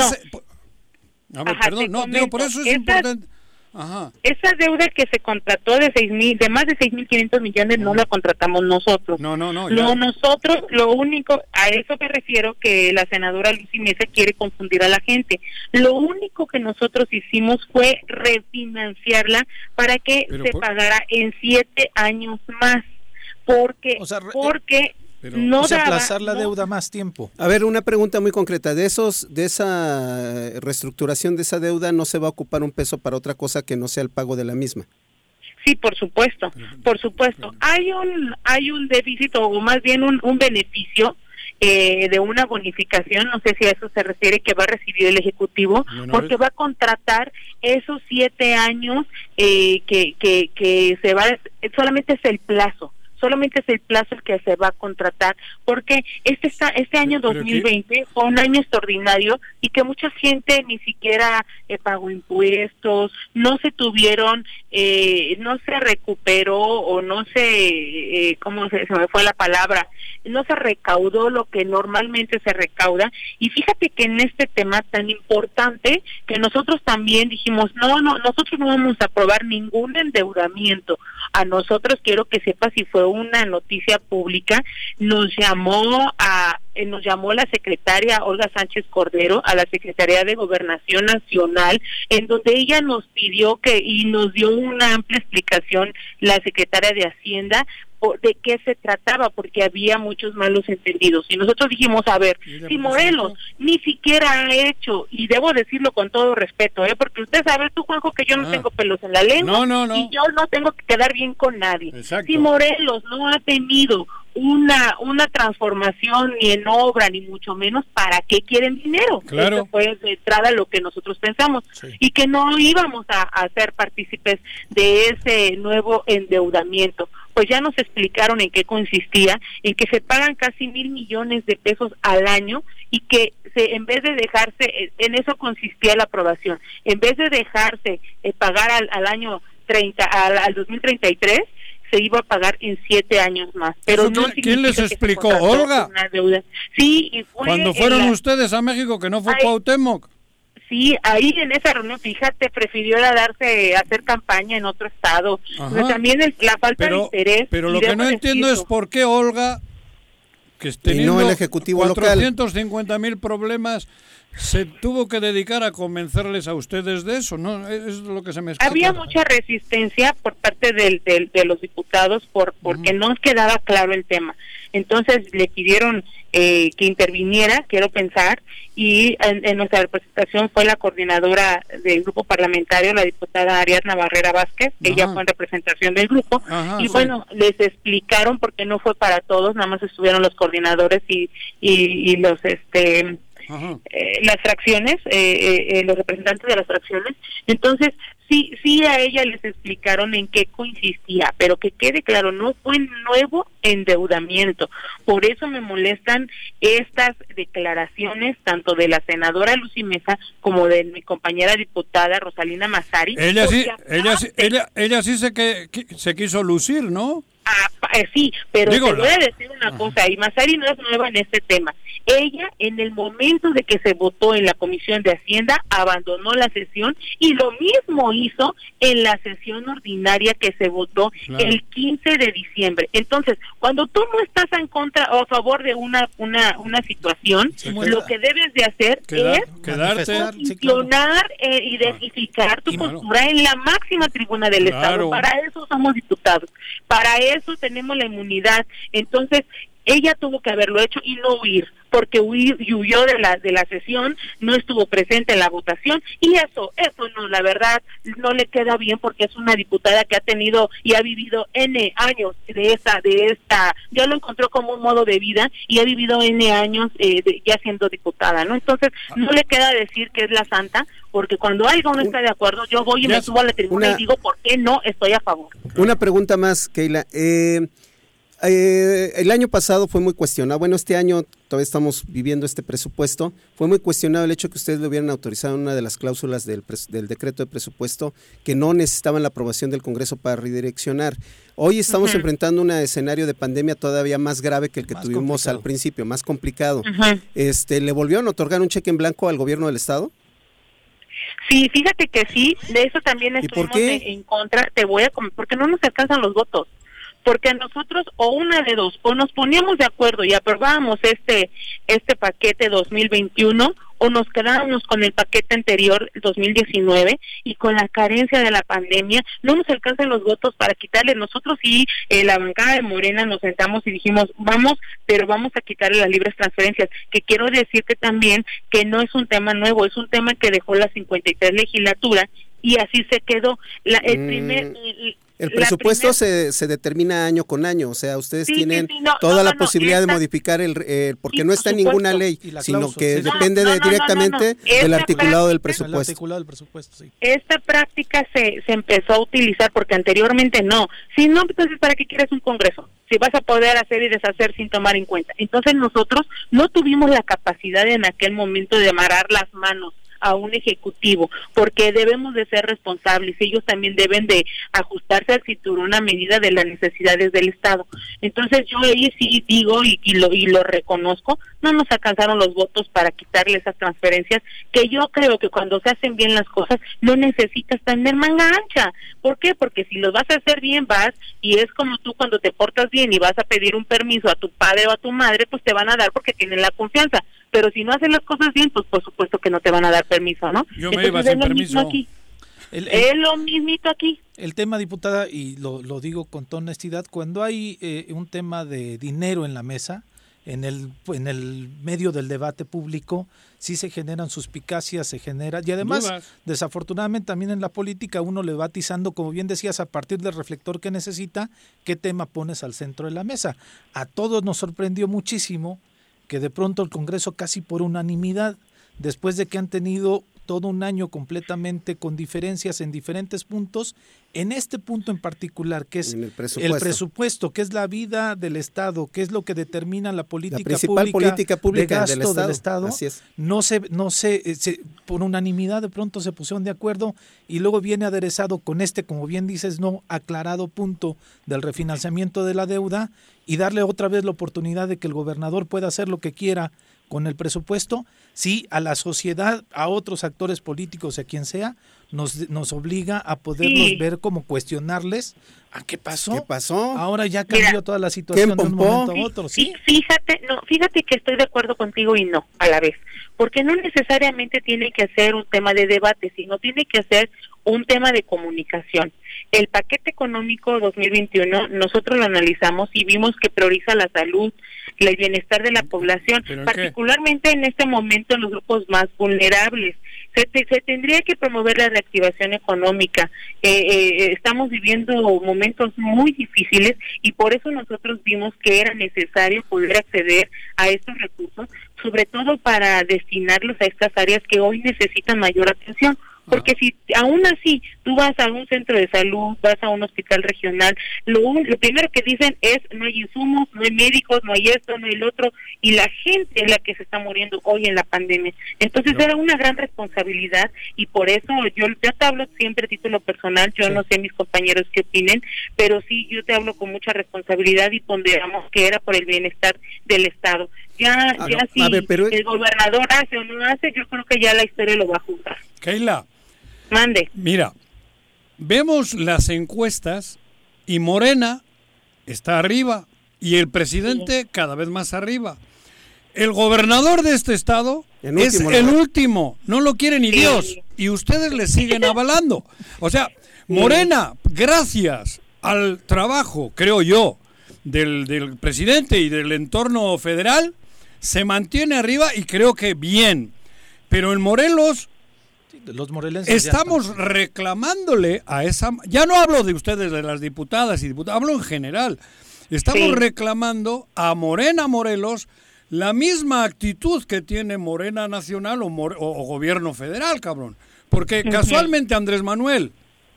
por eso es importante. Ajá. Esa deuda que se contrató de más de 6.500 millones no la contratamos nosotros. No. Nosotros, lo único, a eso me refiero, que la senadora Lucy Mesa quiere confundir a la gente. Lo único que nosotros hicimos fue refinanciarla para que pagara en 7 años más. Porque aplazar la deuda más tiempo. A ver, una pregunta muy concreta. De esa reestructuración de esa deuda, ¿no se va a ocupar un peso para otra cosa que no sea el pago de la misma? Sí, por supuesto. Hay un déficit, o más bien un beneficio de una bonificación, no sé si a eso se refiere, que va a recibir el Ejecutivo, porque va a contratar esos 7 años que se va, solamente es el plazo el que se va a contratar, porque este año 2020 fue un año extraordinario y que mucha gente ni siquiera pagó impuestos, no se recuperó, o no se, se me fue la palabra, no se recaudó lo que normalmente se recauda. Y fíjate que en este tema tan importante, que nosotros también dijimos, nosotros no vamos a aprobar ningún endeudamiento. A nosotros, quiero que sepas, si fue una noticia pública, nos llamó la secretaria Olga Sánchez Cordero a la Secretaría de Gobernación Nacional, en donde ella nos pidió y nos dio una amplia explicación la secretaria de Hacienda de qué se trataba, porque había muchos malos entendidos. Y nosotros dijimos, a ver, si Morelos ni siquiera ha hecho, y debo decirlo con todo respeto, porque usted sabe, tú, Juanjo, que yo no tengo pelos en la lengua, y yo no tengo que quedar bien con nadie. Exacto. Si Morelos no ha tenido una transformación ni en obra, ni mucho menos, ¿para qué quieren dinero? Claro. Eso fue de entrada lo que nosotros pensamos, y que no íbamos a ser partícipes de ese nuevo endeudamiento. Pues ya nos explicaron en qué consistía, en que se pagan casi 1,000 millones de pesos al año, y que en vez de dejarse, en eso consistía la aprobación, en vez de dejarse pagar al año 30, al 2033, se iba a pagar en 7 años más. Pero no. ¿Quién les explicó? ¿Olga? Sí, y fue cuando fueron ustedes a México, que no fue Cuauhtémoc. Sí, ahí en esa reunión, fíjate, prefirió hacer campaña en otro estado. Pero también la falta de interés. Pero lo que no entiendo es por qué Olga, que teniendo el Ejecutivo 450,000 problemas, se tuvo que dedicar a convencerles a ustedes de eso, ¿no? Es lo que se me escapa. Había mucha resistencia por parte de los diputados porque no quedaba claro el tema. Entonces le pidieron que interviniera, quiero pensar, y en nuestra representación fue la coordinadora del grupo parlamentario, la diputada Ariadna Barrera Vázquez, que ella fue en representación del grupo, bueno, les explicaron, porque no fue para todos, nada más estuvieron los coordinadores y los las fracciones, los representantes de las fracciones. Entonces sí a ella les explicaron en qué consistía, pero que quede claro, no fue nuevo endeudamiento. Por eso me molestan estas declaraciones, tanto de la senadora Lucy Mesa como de mi compañera diputada Rosalina Massari. Ella sí se quiso lucir, ¿no? Sí, pero te voy a decir una cosa, y Massari no es nueva en este tema. Ella, en el momento de que se votó en la Comisión de Hacienda, abandonó la sesión, y lo mismo hizo en la sesión ordinaria que se votó el 15 de diciembre. Entonces, cuando tú no estás en contra o a favor de una situación, lo que debes de hacer es posicionar y identificar tu postura en la máxima tribuna del Estado. Para eso somos diputados, para eso tenemos la inmunidad. Entonces, ella tuvo que haberlo hecho y no huir, porque huyó de la sesión, no estuvo presente en la votación, y eso no, la verdad, no le queda bien, porque es una diputada que ha tenido y ha vivido N años de esta, ya lo encontró como un modo de vida, y ha vivido N años ya siendo diputada, ¿no? Entonces, no le queda decir que es la santa, porque cuando algo no está de acuerdo, yo voy y me subo a la tribuna y digo por qué no estoy a favor. Una pregunta más, Keila. El año pasado fue muy cuestionado, bueno, este año todavía estamos viviendo este presupuesto, fue muy cuestionado el hecho que ustedes le hubieran autorizado una de las cláusulas del decreto de presupuesto que no necesitaban la aprobación del Congreso para redireccionar. Hoy estamos enfrentando un escenario de pandemia todavía más grave que el que tuvimos al principio, más complicado. ¿Le volvieron a otorgar un cheque en blanco al gobierno del Estado? Sí, fíjate que sí, de eso también estuvimos en contra, porque no nos alcanzan los votos. Porque nosotros, o una de dos, o nos poníamos de acuerdo y aprobábamos este paquete 2021, o nos quedábamos con el paquete anterior, 2019, y con la carencia de la pandemia, no nos alcanzan los votos para quitarle. Nosotros sí, la bancada de Morena nos sentamos y dijimos, pero vamos a quitarle las libres transferencias, que quiero decirte también que no es un tema nuevo, es un tema que dejó la 53 legislatura, y así se quedó. El presupuesto se determina año con año, o sea, ustedes tienen toda la posibilidad de modificar porque no está en ninguna ley, sino que depende directamente del articulado del presupuesto. Esta práctica se empezó a utilizar porque anteriormente no. Si no, entonces ¿para qué quieres un congreso? Si vas a poder hacer y deshacer sin tomar en cuenta. Entonces nosotros no tuvimos la capacidad en aquel momento de amarrar las manos a un ejecutivo, porque debemos de ser responsables, ellos también deben de ajustarse al cinturón a medida de las necesidades del Estado. Entonces yo ahí sí digo y lo reconozco, no nos alcanzaron los votos para quitarle esas transferencias, que yo creo que cuando se hacen bien las cosas no necesitas tener manga ancha. ¿Por qué? Porque si lo vas a hacer bien vas, y es como tú cuando te portas bien y vas a pedir un permiso a tu padre o a tu madre, pues te van a dar porque tienen la confianza. Pero si no haces las cosas bien, pues por supuesto que no te van a dar permiso, ¿no? Yo me iba sin permiso. Es lo mismito aquí. El tema, diputada, y lo digo con toda honestidad, cuando hay un tema de dinero en la mesa, en el medio del debate público, sí se generan suspicacias, y además, desafortunadamente también en la política uno le va atizando, como bien decías, a partir del reflector que necesita, qué tema pones al centro de la mesa. A todos nos sorprendió muchísimo que de pronto el Congreso casi por unanimidad, después de que han tenido todo un año completamente con diferencias en diferentes puntos, en este punto en particular, que es el presupuesto, que es la vida del Estado, que es lo que determina la política pública de gasto del Estado, así es. no se por unanimidad de pronto se pusieron de acuerdo, y luego viene aderezado con como bien dices, no aclarado punto del refinanciamiento de la deuda, y darle otra vez la oportunidad de que el gobernador pueda hacer lo que quiera con el presupuesto. Sí, a la sociedad, a otros actores políticos, a quien sea, nos obliga a poderlos ver, como cuestionarles a qué pasó. Ahora ya cambió toda la situación de un momento a otro. ¿Sí? Fíjate que estoy de acuerdo contigo y no a la vez, porque no necesariamente tiene que ser un tema de debate, sino tiene que ser un tema de comunicación. El paquete económico 2021 nosotros lo analizamos y vimos que prioriza la salud, el bienestar de la población, particularmente en este momento en los grupos más vulnerables. Se tendría que promover la reactivación económica. Estamos viviendo momentos muy difíciles y por eso nosotros vimos que era necesario poder acceder a estos recursos, sobre todo para destinarlos a estas áreas que hoy necesitan mayor atención. Porque si aún así tú vas a un centro de salud, vas a un hospital regional, lo primero que dicen es no hay insumos, no hay médicos, no hay esto, no hay el otro, y la gente es la que se está muriendo hoy en la pandemia. Entonces era una gran responsabilidad, y por eso yo te hablo siempre a título personal, yo no sé mis compañeros qué opinen, pero sí yo te hablo con mucha responsabilidad y ponderamos que era por el bienestar del Estado. Si el gobernador hace o no hace, yo creo que ya la historia lo va a juzgar. Keila, mande. Mira, vemos las encuestas y Morena está arriba y el presidente cada vez más arriba. El gobernador de este estado es el último, no lo quiere ni Dios, y ustedes le siguen avalando. O sea, Morena, gracias al trabajo, creo yo, del presidente y del entorno federal, se mantiene arriba y creo que bien. Pero en Morelos los morelenses estamos reclamándole a esa... Ya no hablo de ustedes, de las diputadas y diputados, hablo en general. Estamos reclamando a Morena Morelos la misma actitud que tiene Morena Nacional o Gobierno Federal, cabrón. Porque casualmente Andrés Manuel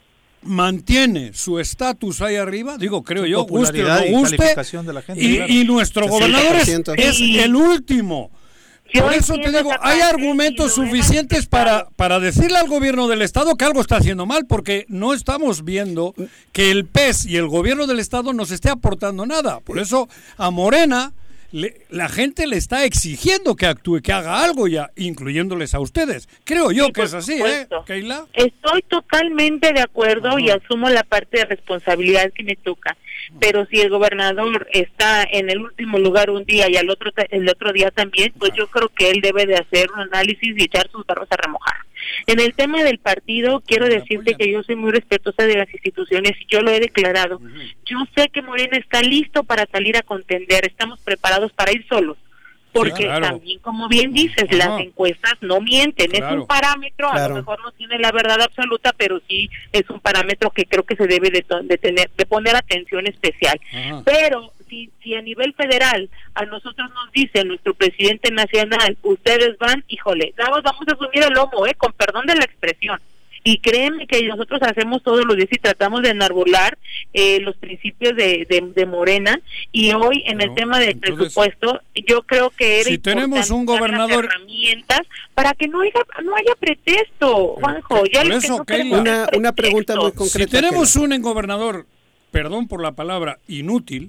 mantiene su estatus ahí arriba, digo, creo yo, guste o no guste, y nuestro gobernador es el último. Por eso te digo, hay argumentos suficientes para decirle al gobierno del estado que algo está haciendo mal, porque no estamos viendo que el PES y el gobierno del estado nos esté aportando nada. Por eso a Morena la gente le está exigiendo que actúe, que haga algo ya, incluyéndoles a ustedes. Creo yo que es así, Keila. Estoy totalmente de acuerdo y asumo la parte de responsabilidad que me toca. Pero si el gobernador está en el último lugar un día y el otro día también, pues yo creo que él debe de hacer un análisis y echar sus barbas a remojar. En el tema del partido, quiero decirte que yo soy muy respetuosa de las instituciones y yo lo he declarado. Yo sé que Morena está listo para salir a contender, estamos preparados para ir solos. Porque también, como bien dices, las encuestas no mienten, es un parámetro, a lo mejor no tiene la verdad absoluta, pero sí es un parámetro que creo que se debe de poner atención especial. Pero si a nivel federal a nosotros nos dice nuestro presidente nacional, ustedes van, híjole, vamos a asumir el lomo, con perdón de la expresión. Y créeme que nosotros hacemos todos los días y tratamos de enarbolar los principios de Morena, y hoy en el tema del presupuesto yo creo que era tenemos un gobernador, las herramientas para que no haya pretexto, Juanjo. Una pregunta muy concreta. Si tenemos un gobernador, perdón por la palabra, inútil,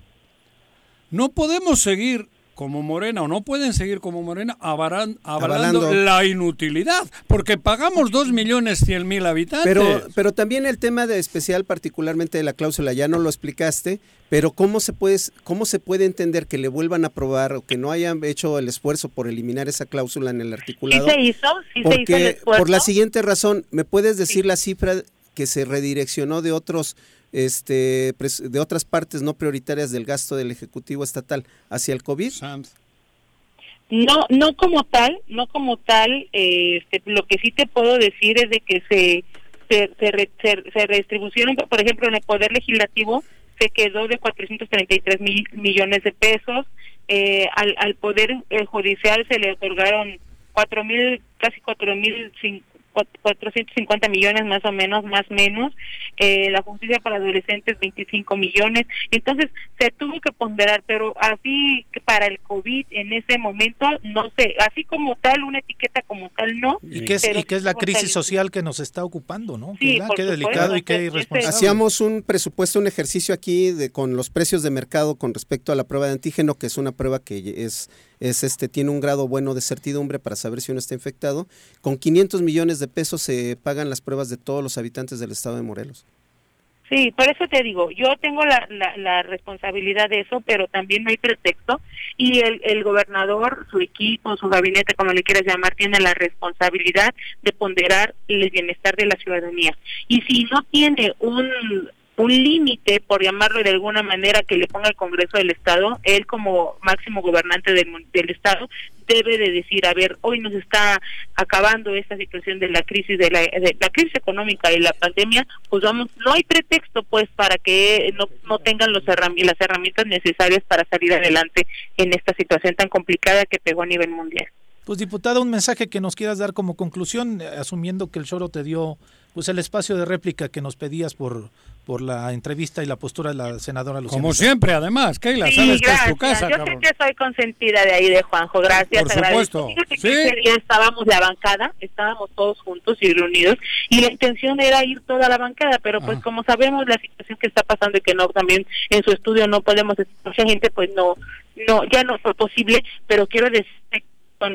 no podemos seguir como Morena, o no pueden seguir como Morena avalando la inutilidad, porque pagamos 2.100.000 habitantes. Pero también el tema de especial, particularmente de la cláusula, ya no lo explicaste, pero ¿cómo se puede entender que le vuelvan a aprobar o que no hayan hecho el esfuerzo por eliminar esa cláusula en el articulado? Sí se hizo el esfuerzo. Por la siguiente razón, ¿me puedes decir la cifra que se redireccionó de otras partes no prioritarias del gasto del Ejecutivo Estatal hacia el COVID? No como tal, lo que sí te puedo decir es de que se redistribuyeron, por ejemplo, en el Poder Legislativo se quedó de 433 millones de pesos, al Poder Judicial se le otorgaron casi 450 millones más o menos, más menos, la justicia para adolescentes 25 millones, entonces se tuvo que ponderar, pero así que para el COVID en ese momento, no sé, así como tal, una etiqueta como tal no. ¿Y qué es la crisis social que nos está ocupando, no? Sí, qué delicado y qué irresponsable. Hacíamos un presupuesto, un ejercicio aquí con los precios de mercado con respecto a la prueba de antígeno, que es una prueba que tiene un grado bueno de certidumbre para saber si uno está infectado. Con 500 millones de pesos se pagan las pruebas de todos los habitantes del estado de Morelos. Sí, por eso te digo, yo tengo la responsabilidad de eso, pero también no hay pretexto, y el gobernador, su equipo, su gabinete, como le quieras llamar, tiene la responsabilidad de ponderar el bienestar de la ciudadanía. Y si no tiene un límite, por llamarlo de alguna manera, que le ponga el Congreso del Estado, él como máximo gobernante del Estado debe de decir, a ver, hoy nos está acabando esta situación de la crisis de la crisis económica y la pandemia, pues vamos, no hay pretexto pues para que no tengan las herramientas necesarias para salir adelante en esta situación tan complicada que pegó a nivel mundial. Pues, diputada, un mensaje que nos quieras dar como conclusión, asumiendo que el Choro te dio pues el espacio de réplica que nos pedías por la entrevista y la postura de la senadora Lucía. Como siempre, además, Keila, sabes que es tu casa, yo sé que soy consentida de ahí de Juanjo, gracias. Por supuesto. Fíjate que ese día estábamos la bancada, estábamos todos juntos y reunidos, y la intención era ir toda la bancada, pero pues como sabemos la situación que está pasando y que no, también en su estudio no podemos, mucha gente pues no, ya no fue posible, pero quiero decir con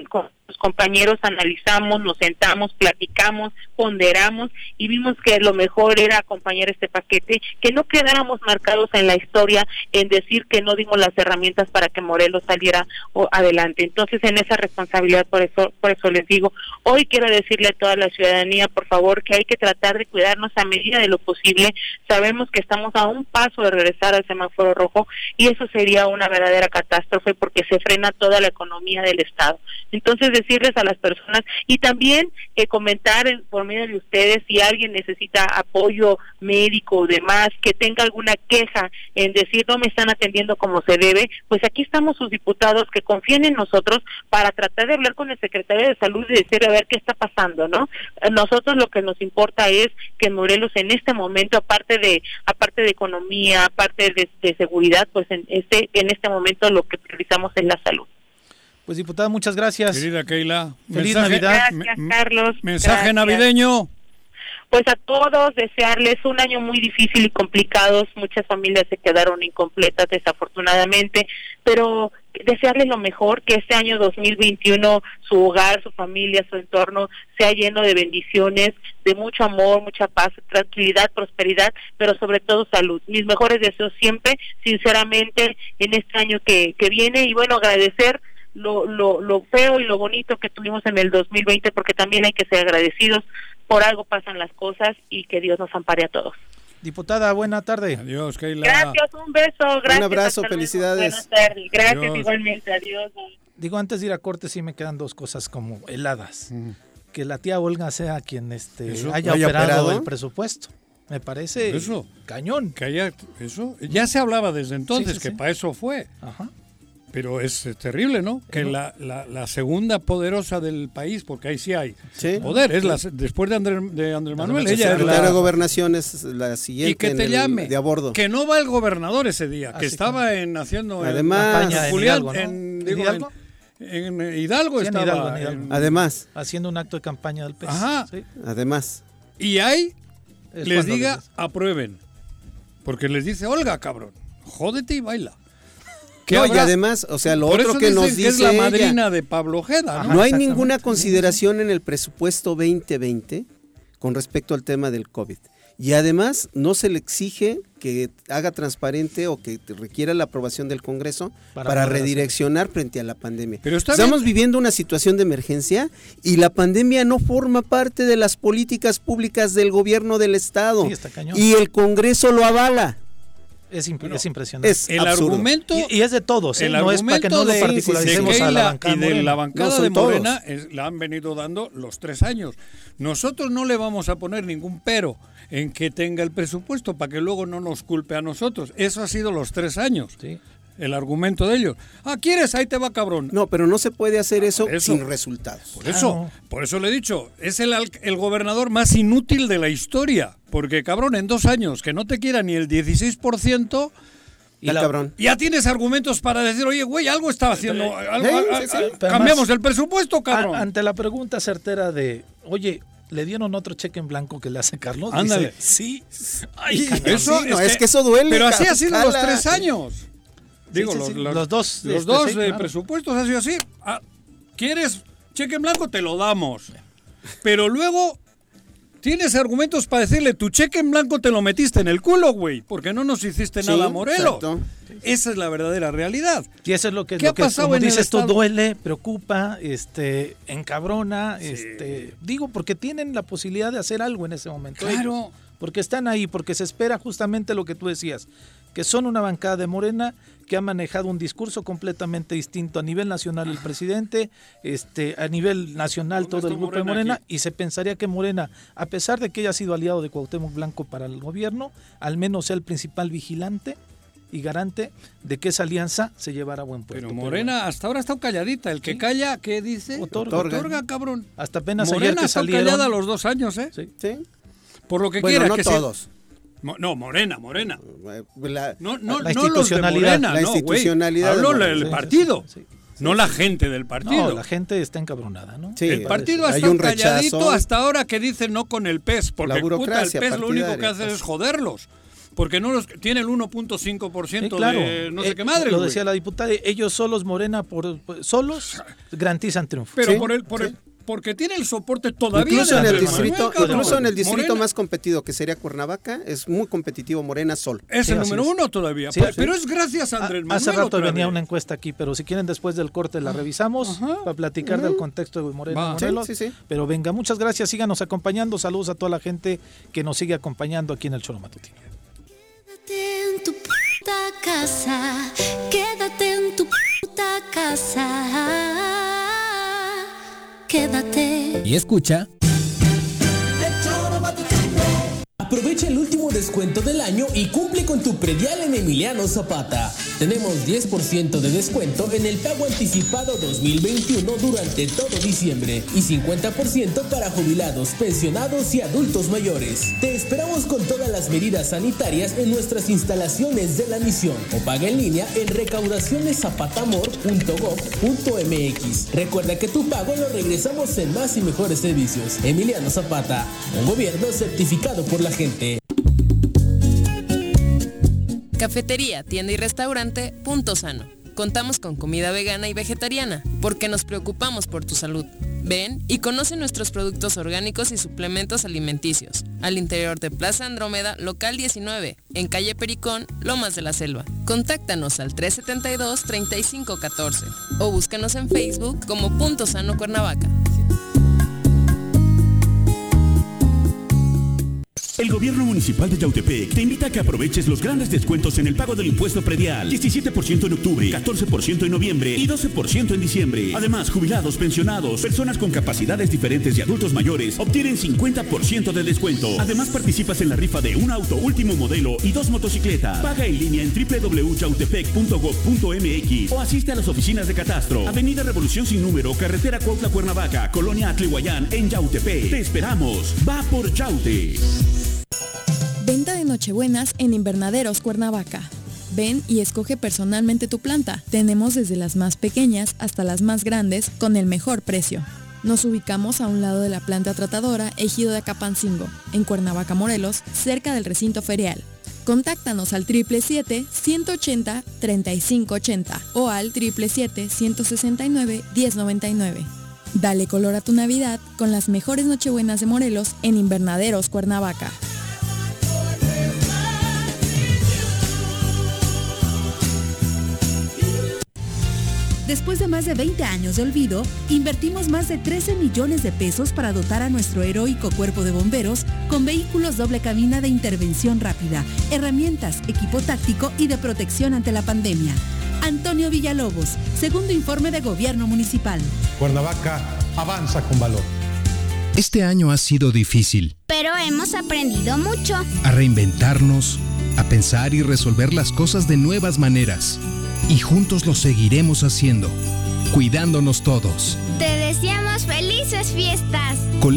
nuestros compañeros analizamos, nos sentamos, platicamos, ponderamos y vimos que lo mejor era acompañar este paquete, que no quedáramos marcados en la historia en decir que no dimos las herramientas para que Morelos saliera adelante. Entonces, en esa responsabilidad, por eso les digo, hoy quiero decirle a toda la ciudadanía, por favor, que hay que tratar de cuidarnos a medida de lo posible. Sabemos que estamos a un paso de regresar al semáforo rojo y eso sería una verdadera catástrofe porque se frena toda la economía del Estado. Entonces, decirles a las personas y también comentar por medio de ustedes si alguien necesita apoyo médico o demás, que tenga alguna queja en decir no me están atendiendo como se debe, pues aquí estamos sus diputados que confíen en nosotros para tratar de hablar con el secretario de Salud y decir a ver qué está pasando, ¿no? Nosotros lo que nos importa es que en Morelos en este momento, aparte de economía, aparte de seguridad, pues en este momento lo que priorizamos es la salud. Pues diputada, muchas gracias. Querida Keila, feliz Navidad. Gracias, Carlos. Mensaje navideño. Pues a todos desearles un año muy difícil y complicado. Muchas familias se quedaron incompletas desafortunadamente, pero desearles lo mejor, que este año 2021 su hogar, su familia, su entorno sea lleno de bendiciones, de mucho amor, mucha paz, tranquilidad, prosperidad, pero sobre todo salud. Mis mejores deseos siempre, sinceramente, en este año que viene y bueno, agradecer lo feo y lo bonito que tuvimos en el 2020, porque también hay que ser agradecidos. Por algo pasan las cosas y que Dios nos ampare a todos. Diputada, buena tarde. Adiós, Keila. Gracias, un beso. Gracias, un abrazo, felicidades. Buenas tardes. Gracias, Adiós. igualmente. Adiós. Digo, antes de ir a corte sí me quedan dos cosas como heladas. Que la tía Olga sea quien haya operado el presupuesto. Me parece eso, cañón. Que haya eso. Ya se hablaba desde entonces que para eso fue. Ajá. Pero es terrible, ¿no? Que la segunda poderosa del país, porque ahí sí hay poder, es después de Andrés Manuel, ella es la Gobernación, es la siguiente. Y que te llame, de a bordo. que no va el gobernador ese día, que estaba haciendo además, en Julián, en Hidalgo, ¿no? En Hidalgo estaba. Además. Haciendo un acto de campaña del PES. Ajá. Sí. Además. Y ahí les diga, aprueben. Porque les dice, Olga, cabrón, jódete y baila. No, y además, o sea, lo por otro eso que nos dice que es la madrina ella, de Pablo Ojeda, ¿no? No hay ninguna consideración en el presupuesto 2020 con respecto al tema del COVID. Y además no se le exige que haga transparente o que requiera la aprobación del Congreso para redireccionar frente a la pandemia. Pero estamos viviendo una situación de emergencia y la pandemia no forma parte de las políticas públicas del gobierno del Estado. Sí, está cañón. Y el Congreso lo avala. Es impresionante. Es el absurdo. Argumento y es de todos, el no es para que no lo particularicemos a la bancada y de la bancada no, de Morena todos. la han venido dando los 3 años. Nosotros no le vamos a poner ningún pero en que tenga el presupuesto para que luego no nos culpe a nosotros. Eso ha sido los 3 años. Sí. El argumento de ellos. ¿Quieres? Ahí te va, cabrón. No, pero no se puede hacer eso sin resultados. Por eso le he dicho, es el gobernador más inútil de la historia. Porque, cabrón, en 2 años, que no te quiera ni el 16%, ya tienes argumentos para decir, oye, güey, algo está haciendo, cambiamos el presupuesto, cabrón. Ante la pregunta certera de, oye, ¿le dieron otro cheque en blanco que le hace Carlos? Ándale. Dice, sí. Ay, eso, es que eso duele. Pero así ha sido los 3 años. Digo, los dos presupuestos ha sido así. ¿Quieres cheque en blanco? Te lo damos. Pero luego tienes argumentos para decirle, tu cheque en blanco te lo metiste en el culo, güey, porque no nos hiciste nada, Morelos. Exacto. Esa es la verdadera realidad. Y eso es lo que, ¿Qué ha pasado como en dices tú, Estado? duele, preocupa, encabrona, digo, porque tienen la posibilidad de hacer algo en ese momento. Claro. Porque están ahí, porque se espera justamente lo que tú decías, que son una bancada de Morena que ha manejado un discurso completamente distinto a nivel nacional el presidente, a nivel nacional todo el grupo de Morena, y se pensaría que Morena, a pesar de que haya sido aliado de Cuauhtémoc Blanco para el gobierno, al menos sea el principal vigilante y garante de que esa alianza se llevara a buen puerto. Pero Morena hasta ahora ha estado calladita. El que calla, ¿qué dice? Otorga, cabrón. Hasta apenas Morena ayer que salieron. Morena ha estado callada los 2 años, ¿eh? Sí. Por lo que bueno, quiera. no que todos. No, Morena. La los de Morena, la institucionalidad. Hablo del partido. Sí. No la gente del partido. No, la gente está encabronada, ¿no? Sí, el partido ha estado calladito hasta ahora que dice no con el PES, porque el PES lo único que hace es joderlos. porque no los tiene el 1.5% claro. de no sé qué madre. Lo decía la diputada, ellos solos, Morena, solos garantizan triunfo. Pero ¿sí? Porque tiene el soporte todavía incluso de en el Andrés distrito, Manuel, incluso en el distrito Morena más competido, que sería Cuernavaca, es muy competitivo Morena solo. es el número 1 todavía, Sí, pero es gracias a Andrés Manuel. Hace rato venía vez. una encuesta aquí, pero si quieren después del corte la revisamos para platicar del contexto de Morena y Morelos. Sí. Pero venga, muchas gracias, síganos acompañando, saludos a toda la gente que nos sigue acompañando aquí en el Choro Matutino. Quédate en tu puta casa, quédate en tu puta casa, quédate. Y escucha. Aprovecha el último descuento del año y cumple con tu predial en Emiliano Zapata. Tenemos 10% de descuento en el pago anticipado 2021 durante todo diciembre y 50% para jubilados, pensionados y adultos mayores. Te esperamos con todas las medidas sanitarias en nuestras instalaciones de la misión o paga en línea en recaudacionesapatamor.gov.mx. Recuerda que tu pago lo regresamos en más y mejores servicios. Emiliano Zapata, un gobierno certificado por la gente. Cafetería, tienda y restaurante Punto Sano. Contamos con comida vegana y vegetariana, porque nos preocupamos por tu salud. Ven y conoce nuestros productos orgánicos y suplementos alimenticios, al interior de Plaza Andrómeda, local 19, en calle Pericón, Lomas de la Selva. Contáctanos al 372-3514 o búscanos en Facebook como Punto Sano Cuernavaca. El gobierno municipal de Yautepec te invita a que aproveches los grandes descuentos en el pago del impuesto predial. 17% en octubre, 14% en noviembre y 12% en diciembre. Además, jubilados, pensionados, personas con capacidades diferentes y adultos mayores obtienen 50% de descuento. Además, participas en la rifa de un auto último modelo y 2 motocicletas. Paga en línea en www.yautepec.gov.mx o asiste a las oficinas de Catastro. Avenida Revolución Sin Número, Carretera Cuautla-Cuernavaca, Colonia Atlihuayán, en Yautepec. Te esperamos. Va por Yaute. Venta de Nochebuenas en Invernaderos Cuernavaca. Ven y escoge personalmente tu planta. Tenemos desde las más pequeñas hasta las más grandes con el mejor precio. Nos ubicamos a un lado de la planta tratadora Ejido de Acapancingo, en Cuernavaca, Morelos, cerca del recinto ferial. Contáctanos al 777-180-3580 o al 777-169-1099. Dale color a tu Navidad con las mejores Nochebuenas de Morelos en Invernaderos Cuernavaca. Después de más de 20 años de olvido, invertimos más de 13 millones de pesos para dotar a nuestro heroico cuerpo de bomberos con vehículos doble cabina de intervención rápida, herramientas, equipo táctico y de protección ante la pandemia. Antonio Villalobos, segundo informe de Gobierno Municipal. Cuernavaca avanza con valor. Este año ha sido difícil. Pero hemos aprendido mucho. A reinventarnos, a pensar y resolver las cosas de nuevas maneras. Y juntos lo seguiremos haciendo, cuidándonos todos. Te deseamos felices fiestas.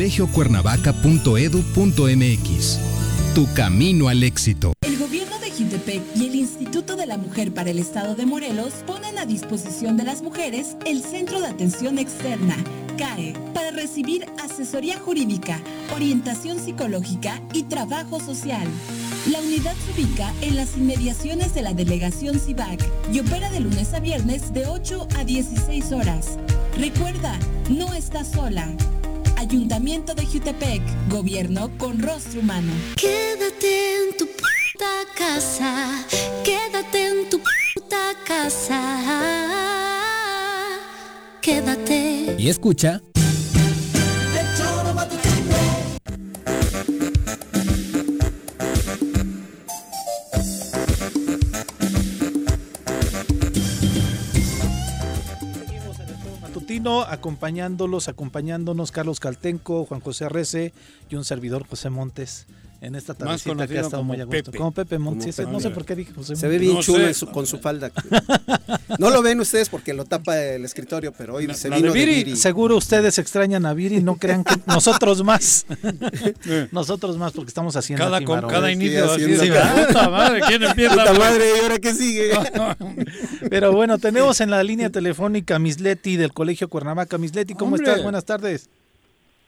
colegiocuernavaca.edu.mx. Tu camino al éxito. El gobierno de Jutepec y el Instituto de la Mujer para el Estado de Morelos ponen a disposición de las mujeres el Centro de Atención Externa, CAE, para recibir asesoría jurídica, orientación psicológica y trabajo social. La unidad se ubica en las inmediaciones de la delegación CIVAC y opera de lunes a viernes de 8 a 16 horas. Recuerda, no estás sola. Ayuntamiento de Jutepec, gobierno con rostro humano. Quédate en tu puta casa, quédate en tu puta casa, quédate. Y escucha. Acompañándonos Carlos Caltenco, Juan José Arrece y un servidor José Montes en esta tardecita que ha estado muy a gusto. Como Pepe Montes, no sé por qué dije José Montes. Se ve bien chulo con su falda. No lo ven ustedes porque lo tapa el escritorio, pero hoy se vino de Viri. Seguro ustedes extrañan a Viri, no crean que nosotros más. Nosotros más porque estamos haciendo cada inicio así. Puta madre, ¿quién empieza? Puta madre, ¿y ahora qué sigue? Pero bueno, tenemos en la línea telefónica a Miss Leti del Colegio Cuernavaca. Miss Leti, ¿cómo estás? Buenas tardes.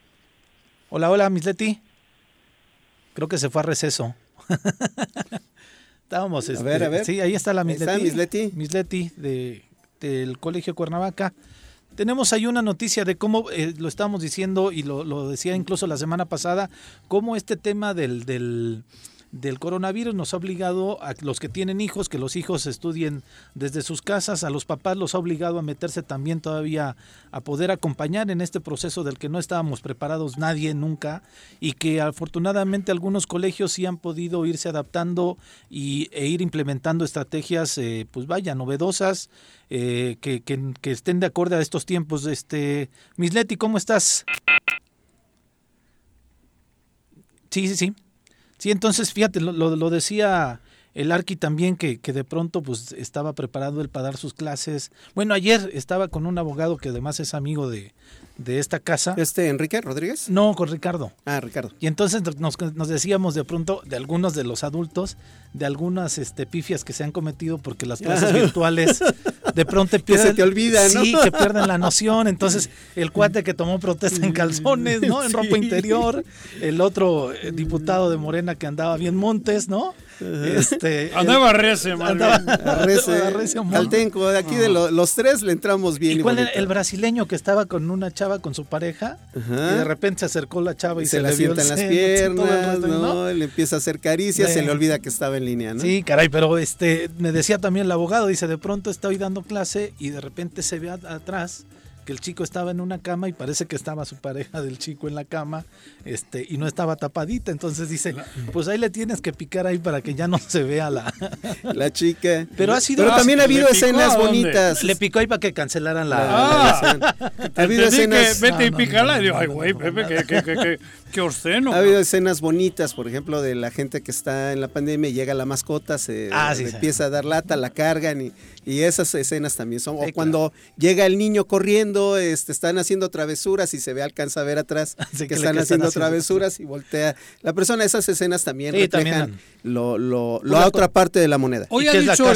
Hola, Miss Leti. Creo que se fue a receso. Estábamos, a ver. Sí, ahí está la Misleti. Misleti del Colegio Cuernavaca. Tenemos ahí una noticia de cómo, lo estábamos diciendo y lo decía incluso la semana pasada, cómo este tema del coronavirus nos ha obligado a los que tienen hijos, que los hijos estudien desde sus casas, a los papás los ha obligado a meterse también todavía a poder acompañar en este proceso del que no estábamos preparados nadie nunca, y que afortunadamente algunos colegios sí han podido irse adaptando e ir implementando estrategias novedosas, que estén de acuerdo a estos tiempos. Misleti, ¿cómo estás? Sí. Sí, entonces fíjate, lo decía el Arqui también, que de pronto pues estaba preparado él para dar sus clases. Bueno, ayer estaba con un abogado que además es amigo de esta casa. ¿Enrique Rodríguez? No, con Ricardo. Ah, Ricardo. Y entonces nos decíamos de pronto de algunos de los adultos, de algunas pifias que se han cometido porque las clases virtuales de pronto pierden, que se te olvida, ¿no? Sí, que pierden la noción. Entonces el cuate que tomó protesta en calzones, ¿no? En ropa interior, el otro diputado de Morena que andaba bien montes, ¿no? Andaba rece, Caltenco, de aquí de los tres le entramos bien. ¿Y cuál era el brasileño que estaba con una chava con su pareja? Ajá. Y de repente se acercó la chava y se la sienta en las piernas, ¿no? Le empieza a hacer caricias, se le olvida que estaba en línea, ¿no? Sí, caray, pero me decía también el abogado, dice, de pronto estoy dando clase y de repente se ve atrás que el chico estaba en una cama y parece que estaba su pareja del chico en la cama, y no estaba tapadita. Entonces dice, pues ahí le tienes que picar ahí para que ya no se vea la chica. Pero también ha habido escenas bonitas. Le picó ahí para que cancelaran ha habido escenas. Vete y pícala. Ay, güey, Pepe, qué obsceno. Ha habido escenas bonitas, por ejemplo, de la gente que está en la pandemia y llega la mascota, empieza a dar lata, la cargan y esas escenas también son. O cuando llega el niño corriendo, están haciendo travesuras y alcanza a ver atrás que están haciendo travesuras y voltea la persona. Esas escenas también reflejan la otra parte de la moneda. Hoy ha dicho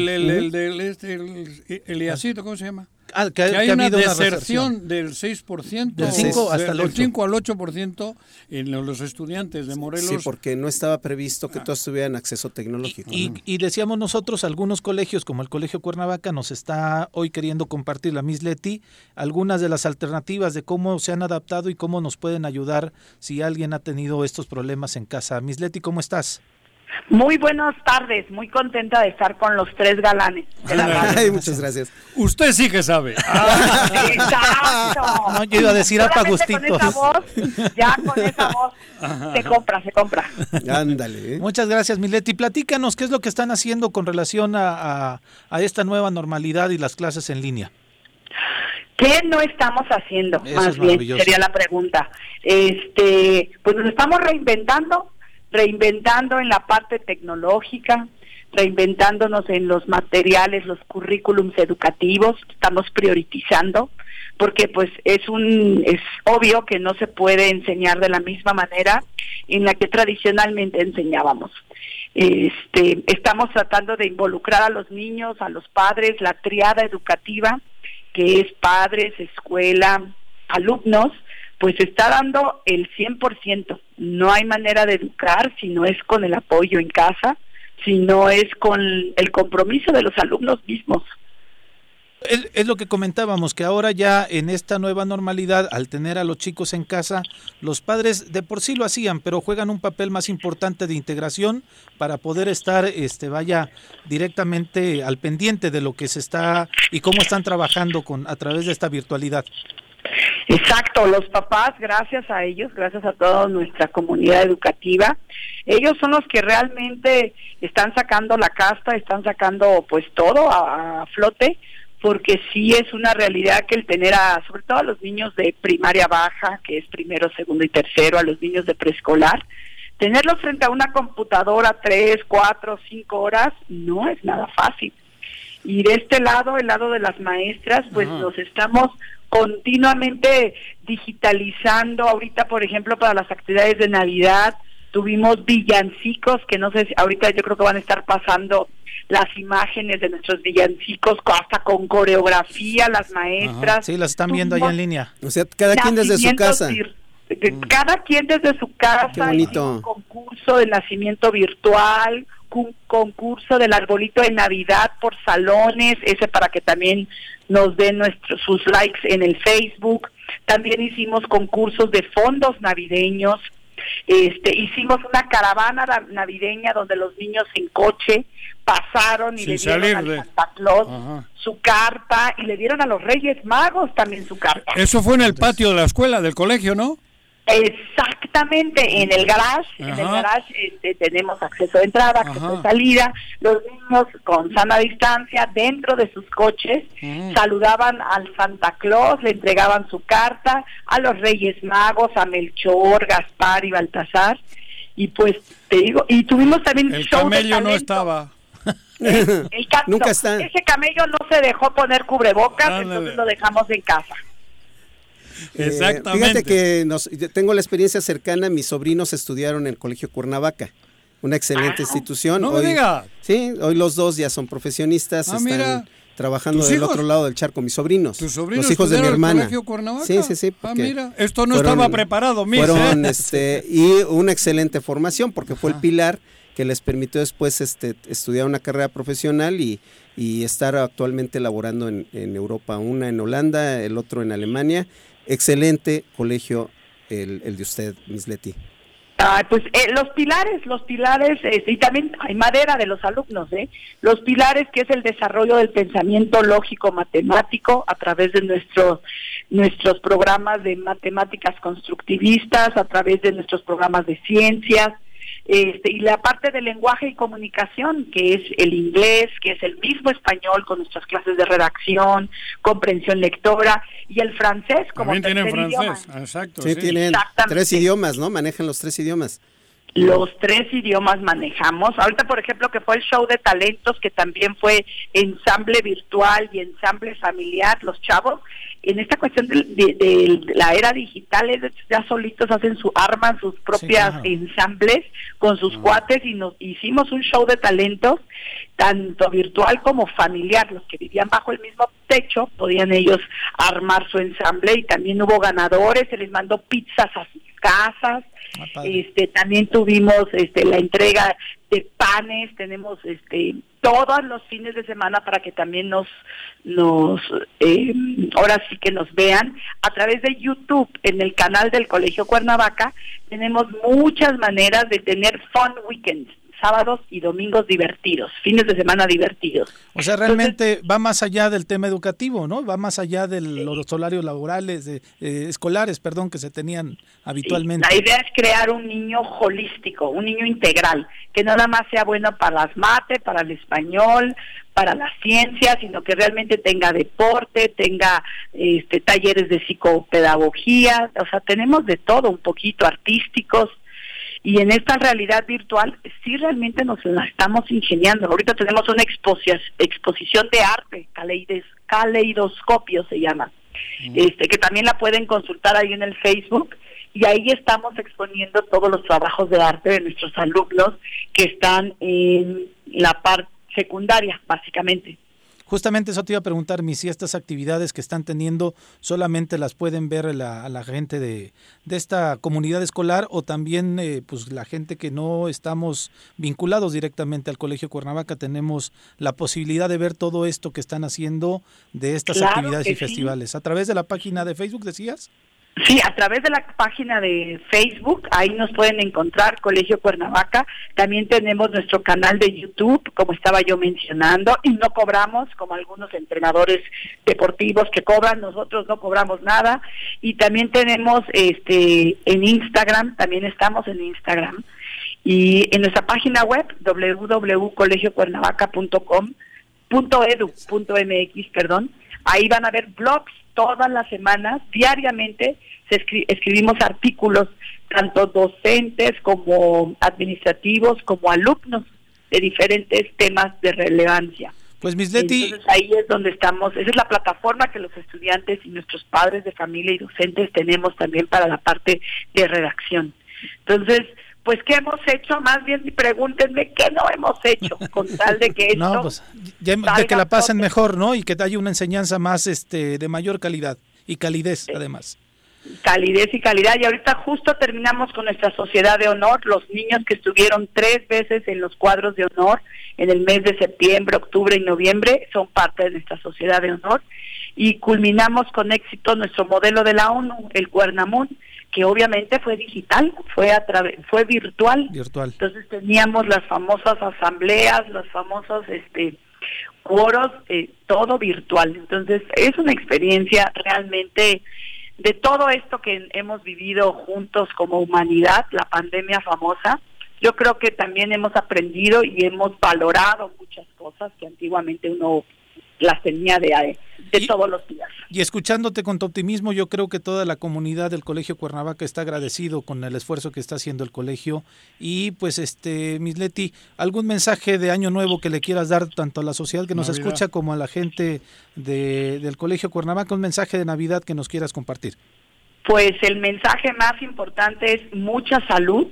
el Iacito, ¿cómo se llama? Que hay una deserción del 6%, del 5 hasta el 8%. Del 5 al 8% en los estudiantes de Morelos. Sí, porque no estaba previsto que todos tuvieran acceso tecnológico. Y decíamos nosotros, algunos colegios, como el Colegio Cuernavaca, nos está hoy queriendo compartir la Misleti algunas de las alternativas de cómo se han adaptado y cómo nos pueden ayudar si alguien ha tenido estos problemas en casa. Misleti, ¿cómo estás? Muy buenas tardes, muy contenta de estar con los tres galanes de la radio. Ay, muchas gracias. Usted sí que sabe. Exacto. No, yo iba a decir a gustitos. Con esa voz se compra. Ándale. Muchas gracias, Misleti. Platícanos qué es lo que están haciendo con relación a esta nueva normalidad y las clases en línea. ¿Qué no estamos haciendo? Eso más bien sería la pregunta. Pues nos estamos reinventando en la parte tecnológica, reinventándonos en los materiales, los currículums educativos, estamos priorizando, porque pues es obvio que no se puede enseñar de la misma manera en la que tradicionalmente enseñábamos. Estamos tratando de involucrar a los niños, a los padres, la triada educativa, que es padres, escuela, alumnos, pues está dando el 100%. No hay manera de educar si no es con el apoyo en casa, si no es con el compromiso de los alumnos mismos. Es lo que comentábamos, que ahora ya en esta nueva normalidad, al tener a los chicos en casa, los padres de por sí lo hacían, pero juegan un papel más importante de integración para poder estar, directamente al pendiente de lo que se está y cómo están trabajando a través de esta virtualidad. Exacto, los papás, gracias a ellos, gracias a toda nuestra comunidad educativa, ellos son los que realmente están sacando la casta, están sacando pues todo a flote, porque sí es una realidad que el tener sobre todo a los niños de primaria baja, que es primero, segundo y tercero, a los niños de preescolar, tenerlos frente a una computadora 3, 4, 5 horas, no es nada fácil. Y de este lado, el lado de las maestras, pues nos estamos continuamente digitalizando. Ahorita, por ejemplo, para las actividades de Navidad, tuvimos villancicos, que no sé si ahorita yo creo que van a estar pasando las imágenes de nuestros villancicos, hasta con coreografía, las maestras. Ajá. Sí, las están viendo allá en línea. O sea, cada quien desde su casa. Cada quien desde su casa. Qué bonito. Un concurso de nacimiento virtual, concurso del arbolito de Navidad por salones, ese para que también nos den sus likes en el Facebook. También hicimos concursos de fondos navideños. Hicimos una caravana navideña donde los niños en coche pasaron y le dieron al Santa Claus su carta y le dieron a los Reyes Magos también su carta. Eso fue en el patio de la escuela, del colegio, ¿no? Exactamente, en el garage. En el garage tenemos acceso de entrada, acceso de salida. Los niños con sana distancia dentro de sus coches saludaban al Santa Claus, le entregaban su carta a los Reyes Magos, a Melchor, Gaspar y Baltasar. Y pues te digo, y tuvimos también el camello no estaba. Nunca está. Ese camello no se dejó poner cubrebocas, entonces lo dejamos en casa. Exactamente. Fíjate que tengo la experiencia cercana. Mis sobrinos estudiaron en el Colegio Cuernavaca, una excelente institución. No hoy, me diga. Sí, hoy los dos ya son profesionistas, están trabajando del otro lado del charco. Mis sobrinos, los hijos de mi hermana. Sí. Mira, esto no estaba preparado, fueron y una excelente formación porque fue el pilar que les permitió después estudiar una carrera profesional y estar actualmente laborando en Europa, una en Holanda, el otro en Alemania. Excelente colegio el de usted, Miss Leti. Pues los pilares, y también hay madera de los alumnos, los pilares, que es el desarrollo del pensamiento lógico matemático a través de nuestros programas de matemáticas constructivistas, a través de nuestros programas de ciencias, y la parte de lenguaje y comunicación, que es el inglés, que es el mismo español con nuestras clases de redacción, comprensión lectora, y el francés como también tercer idioma. Exacto. Sí, tienen 3 idiomas, ¿no? Manejan los 3 idiomas. Los 3 idiomas manejamos. Ahorita, por ejemplo, que fue el show de talentos, que también fue ensamble virtual y ensamble familiar, los chavos, en esta cuestión de la era digital, ellos ya solitos arman sus propias ensambles con sus cuates, y nos hicimos un show de talentos, tanto virtual como familiar. Los que vivían bajo el mismo techo podían ellos armar su ensamble, y también hubo ganadores, se les mandó pizzas a sus casas. También tuvimos la entrega de panes, tenemos todos los fines de semana para que también ahora sí que nos vean a través de YouTube en el canal del Colegio Cuernavaca. Tenemos muchas maneras de tener fun weekends, sábados y domingos divertidos, fines de semana divertidos. O sea, realmente va más allá del tema educativo, ¿no? Va más allá de los horarios laborales, escolares, que se tenían habitualmente. La idea es crear un niño holístico, un niño integral, que no nada más sea bueno para las mates, para el español, para la ciencia, sino que realmente tenga deporte, tenga talleres de psicopedagogía, o sea, tenemos de todo, un poquito artísticos. Y en esta realidad virtual sí realmente nos la estamos ingeniando. Ahorita tenemos una exposición de arte, caleidoscopio se llama, que también la pueden consultar ahí en el Facebook, y ahí estamos exponiendo todos los trabajos de arte de nuestros alumnos que están en la parte secundaria, básicamente. Justamente eso te iba a preguntar, si estas actividades que están teniendo solamente las pueden ver a la gente de esta comunidad escolar, o también pues la gente que no estamos vinculados directamente al Colegio Cuernavaca tenemos la posibilidad de ver todo esto que están haciendo de estas actividades y festivales. ¿A través de la página de Facebook decías? Sí, a través de la página de Facebook, ahí nos pueden encontrar, Colegio Cuernavaca. También tenemos nuestro canal de YouTube, como estaba yo mencionando, y no cobramos, como algunos entrenadores deportivos que cobran, nosotros no cobramos nada. Y también tenemos en Instagram, también estamos en Instagram, y en nuestra página web, www.colegiocuernavaca.edu.mx, ahí van a ver blogs todas las semanas, diariamente escribimos artículos, tanto docentes como administrativos, como alumnos, de diferentes temas de relevancia. Pues Miss Leti, entonces ahí es donde estamos, esa es la plataforma que los estudiantes y nuestros padres de familia y docentes tenemos también para la parte de redacción. Entonces, pues, ¿qué hemos hecho? Más bien pregúntenme qué no hemos hecho, con tal de que esto... No, pues, de que la pasen mejor, ¿no? Y que haya una enseñanza más de mayor calidad y calidez, además. calidez y calidad. Y ahorita justo terminamos con nuestra sociedad de honor, los niños que estuvieron 3 veces en los cuadros de honor en el mes de septiembre, octubre y noviembre, son parte de nuestra sociedad de honor. Y culminamos con éxito nuestro modelo de la ONU, el Cuernamún, que obviamente fue digital, fue virtual. Entonces teníamos las famosas asambleas, los famosos foros, todo virtual. Entonces es una experiencia realmente de todo esto que hemos vivido juntos como humanidad, la pandemia famosa. Yo creo que también hemos aprendido y hemos valorado muchas cosas que antiguamente uno las tenía de todos los días. Y escuchándote con tu optimismo, yo creo que toda la comunidad del Colegio Cuernavaca está agradecido con el esfuerzo que está haciendo el colegio. Y pues, Miss Leti, ¿algún mensaje de Año Nuevo que le quieras dar tanto a la sociedad que nos escucha como a la gente del Colegio Cuernavaca? Un mensaje de Navidad que nos quieras compartir. Pues el mensaje más importante es mucha salud.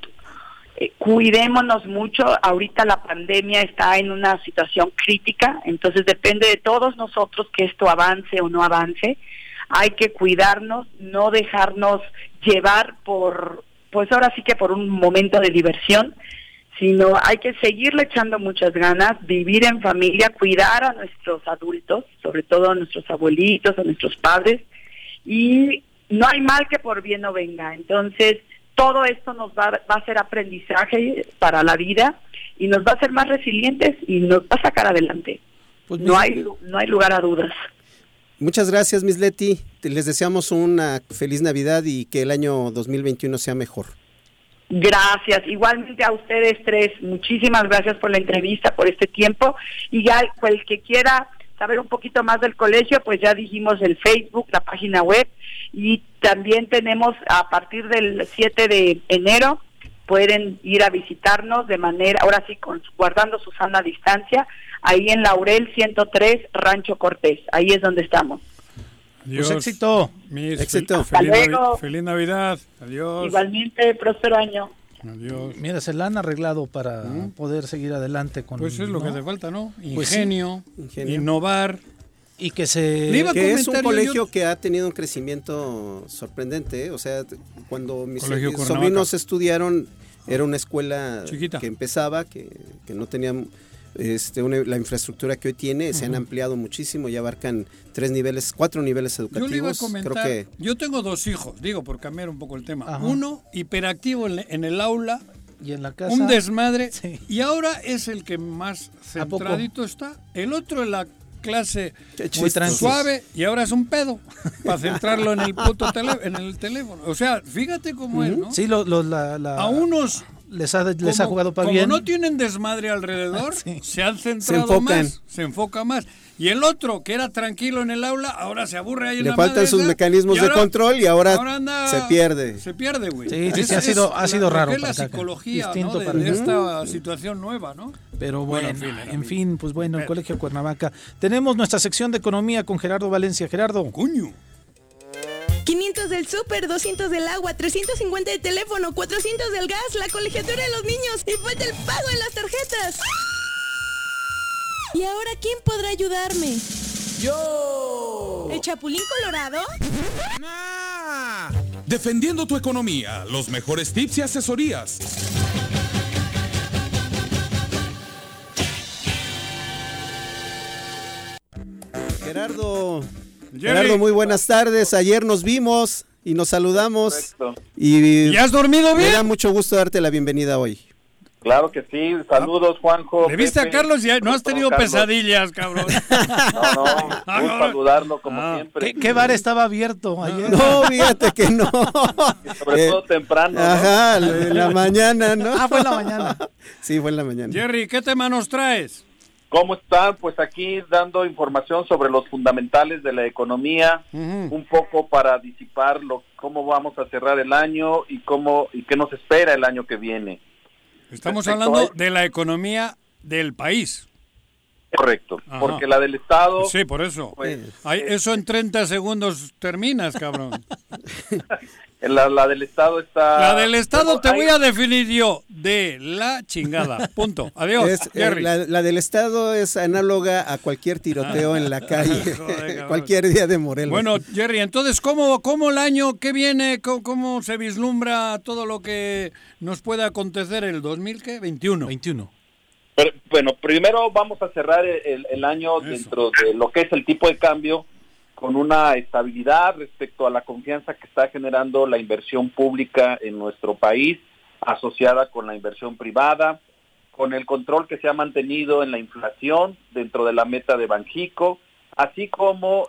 Cuidémonos mucho, ahorita la pandemia está en una situación crítica, entonces depende de todos nosotros que esto avance o no avance. Hay que cuidarnos, no dejarnos llevar pues ahora sí que por un momento de diversión, sino hay que seguirle echando muchas ganas, vivir en familia, cuidar a nuestros adultos, sobre todo a nuestros abuelitos, a nuestros padres, y no hay mal que por bien no venga. Entonces todo esto nos va a ser aprendizaje para la vida y nos va a hacer más resilientes y nos va a sacar adelante. Pues no hay lugar a dudas. Muchas gracias, Miss Leti. Les deseamos una feliz Navidad y que el año 2021 sea mejor. Gracias. Igualmente a ustedes tres. Muchísimas gracias por la entrevista, por este tiempo. Y ya el que quiera saber un poquito más del colegio, pues ya dijimos el Facebook, la página web, y también tenemos a partir del 7 de enero, pueden ir a visitarnos de manera, ahora sí, guardando su sana distancia, ahí en Laurel 103, Rancho Cortés, ahí es donde estamos. Adiós. Pues éxito. Éxito. Hasta luego. Feliz Navidad. Adiós. Igualmente, próspero año. Adiós. Mira, se la han arreglado para poder seguir adelante con... Pues es lo que hace falta, ¿no? Pues Ingenio, innovar. Y que es un colegio que ha tenido un crecimiento sorprendente, ¿eh? O sea, cuando mis sobrinos estudiaron, era una escuela chiquita que empezaba, que no tenía la infraestructura que hoy tiene. Se han ampliado muchísimo y abarcan 4 niveles educativos. Yo le iba a comentar, yo tengo 2 hijos, digo, por cambiar un poco el tema. Ajá. Uno, hiperactivo en el aula, y en la casa, un desmadre, y ahora es el que más centradito está. El otro en la clase muy suave y ahora es un pedo para centrarlo en el puto teléfono. O sea, fíjate cómo es, ¿no? Sí, a unos les ha jugado para bien. Como no tienen desmadre alrededor, se han centrado más, se enfoca más. Y el otro, que era tranquilo en el aula, ahora se aburre ahí en la madre. Le faltan sus mecanismos de control y ahora se pierde. Se pierde, güey. Sí, ha sido raro. Es la psicología, ¿no? de esta situación nueva, ¿no? Pero bueno, en fin, pues bueno, el Colegio Cuernavaca. Tenemos nuestra sección de economía con Gerardo Valencia. Gerardo. ¡Coño! 500 del súper, 200 del agua, 350 de teléfono, 400 del gas, la colegiatura de los niños y falta el pago de las tarjetas. ¿Y ahora quién podrá ayudarme? ¡Yo! ¿El Chapulín Colorado? ¡Nah! Defendiendo tu economía, los mejores tips y asesorías. Gerardo, muy buenas tardes. Ayer nos vimos y nos saludamos. Perfecto. ¿Y has dormido bien? Me da mucho gusto darte la bienvenida hoy. Claro que sí, saludos Juanjo. ¿Le viste a Carlos? Ya no has tenido pesadillas, cabrón. No, gusto saludarlo como siempre. ¿Qué bar estaba abierto ayer? No, fíjate que no. Sobre todo temprano. Ajá, ¿no? En la mañana, ¿no? Fue en la mañana. Sí, fue en la mañana. Jerry, ¿qué tema nos traes? ¿Cómo están? Pues aquí dando información sobre los fundamentales de la economía, un poco para disipar cómo vamos a cerrar el año y qué nos espera el año que viene. Estamos hablando de la economía del país. Correcto, porque la del Estado... Sí, por eso. Pues, eso en 30 segundos terminas, cabrón. La del Estado está... La del Estado Bueno, te voy a definir yo, de la chingada, punto. Adiós, Jerry. La del Estado es análoga a cualquier tiroteo en la calle, cualquier día de Morelos. Bueno, Jerry, entonces, ¿cómo el año que viene, cómo se vislumbra todo lo que nos puede acontecer el 2021? 21. Pero, bueno, primero vamos a cerrar el año dentro de lo que es el tipo de cambio, con una estabilidad respecto a la confianza que está generando la inversión pública en nuestro país, asociada con la inversión privada, con el control que se ha mantenido en la inflación dentro de la meta de Banxico, así como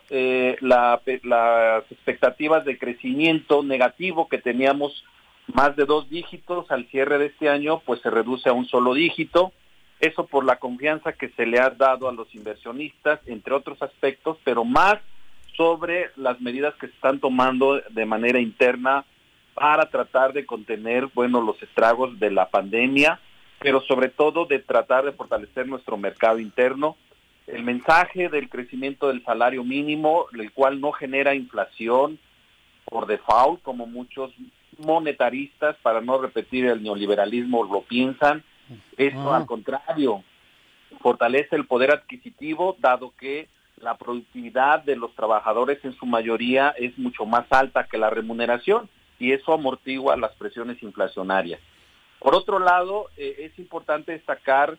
las expectativas de crecimiento negativo que teníamos más de 2 dígitos al cierre de este año, pues se reduce a un solo dígito. Eso por la confianza que se le ha dado a los inversionistas, entre otros aspectos, pero más sobre las medidas que se están tomando de manera interna para tratar de contener, los estragos de la pandemia, pero sobre todo de tratar de fortalecer nuestro mercado interno. El mensaje del crecimiento del salario mínimo, el cual no genera inflación por default, como muchos monetaristas, para no repetir el neoliberalismo, lo piensan. Eso, al contrario, fortalece el poder adquisitivo, dado que la productividad de los trabajadores en su mayoría es mucho más alta que la remuneración, y eso amortigua las presiones inflacionarias. Por otro lado, es importante destacar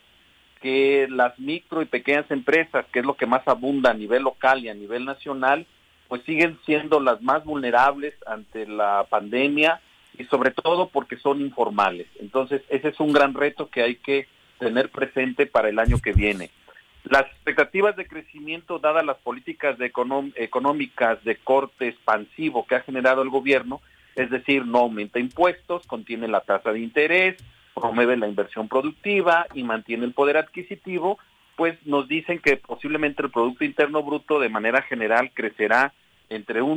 que las micro y pequeñas empresas, que es lo que más abunda a nivel local y a nivel nacional, pues siguen siendo las más vulnerables ante la pandemia, y sobre todo porque son informales. Entonces, ese es un gran reto que hay que tener presente para el año que viene. Las expectativas de crecimiento, dadas las políticas económicas de corte expansivo que ha generado el gobierno, es decir, no aumenta impuestos, contiene la tasa de interés, promueve la inversión productiva y mantiene el poder adquisitivo, pues nos dicen que posiblemente el Producto Interno Bruto de manera general crecerá entre un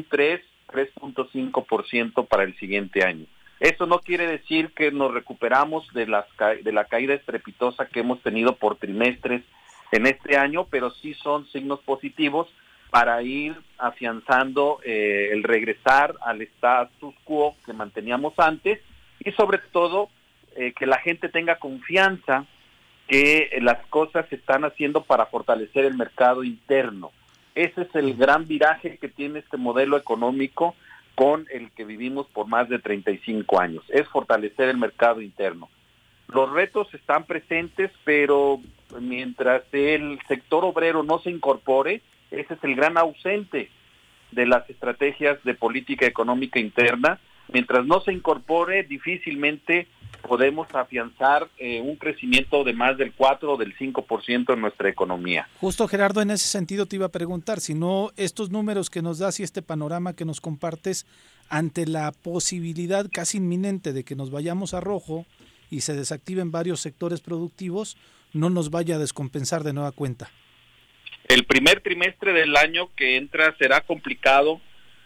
3.5% para el siguiente año. Eso no quiere decir que nos recuperamos de la caída estrepitosa que hemos tenido por trimestres en este año, pero sí son signos positivos para ir afianzando el regresar al status quo que manteníamos antes, y sobre todo que la gente tenga confianza que las cosas se están haciendo para fortalecer el mercado interno. Ese es el gran viraje que tiene este modelo económico con el que vivimos por más de 35 años, es fortalecer el mercado interno. Los retos están presentes, pero mientras el sector obrero no se incorpore, ese es el gran ausente de las estrategias de política económica interna. Mientras no se incorpore, difícilmente podemos afianzar un crecimiento de más del 4 o del 5% en nuestra economía. Justo, Gerardo, en ese sentido te iba a preguntar, si no estos números que nos das y este panorama que nos compartes, ante la posibilidad casi inminente de que nos vayamos a rojo y se desactiven varios sectores productivos, no nos vaya a descompensar de nueva cuenta. El primer trimestre del año que entra será complicado,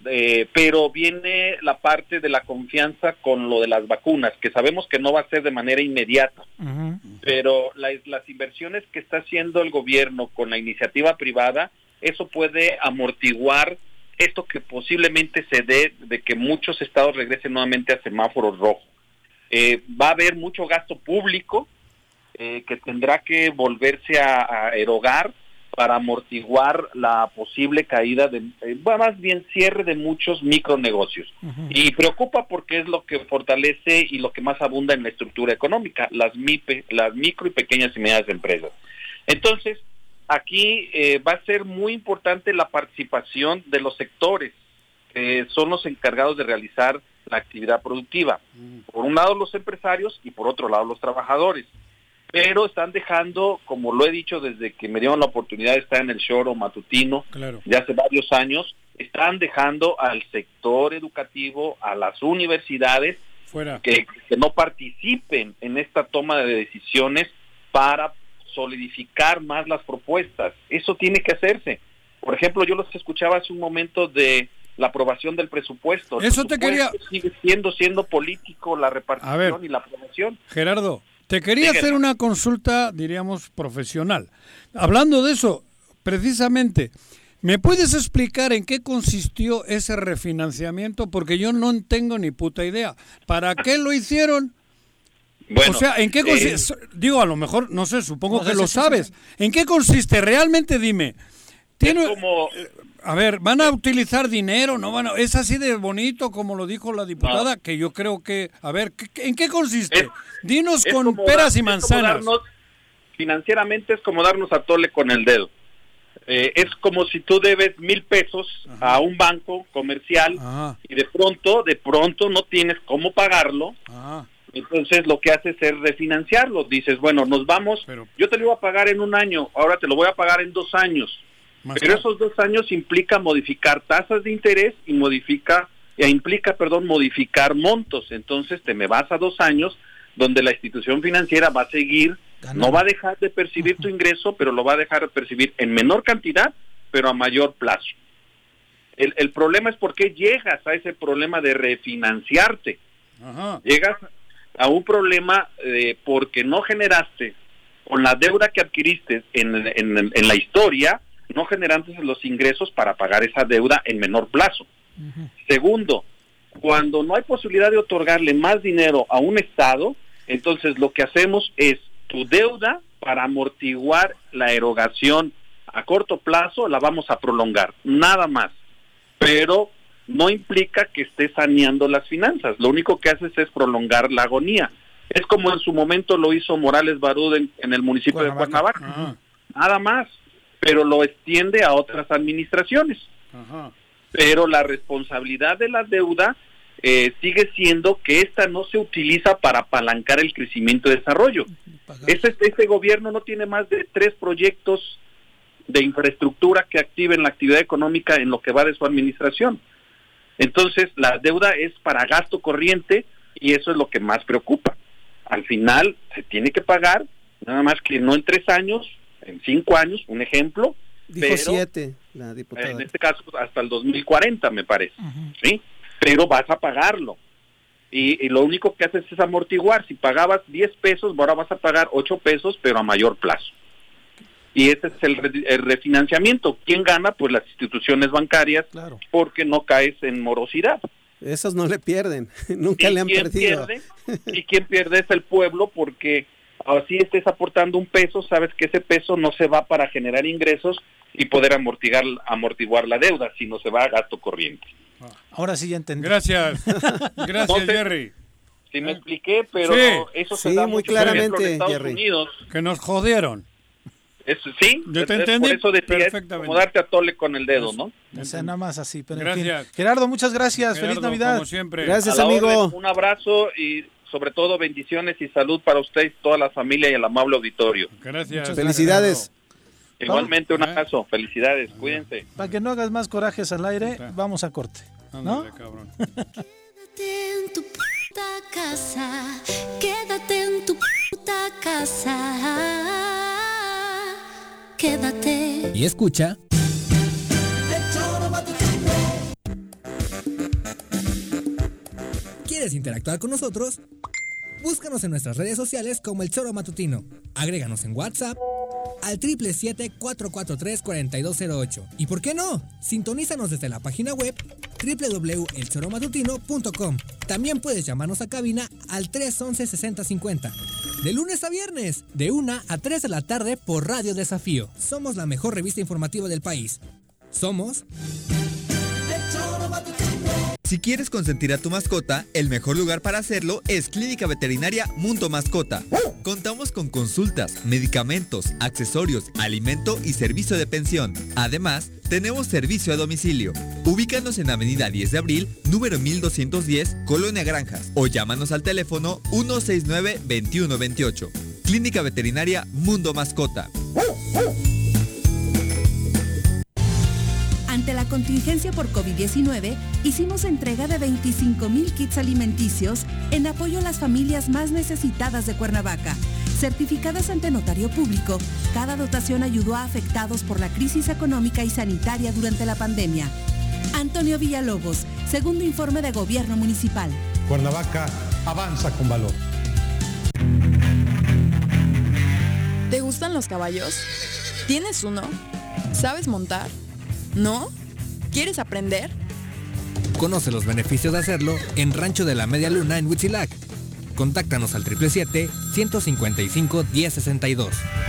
pero viene la parte de la confianza con lo de las vacunas, que sabemos que no va a ser de manera inmediata, pero las inversiones que está haciendo el gobierno con la iniciativa privada, eso puede amortiguar esto que posiblemente se dé de que muchos estados regresen nuevamente a semáforos rojos. Va a haber mucho gasto público que tendrá que volverse a erogar para amortiguar la posible caída más bien cierre de muchos micronegocios. Y preocupa porque es lo que fortalece y lo que más abunda en la estructura económica, las micro y pequeñas y medianas empresas. Entonces, aquí va a ser muy importante la participación de los sectores, que son los encargados de realizar la actividad productiva. Por un lado los empresarios y por otro lado los trabajadores. Pero están dejando, como lo he dicho desde que me dieron la oportunidad de estar en el Choro matutino, de hace varios años, están dejando al sector educativo, a las universidades, que no participen en esta toma de decisiones para solidificar más las propuestas. Eso tiene que hacerse. Por ejemplo, yo los escuchaba hace un momento de la aprobación del presupuesto. Eso te quería... Sigue siendo político la repartición y la aprobación. Gerardo, te quería hacer una consulta, diríamos, profesional. Hablando de eso, precisamente, ¿Me puedes explicar en qué consistió ese refinanciamiento? Porque yo no tengo ni puta idea. ¿Para qué lo hicieron? Bueno, o sea, ¿en qué consiste? Digo, a lo mejor, no sé, supongo que lo sabes. ¿En qué consiste? Realmente dime. A ver, ¿van a utilizar dinero? ¿No van a... ¿Es así de bonito como lo dijo la diputada? No. Que yo creo que... A ver, ¿en qué consiste? Dinos con peras y manzanas. Financieramente es como darnos a tole con el dedo. Es como si tú debes 1,000 pesos a un banco comercial y de pronto no tienes cómo pagarlo. Entonces lo que haces es refinanciarlo. Dices, bueno, nos vamos, yo te lo iba a pagar en 1 año, ahora te lo voy a pagar en 2 años. Pero esos 2 años implica modificar tasas de interés y implica modificar montos. Entonces te me vas a 2 años donde la institución financiera va a seguir, no va a dejar de percibir tu ingreso, pero lo va a dejar de percibir en menor cantidad, pero a mayor plazo. El problema es por qué llegas a ese problema de refinanciarte. Llegas a un problema porque no generaste, con la deuda que adquiriste en la historia, no generaste los ingresos para pagar esa deuda en menor plazo. Segundo, cuando no hay posibilidad de otorgarle más dinero a un Estado, entonces lo que hacemos es tu deuda para amortiguar la erogación a corto plazo la vamos a prolongar, nada más. Pero no implica que estés saneando las finanzas, lo único que haces es prolongar la agonía. Es como en su momento lo hizo Morales Barud en el municipio de Cuernavaca, nada más, pero lo extiende a otras administraciones. Pero la responsabilidad de la deuda sigue siendo que esta no se utiliza para apalancar el crecimiento y desarrollo. Este gobierno no tiene más de 3 proyectos de infraestructura que activen la actividad económica en lo que va de su administración. Entonces, la deuda es para gasto corriente y eso es lo que más preocupa. Al final, se tiene que pagar, nada más que no en 3 años, en 5 años, un ejemplo. Dijo pero, 7, la diputada. En este caso, hasta el 2040, me parece. ¿Sí? Pero vas a pagarlo. Y lo único que haces es amortiguar. Si pagabas 10 pesos, ahora vas a pagar 8 pesos, pero a mayor plazo. Y ese es el refinanciamiento. ¿Quién gana? Pues las instituciones bancarias, porque no caes en morosidad. Esos no le pierden, nunca le han perdido. Y quien pierde es el pueblo, porque así estés aportando 1 peso, sabes que ese peso no se va para generar ingresos y poder amortiguar la deuda, sino se va a gasto corriente. Ahora sí ya entendí. Gracias. Gracias, Jerry. Sí me expliqué, pero eso se da muy mucho claramente, en Estados Jerry. Unidos. Que nos jodieron. Sí, yo te entendí por eso decía, perfectamente. Como darte a tole con el dedo, ¿no? O sea, nada más así. Pero gracias. En fin. Gerardo, muchas gracias. Gerardo, feliz Navidad. Como siempre. Gracias, A la amigo. orden, un abrazo y sobre todo bendiciones y salud para usted, toda la familia y el amable auditorio. Gracias. Felicidades. Igualmente un abrazo, felicidades, cuídense. Para que no hagas más corajes al aire, vamos a corte. ¿No? Ándale, cabrón. Quédate en tu puta casa, quédate en tu puta casa, quédate. Y escucha. ¿Quieres interactuar con nosotros? Búscanos en nuestras redes sociales como El Choro Matutino. Agréganos en WhatsApp al 777-443-4208. ¿Y por qué no? Sintonízanos desde la página web www.elchoromatutino.com. También puedes llamarnos a cabina al 311-6050. De lunes a viernes, de 1 a 3 de la tarde por Radio Desafío. Somos la mejor revista informativa del país. Somos... Si quieres consentir a tu mascota, el mejor lugar para hacerlo es Clínica Veterinaria Mundo Mascota. Contamos con consultas, medicamentos, accesorios, alimento y servicio de pensión. Además, tenemos servicio a domicilio. Ubícanos en Avenida 10 de Abril, número 1210, Colonia Granjas, o llámanos al teléfono 169-2128. Clínica Veterinaria Mundo Mascota. Ante la contingencia por COVID-19, hicimos entrega de 25,000 kits alimenticios en apoyo a las familias más necesitadas de Cuernavaca. Certificadas ante notario público, cada dotación ayudó a afectados por la crisis económica y sanitaria durante la pandemia. Antonio Villalobos, segundo informe de Gobierno Municipal. Cuernavaca avanza con valor. ¿Te gustan los caballos? ¿Tienes uno? ¿Sabes montar? ¿No? ¿Quieres aprender? Conoce los beneficios de hacerlo en Rancho de la Media Luna en Huitzilac. Contáctanos al 777-155-1062.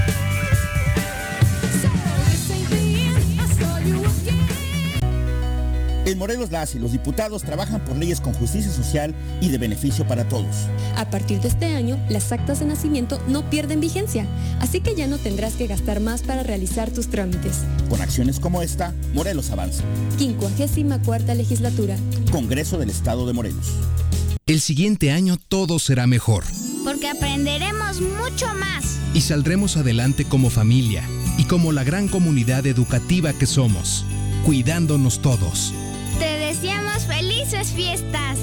En Morelos las y los diputados trabajan por leyes con justicia social y de beneficio para todos. A partir de este año, las actas de nacimiento no pierden vigencia, así que ya no tendrás que gastar más para realizar tus trámites. Con acciones como esta, Morelos avanza. 54ª legislatura. Congreso del Estado de Morelos. El siguiente año todo será mejor. Porque aprenderemos mucho más. Y saldremos adelante como familia y como la gran comunidad educativa que somos, cuidándonos todos. Te deseamos felices fiestas.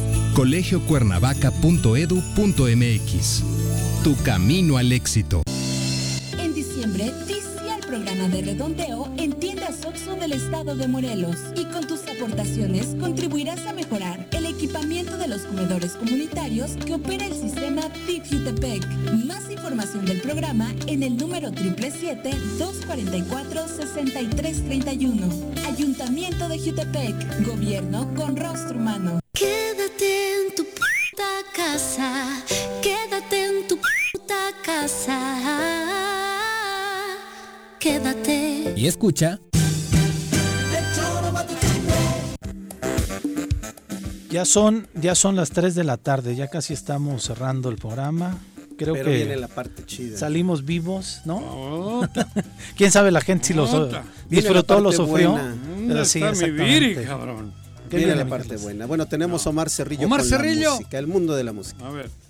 colegiocuernavaca.edu.mx. Tu camino al éxito. En diciembre, inicia el programa de redondeo en tiendas OXXO del estado de Morelos. Y con tus aportaciones contribuirás a mejorar el equipamiento de los comedores comunitarios que opera el sistema TIP Jutepec. Más información del programa en el número 777-244-6331. Ayuntamiento de Jutepec. Gobierno con rostro humano. Quédate en tu puta casa. Quédate en tu puta casa. Quédate. Y escucha. Ya son las 3 de la tarde, ya casi estamos cerrando el programa. Creo Pero que viene la parte chida. Salimos vivos, ¿no? Quién sabe la gente si lo disfrutó, lo sufrió. Pero sí, exactamente. Cabrón. Viene la parte buena. Bueno, tenemos Omar Cerrillo con la música, el mundo de la música. A ver.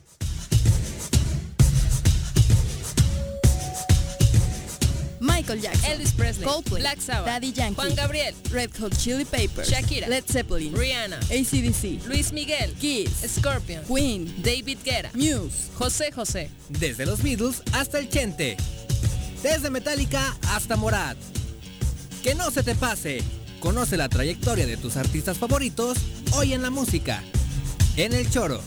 Michael Jackson, Elvis Presley, Coldplay, Black Sabbath, Daddy Yankee, Juan Gabriel, Red Hot Chili Peppers, Shakira, Led Zeppelin, Rihanna, AC/DC, Luis Miguel, Kiss, Scorpion, Queen, David Guetta, Muse, José José. Desde los Beatles hasta el Chente. Desde Metallica hasta Morat. Que no se te pase. Conoce la trayectoria de tus artistas favoritos hoy en la música. En El Choro.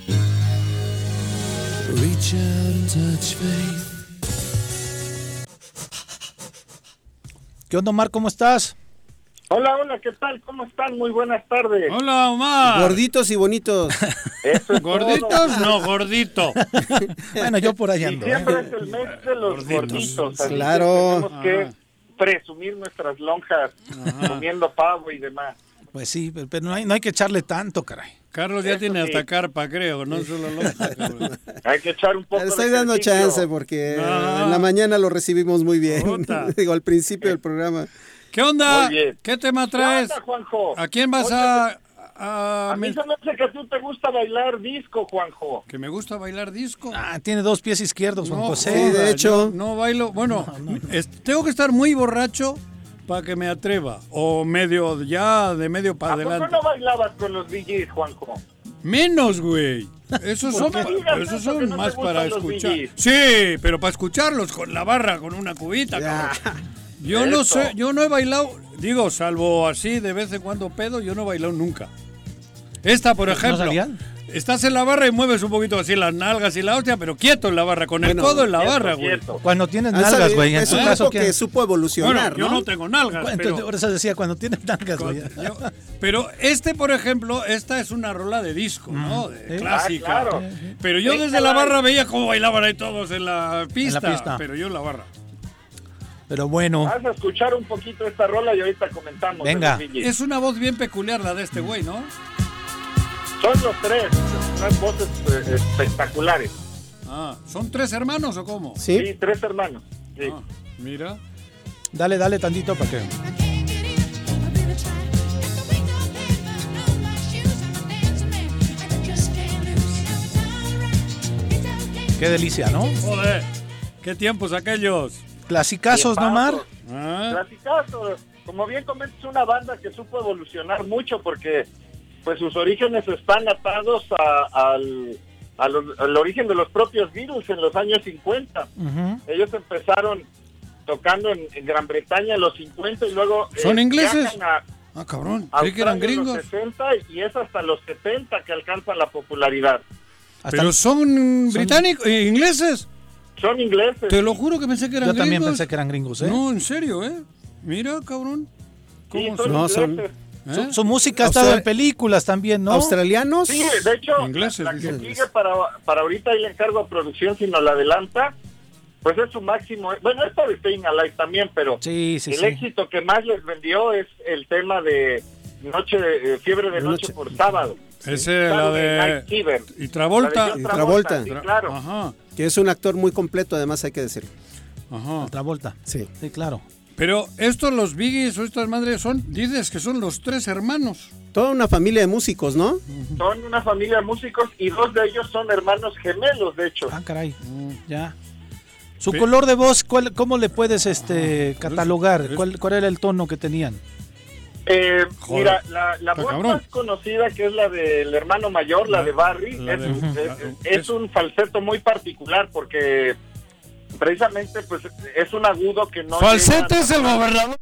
Reach out and touch faith. ¿Qué onda, Omar? ¿Cómo estás? Hola, ¿qué tal? ¿Cómo están? Muy buenas tardes. Hola, Omar. Gorditos y bonitos. Eso es ¿Gorditos? todo. No, gordito. Bueno, yo por allá ando. Siempre es el mes de los gorditos. Así claro. que tenemos que presumir nuestras lonjas comiendo pavo y demás. Pues sí, pero no hay que echarle tanto, caray. Carlos ya Eso tiene sí. hasta carpa, creo, no solo lonja. Hay que echar un poco Le estoy de dando ejercicio. chance porque en la mañana lo recibimos muy bien. Puta. Digo, al principio del programa. ¿Qué onda? Oye. ¿Qué tema ¿Qué traes? onda, Juanjo? ¿A quién vas Oye, a A mí se me hace que a tú te gusta bailar disco, Juanjo. Que me gusta bailar disco. Tiene 2 pies izquierdos, Juan José. Sí, de hecho. Yo no bailo. Bueno, tengo que estar muy borracho para que me atreva. O medio para ¿A adelante. poco no bailabas con los DJs, Juanjo? Menos, güey. Esos son, No me digas esos eso, son que no más te gustan para los escuchar. DJs. Sí, pero para escucharlos con la barra, con una cubita, cabrón. Yo no Eso. sé, yo no he bailado, digo, salvo así de vez en cuando pedo, yo no he bailado nunca. Esta, por ejemplo, salían? estás en la barra y mueves un poquito así las nalgas y la hostia, pero quieto en la barra, con el codo en la barra, güey. Cuando tienes Ah, nalgas, güey. En Es tu un caso, grupo que supo evolucionar, Bueno, yo ¿no? no tengo nalgas, pero... Entonces, por eso decía, cuando tienes nalgas, güey. Pero por ejemplo, esta es una rola de disco, ¿no? De clásica. claro. Pero yo desde la barra veía cómo bailaban ahí todos en la pista, pista. pero yo en la barra. Pero bueno. Vas a escuchar un poquito esta rola y ahorita comentamos. Venga. de los DJs. Es una voz bien peculiar la de este güey, ¿no? Son los tres, unas voces espectaculares. Ah, ¿son 3 hermanos o cómo? Sí, 3 hermanos. Sí. Ah, mira. Dale tantito para que... Qué delicia, ¿no? Joder, qué tiempos aquellos. Clasicazos, ¿no, Mar? Clasicazos. Como bien comentas, una banda que supo evolucionar mucho porque pues sus orígenes están atados al origen de los propios Beatles en los años 50. Ellos empezaron tocando en Gran Bretaña en los 50 y luego... ¿Son ingleses? viajan Ah, cabrón, a creí que eran Australia en gringos. los 60 y es hasta los 70 que alcanzan la popularidad. Pero son británicos, ingleses. Son ingleses. Te lo juro que pensé que eran Yo gringos. también pensé que eran gringos, ¿eh? No, en serio, ¿eh? Mira, cabrón. ¿Cómo son? Su música ha estado en películas también, ¿no? ¿Australianos? Sí, de hecho, ingleses, la que sigue para ahorita y le encargo a producción, si nos la adelanta, pues es su máximo. Bueno, esta de Staying Alive también, pero el éxito que más les vendió es el tema de Fiebre de Noche por Sábado. Ese es la de y Travolta. Sí, claro. Ajá. Que es un actor muy completo, además hay que decirlo. Ajá. Travolta. Sí, claro. Pero estos, los Biggies o estas madres, dices que son los 3 hermanos. Toda una familia de músicos, ¿no? Son una familia de músicos y 2 de ellos son hermanos gemelos, de hecho. Ah, caray. Ya. Su color de voz, ¿cómo le puedes catalogar? ¿Cuál era el tono que tenían? Mira, la voz más conocida, que es la del hermano mayor, la de Barry, es un falseto muy particular porque precisamente pues es un agudo que no... Falsete es el gobernador.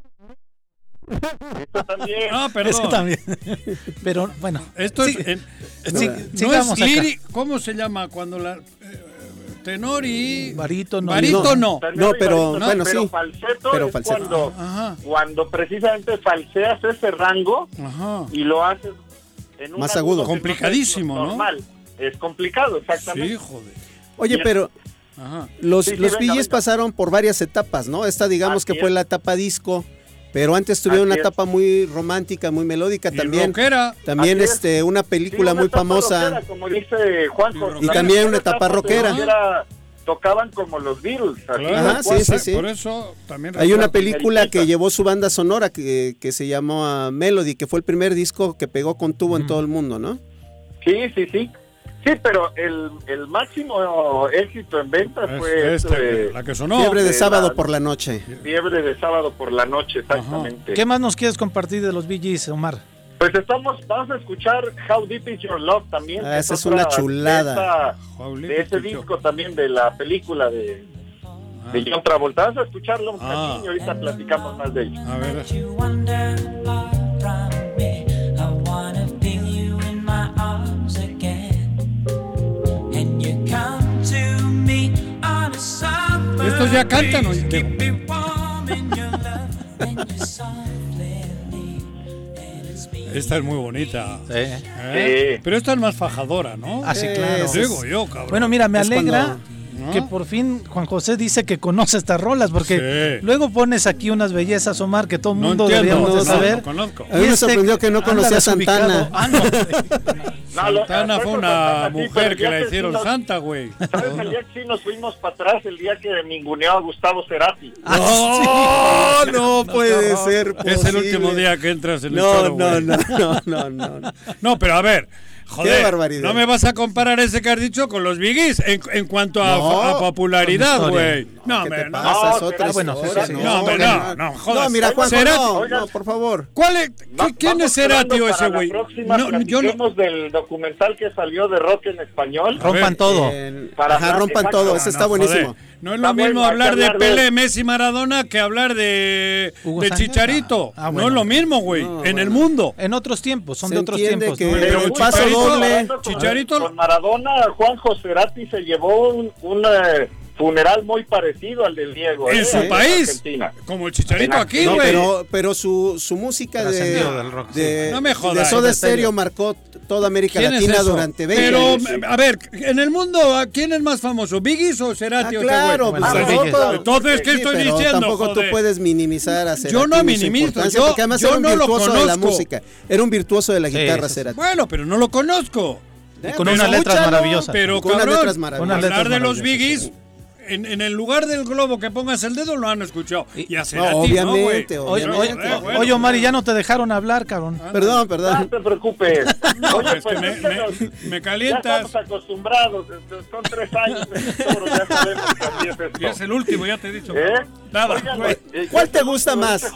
Esto también. Ah, perdón. Eso también. Pero bueno. Esto es... no es lírico. ¿Cómo se llama cuando la... tenor y... Barítono. Barítono. No, pero bueno, pero sí. Falseto pero es falseto. cuando precisamente falseas ese rango y lo haces en un más agudo. Complicadísimo, ¿no? Normal. Es complicado, exactamente. Sí, joder. Oye, pero... Los Bee Gees pasaron por varias etapas, ¿no? Esta digamos que fue la etapa disco, pero antes tuvieron una etapa muy romántica, muy melódica también. Rockera. También una película muy famosa. Rockera, como dice Juanjo. Y también una etapa rockera. Tocaban como los Beatles. Ajá, sí. Por eso también hay una película que llevó su banda sonora que se llamó Melody, que fue el primer disco que pegó con tubo en todo el mundo, ¿no? Sí. Sí, pero el máximo éxito en ventas fue la que sonó. Fiebre de sábado por la noche. Fiebre de sábado por la noche, exactamente. ¿Qué más nos quieres compartir de los Bee Gees, Omar? Pues vamos a escuchar How Deep Is Your Love también. Esa es una chulada. De ese disco también, de la película de John Travolta. Vamos a escucharlo un cariño y ahorita platicamos más de ello. A ver. Estos ya cantan hoy. Esta es muy bonita. Sí. Pero esta es más fajadora, ¿no? Ah, sí, claro. Digo yo, cabrón. Bueno, mira, me alegra que por fin Juan José dice que conoce estas rolas, porque luego pones aquí unas bellezas, Omar, que todo el mundo deberíamos de saber. No conozco. A mí me sorprendió que no conocía a Santana. Santana fue una mujer que la hicieron santa, güey. ¿Sabes? El día que sí nos fuimos para atrás, el día que ninguneó a Gustavo Cerati. No puede ser posible. Es el último día que entras en el choro, güey. No. No, pero a ver. Joder, qué barbaridad. No me vas a comparar ese que has dicho con los Bee Gees en cuanto a popularidad, güey. No, ¿qué te no. pasa? Es otra historia. No, jodas. No, mira, Juan, Cerati, no, por favor. ¿Quién es Cerati o ese güey? Yo no del documental que salió de rock en español. Rompan todo. Rompan todo. Ese está buenísimo. No es lo mismo hablar de Pelé, Messi, Maradona que hablar de Chicharito. No es lo mismo, güey. En el mundo. En otros tiempos, son de otros tiempos. Pero el paso doble. Chicharito. Con Maradona, Juanjo Cerati se llevó un funeral muy parecido al del Diego. En su país. Como el Chicharito aquí, güey. Pero su música de no me jodas. de Soda Stereo marcó toda América Latina durante 20 años. Pero, a ver, en el mundo, ¿quién es más famoso? ¿Biggies o Cerati? Claro. Entonces, ¿qué estoy diciendo? Tampoco tú puedes minimizar a Cerati. Yo no minimizo. Porque además era un virtuoso de la música. Era un virtuoso de la guitarra, Cerati. Bueno, pero no lo conozco. Con unas letras maravillosas. Pero, cabrón, hablar de los Biggies... En el lugar del globo que pongas el dedo lo han escuchado. Y a Cerati, obviamente. Oye, Omar, y ya no te dejaron hablar, cabrón. Perdón. No te preocupes. Oye, pues me calientas. Ya estamos acostumbrados. Son 3 años. Ya sabemos que así es esto. Y es el último, ya te he dicho. Nada. Oigan, ¿cuál te gusta más?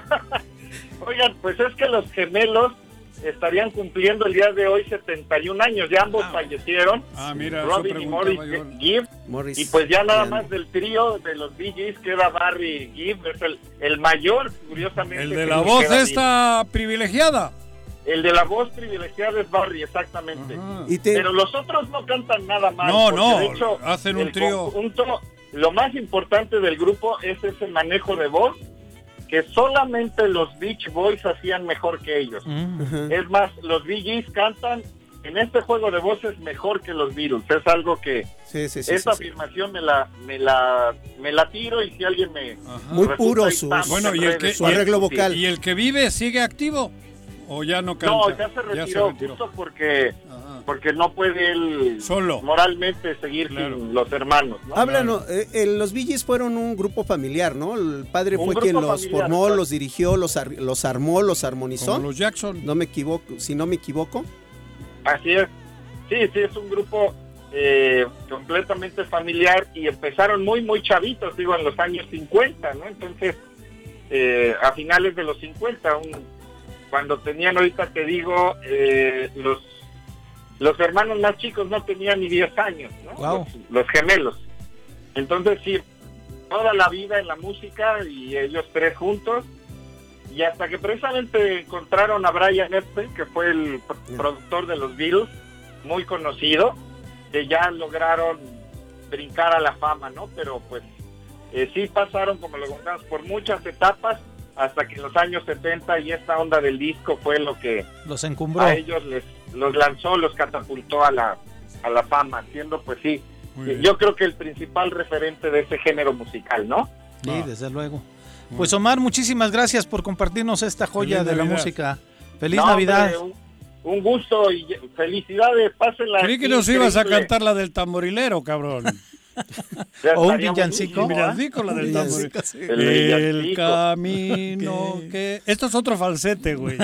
Oigan, pues es que los gemelos estarían cumpliendo el día de hoy 71 años, ya ambos fallecieron. Mira, Robin y Morris Gibb. Y pues ya nada más del trío de los Bee Gees queda Barry Gibb, es el mayor, curiosamente. El de la voz esta privilegiada. El de la voz privilegiada es Barry, exactamente. Pero los otros no cantan nada mal. No, de hecho, hacen un trío. Lo más importante del grupo es ese manejo de voz que solamente los Beach Boys hacían mejor que ellos. Es más, los Bee Gees cantan en este juego de voces mejor que los Beatles. Es algo que esa afirmación me la tiro, y si alguien me muy puro su arreglo vocal. ¿Y el que vive sigue activo o ya no canta? No, ya se retiró. Justo porque no puede él solo moralmente seguir sin los hermanos, ¿no? Háblanos, los Bee Gees fueron un grupo familiar, ¿no? El padre fue quien los formó, ¿verdad? Los dirigió, los armó, los armonizó. Como los Jackson. No me equivoco, si no me equivoco. Así es. Sí, es un grupo completamente familiar, y empezaron muy, muy chavitos, digo, en los años 50, ¿no? Entonces, a finales de los 50, cuando tenían, ahorita te digo, los hermanos más chicos no tenían ni 10 años, ¿no? Wow. Los gemelos. Entonces, sí, toda la vida en la música, y ellos tres juntos, y hasta que precisamente encontraron a Brian Epstein, que fue el productor de los Beatles, muy conocido, que ya lograron brincar a la fama, ¿no? Pero pues sí pasaron, como lo contamos, por muchas etapas, hasta que en los años 70 y esta onda del disco fue lo que los encumbró. A ellos los lanzó, los catapultó a la fama, siendo pues sí, yo creo que el principal referente de ese género musical, ¿no? Sí, desde luego. Pues Omar, muchísimas gracias por compartirnos esta joya de la música. Feliz Navidad. Hombre, un gusto y felicidades, pásenla. Creí que nos ibas a cantar la del tamborilero, cabrón. O un villancico. Un villancico, la del tamborilero. Sí. El camino que... Esto es otro falsete, güey.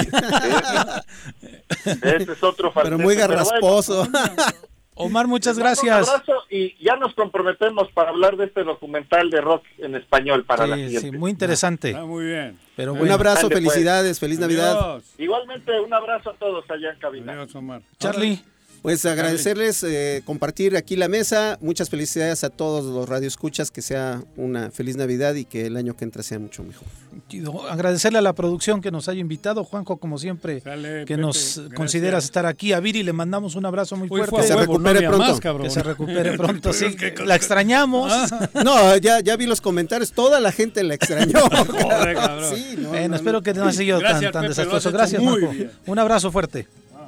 Este es otro falsete. Pero muy garrasposo. Omar, muchas gracias. Un abrazo, y ya nos comprometemos para hablar de este documental de rock en español para la siguiente. Sí, muy interesante. Está muy bien. Pero un abrazo, Dale, felicidades, pues. feliz Navidad. Adiós. Igualmente, un abrazo a todos allá en cabina. Adiós, Omar. Charlie. Pues agradecerles compartir aquí la mesa. Muchas felicidades a todos los radioescuchas, que sea una feliz Navidad y que el año que entra sea mucho mejor. Agradecerle a la producción que nos haya invitado, Juanjo, como siempre, que nos consideras estar aquí. A Viri le mandamos un abrazo muy fuerte. Que se recupere pronto. Que se recupere pronto, sí. La extrañamos. No, ya vi los comentarios, toda la gente la extrañó. Joder, cabrón. Sí, bueno, espero que no haya sido tan desastroso. Gracias, Juanjo. Un abrazo fuerte.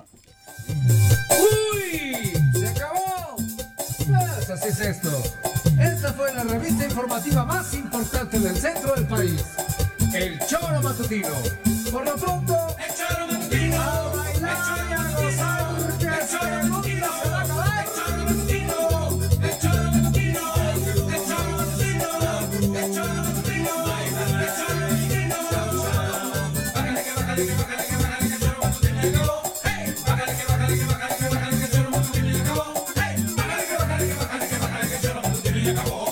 ¡Se acabó! Pues así es esto. Esta fue la revista informativa más importante del centro del país. El Choro Matutino. Por lo pronto, el Choro Matutino. A bailar y a gozar, porque el Choro Matutino se va a acabar. El Choro Matutino. El Choro Matutino. El Choro Matutino. El Choro Matutino. El Choro Matutino. Bájale que bájale que bájale que bájale que el Choro Matutino llegó. ¡Hey! Bájale que bájale que bájale que bájale que el Choro Matutino llegó. ¡Hey! Bájale que bájale que bájale que bájale que el Choro Matutino llegó.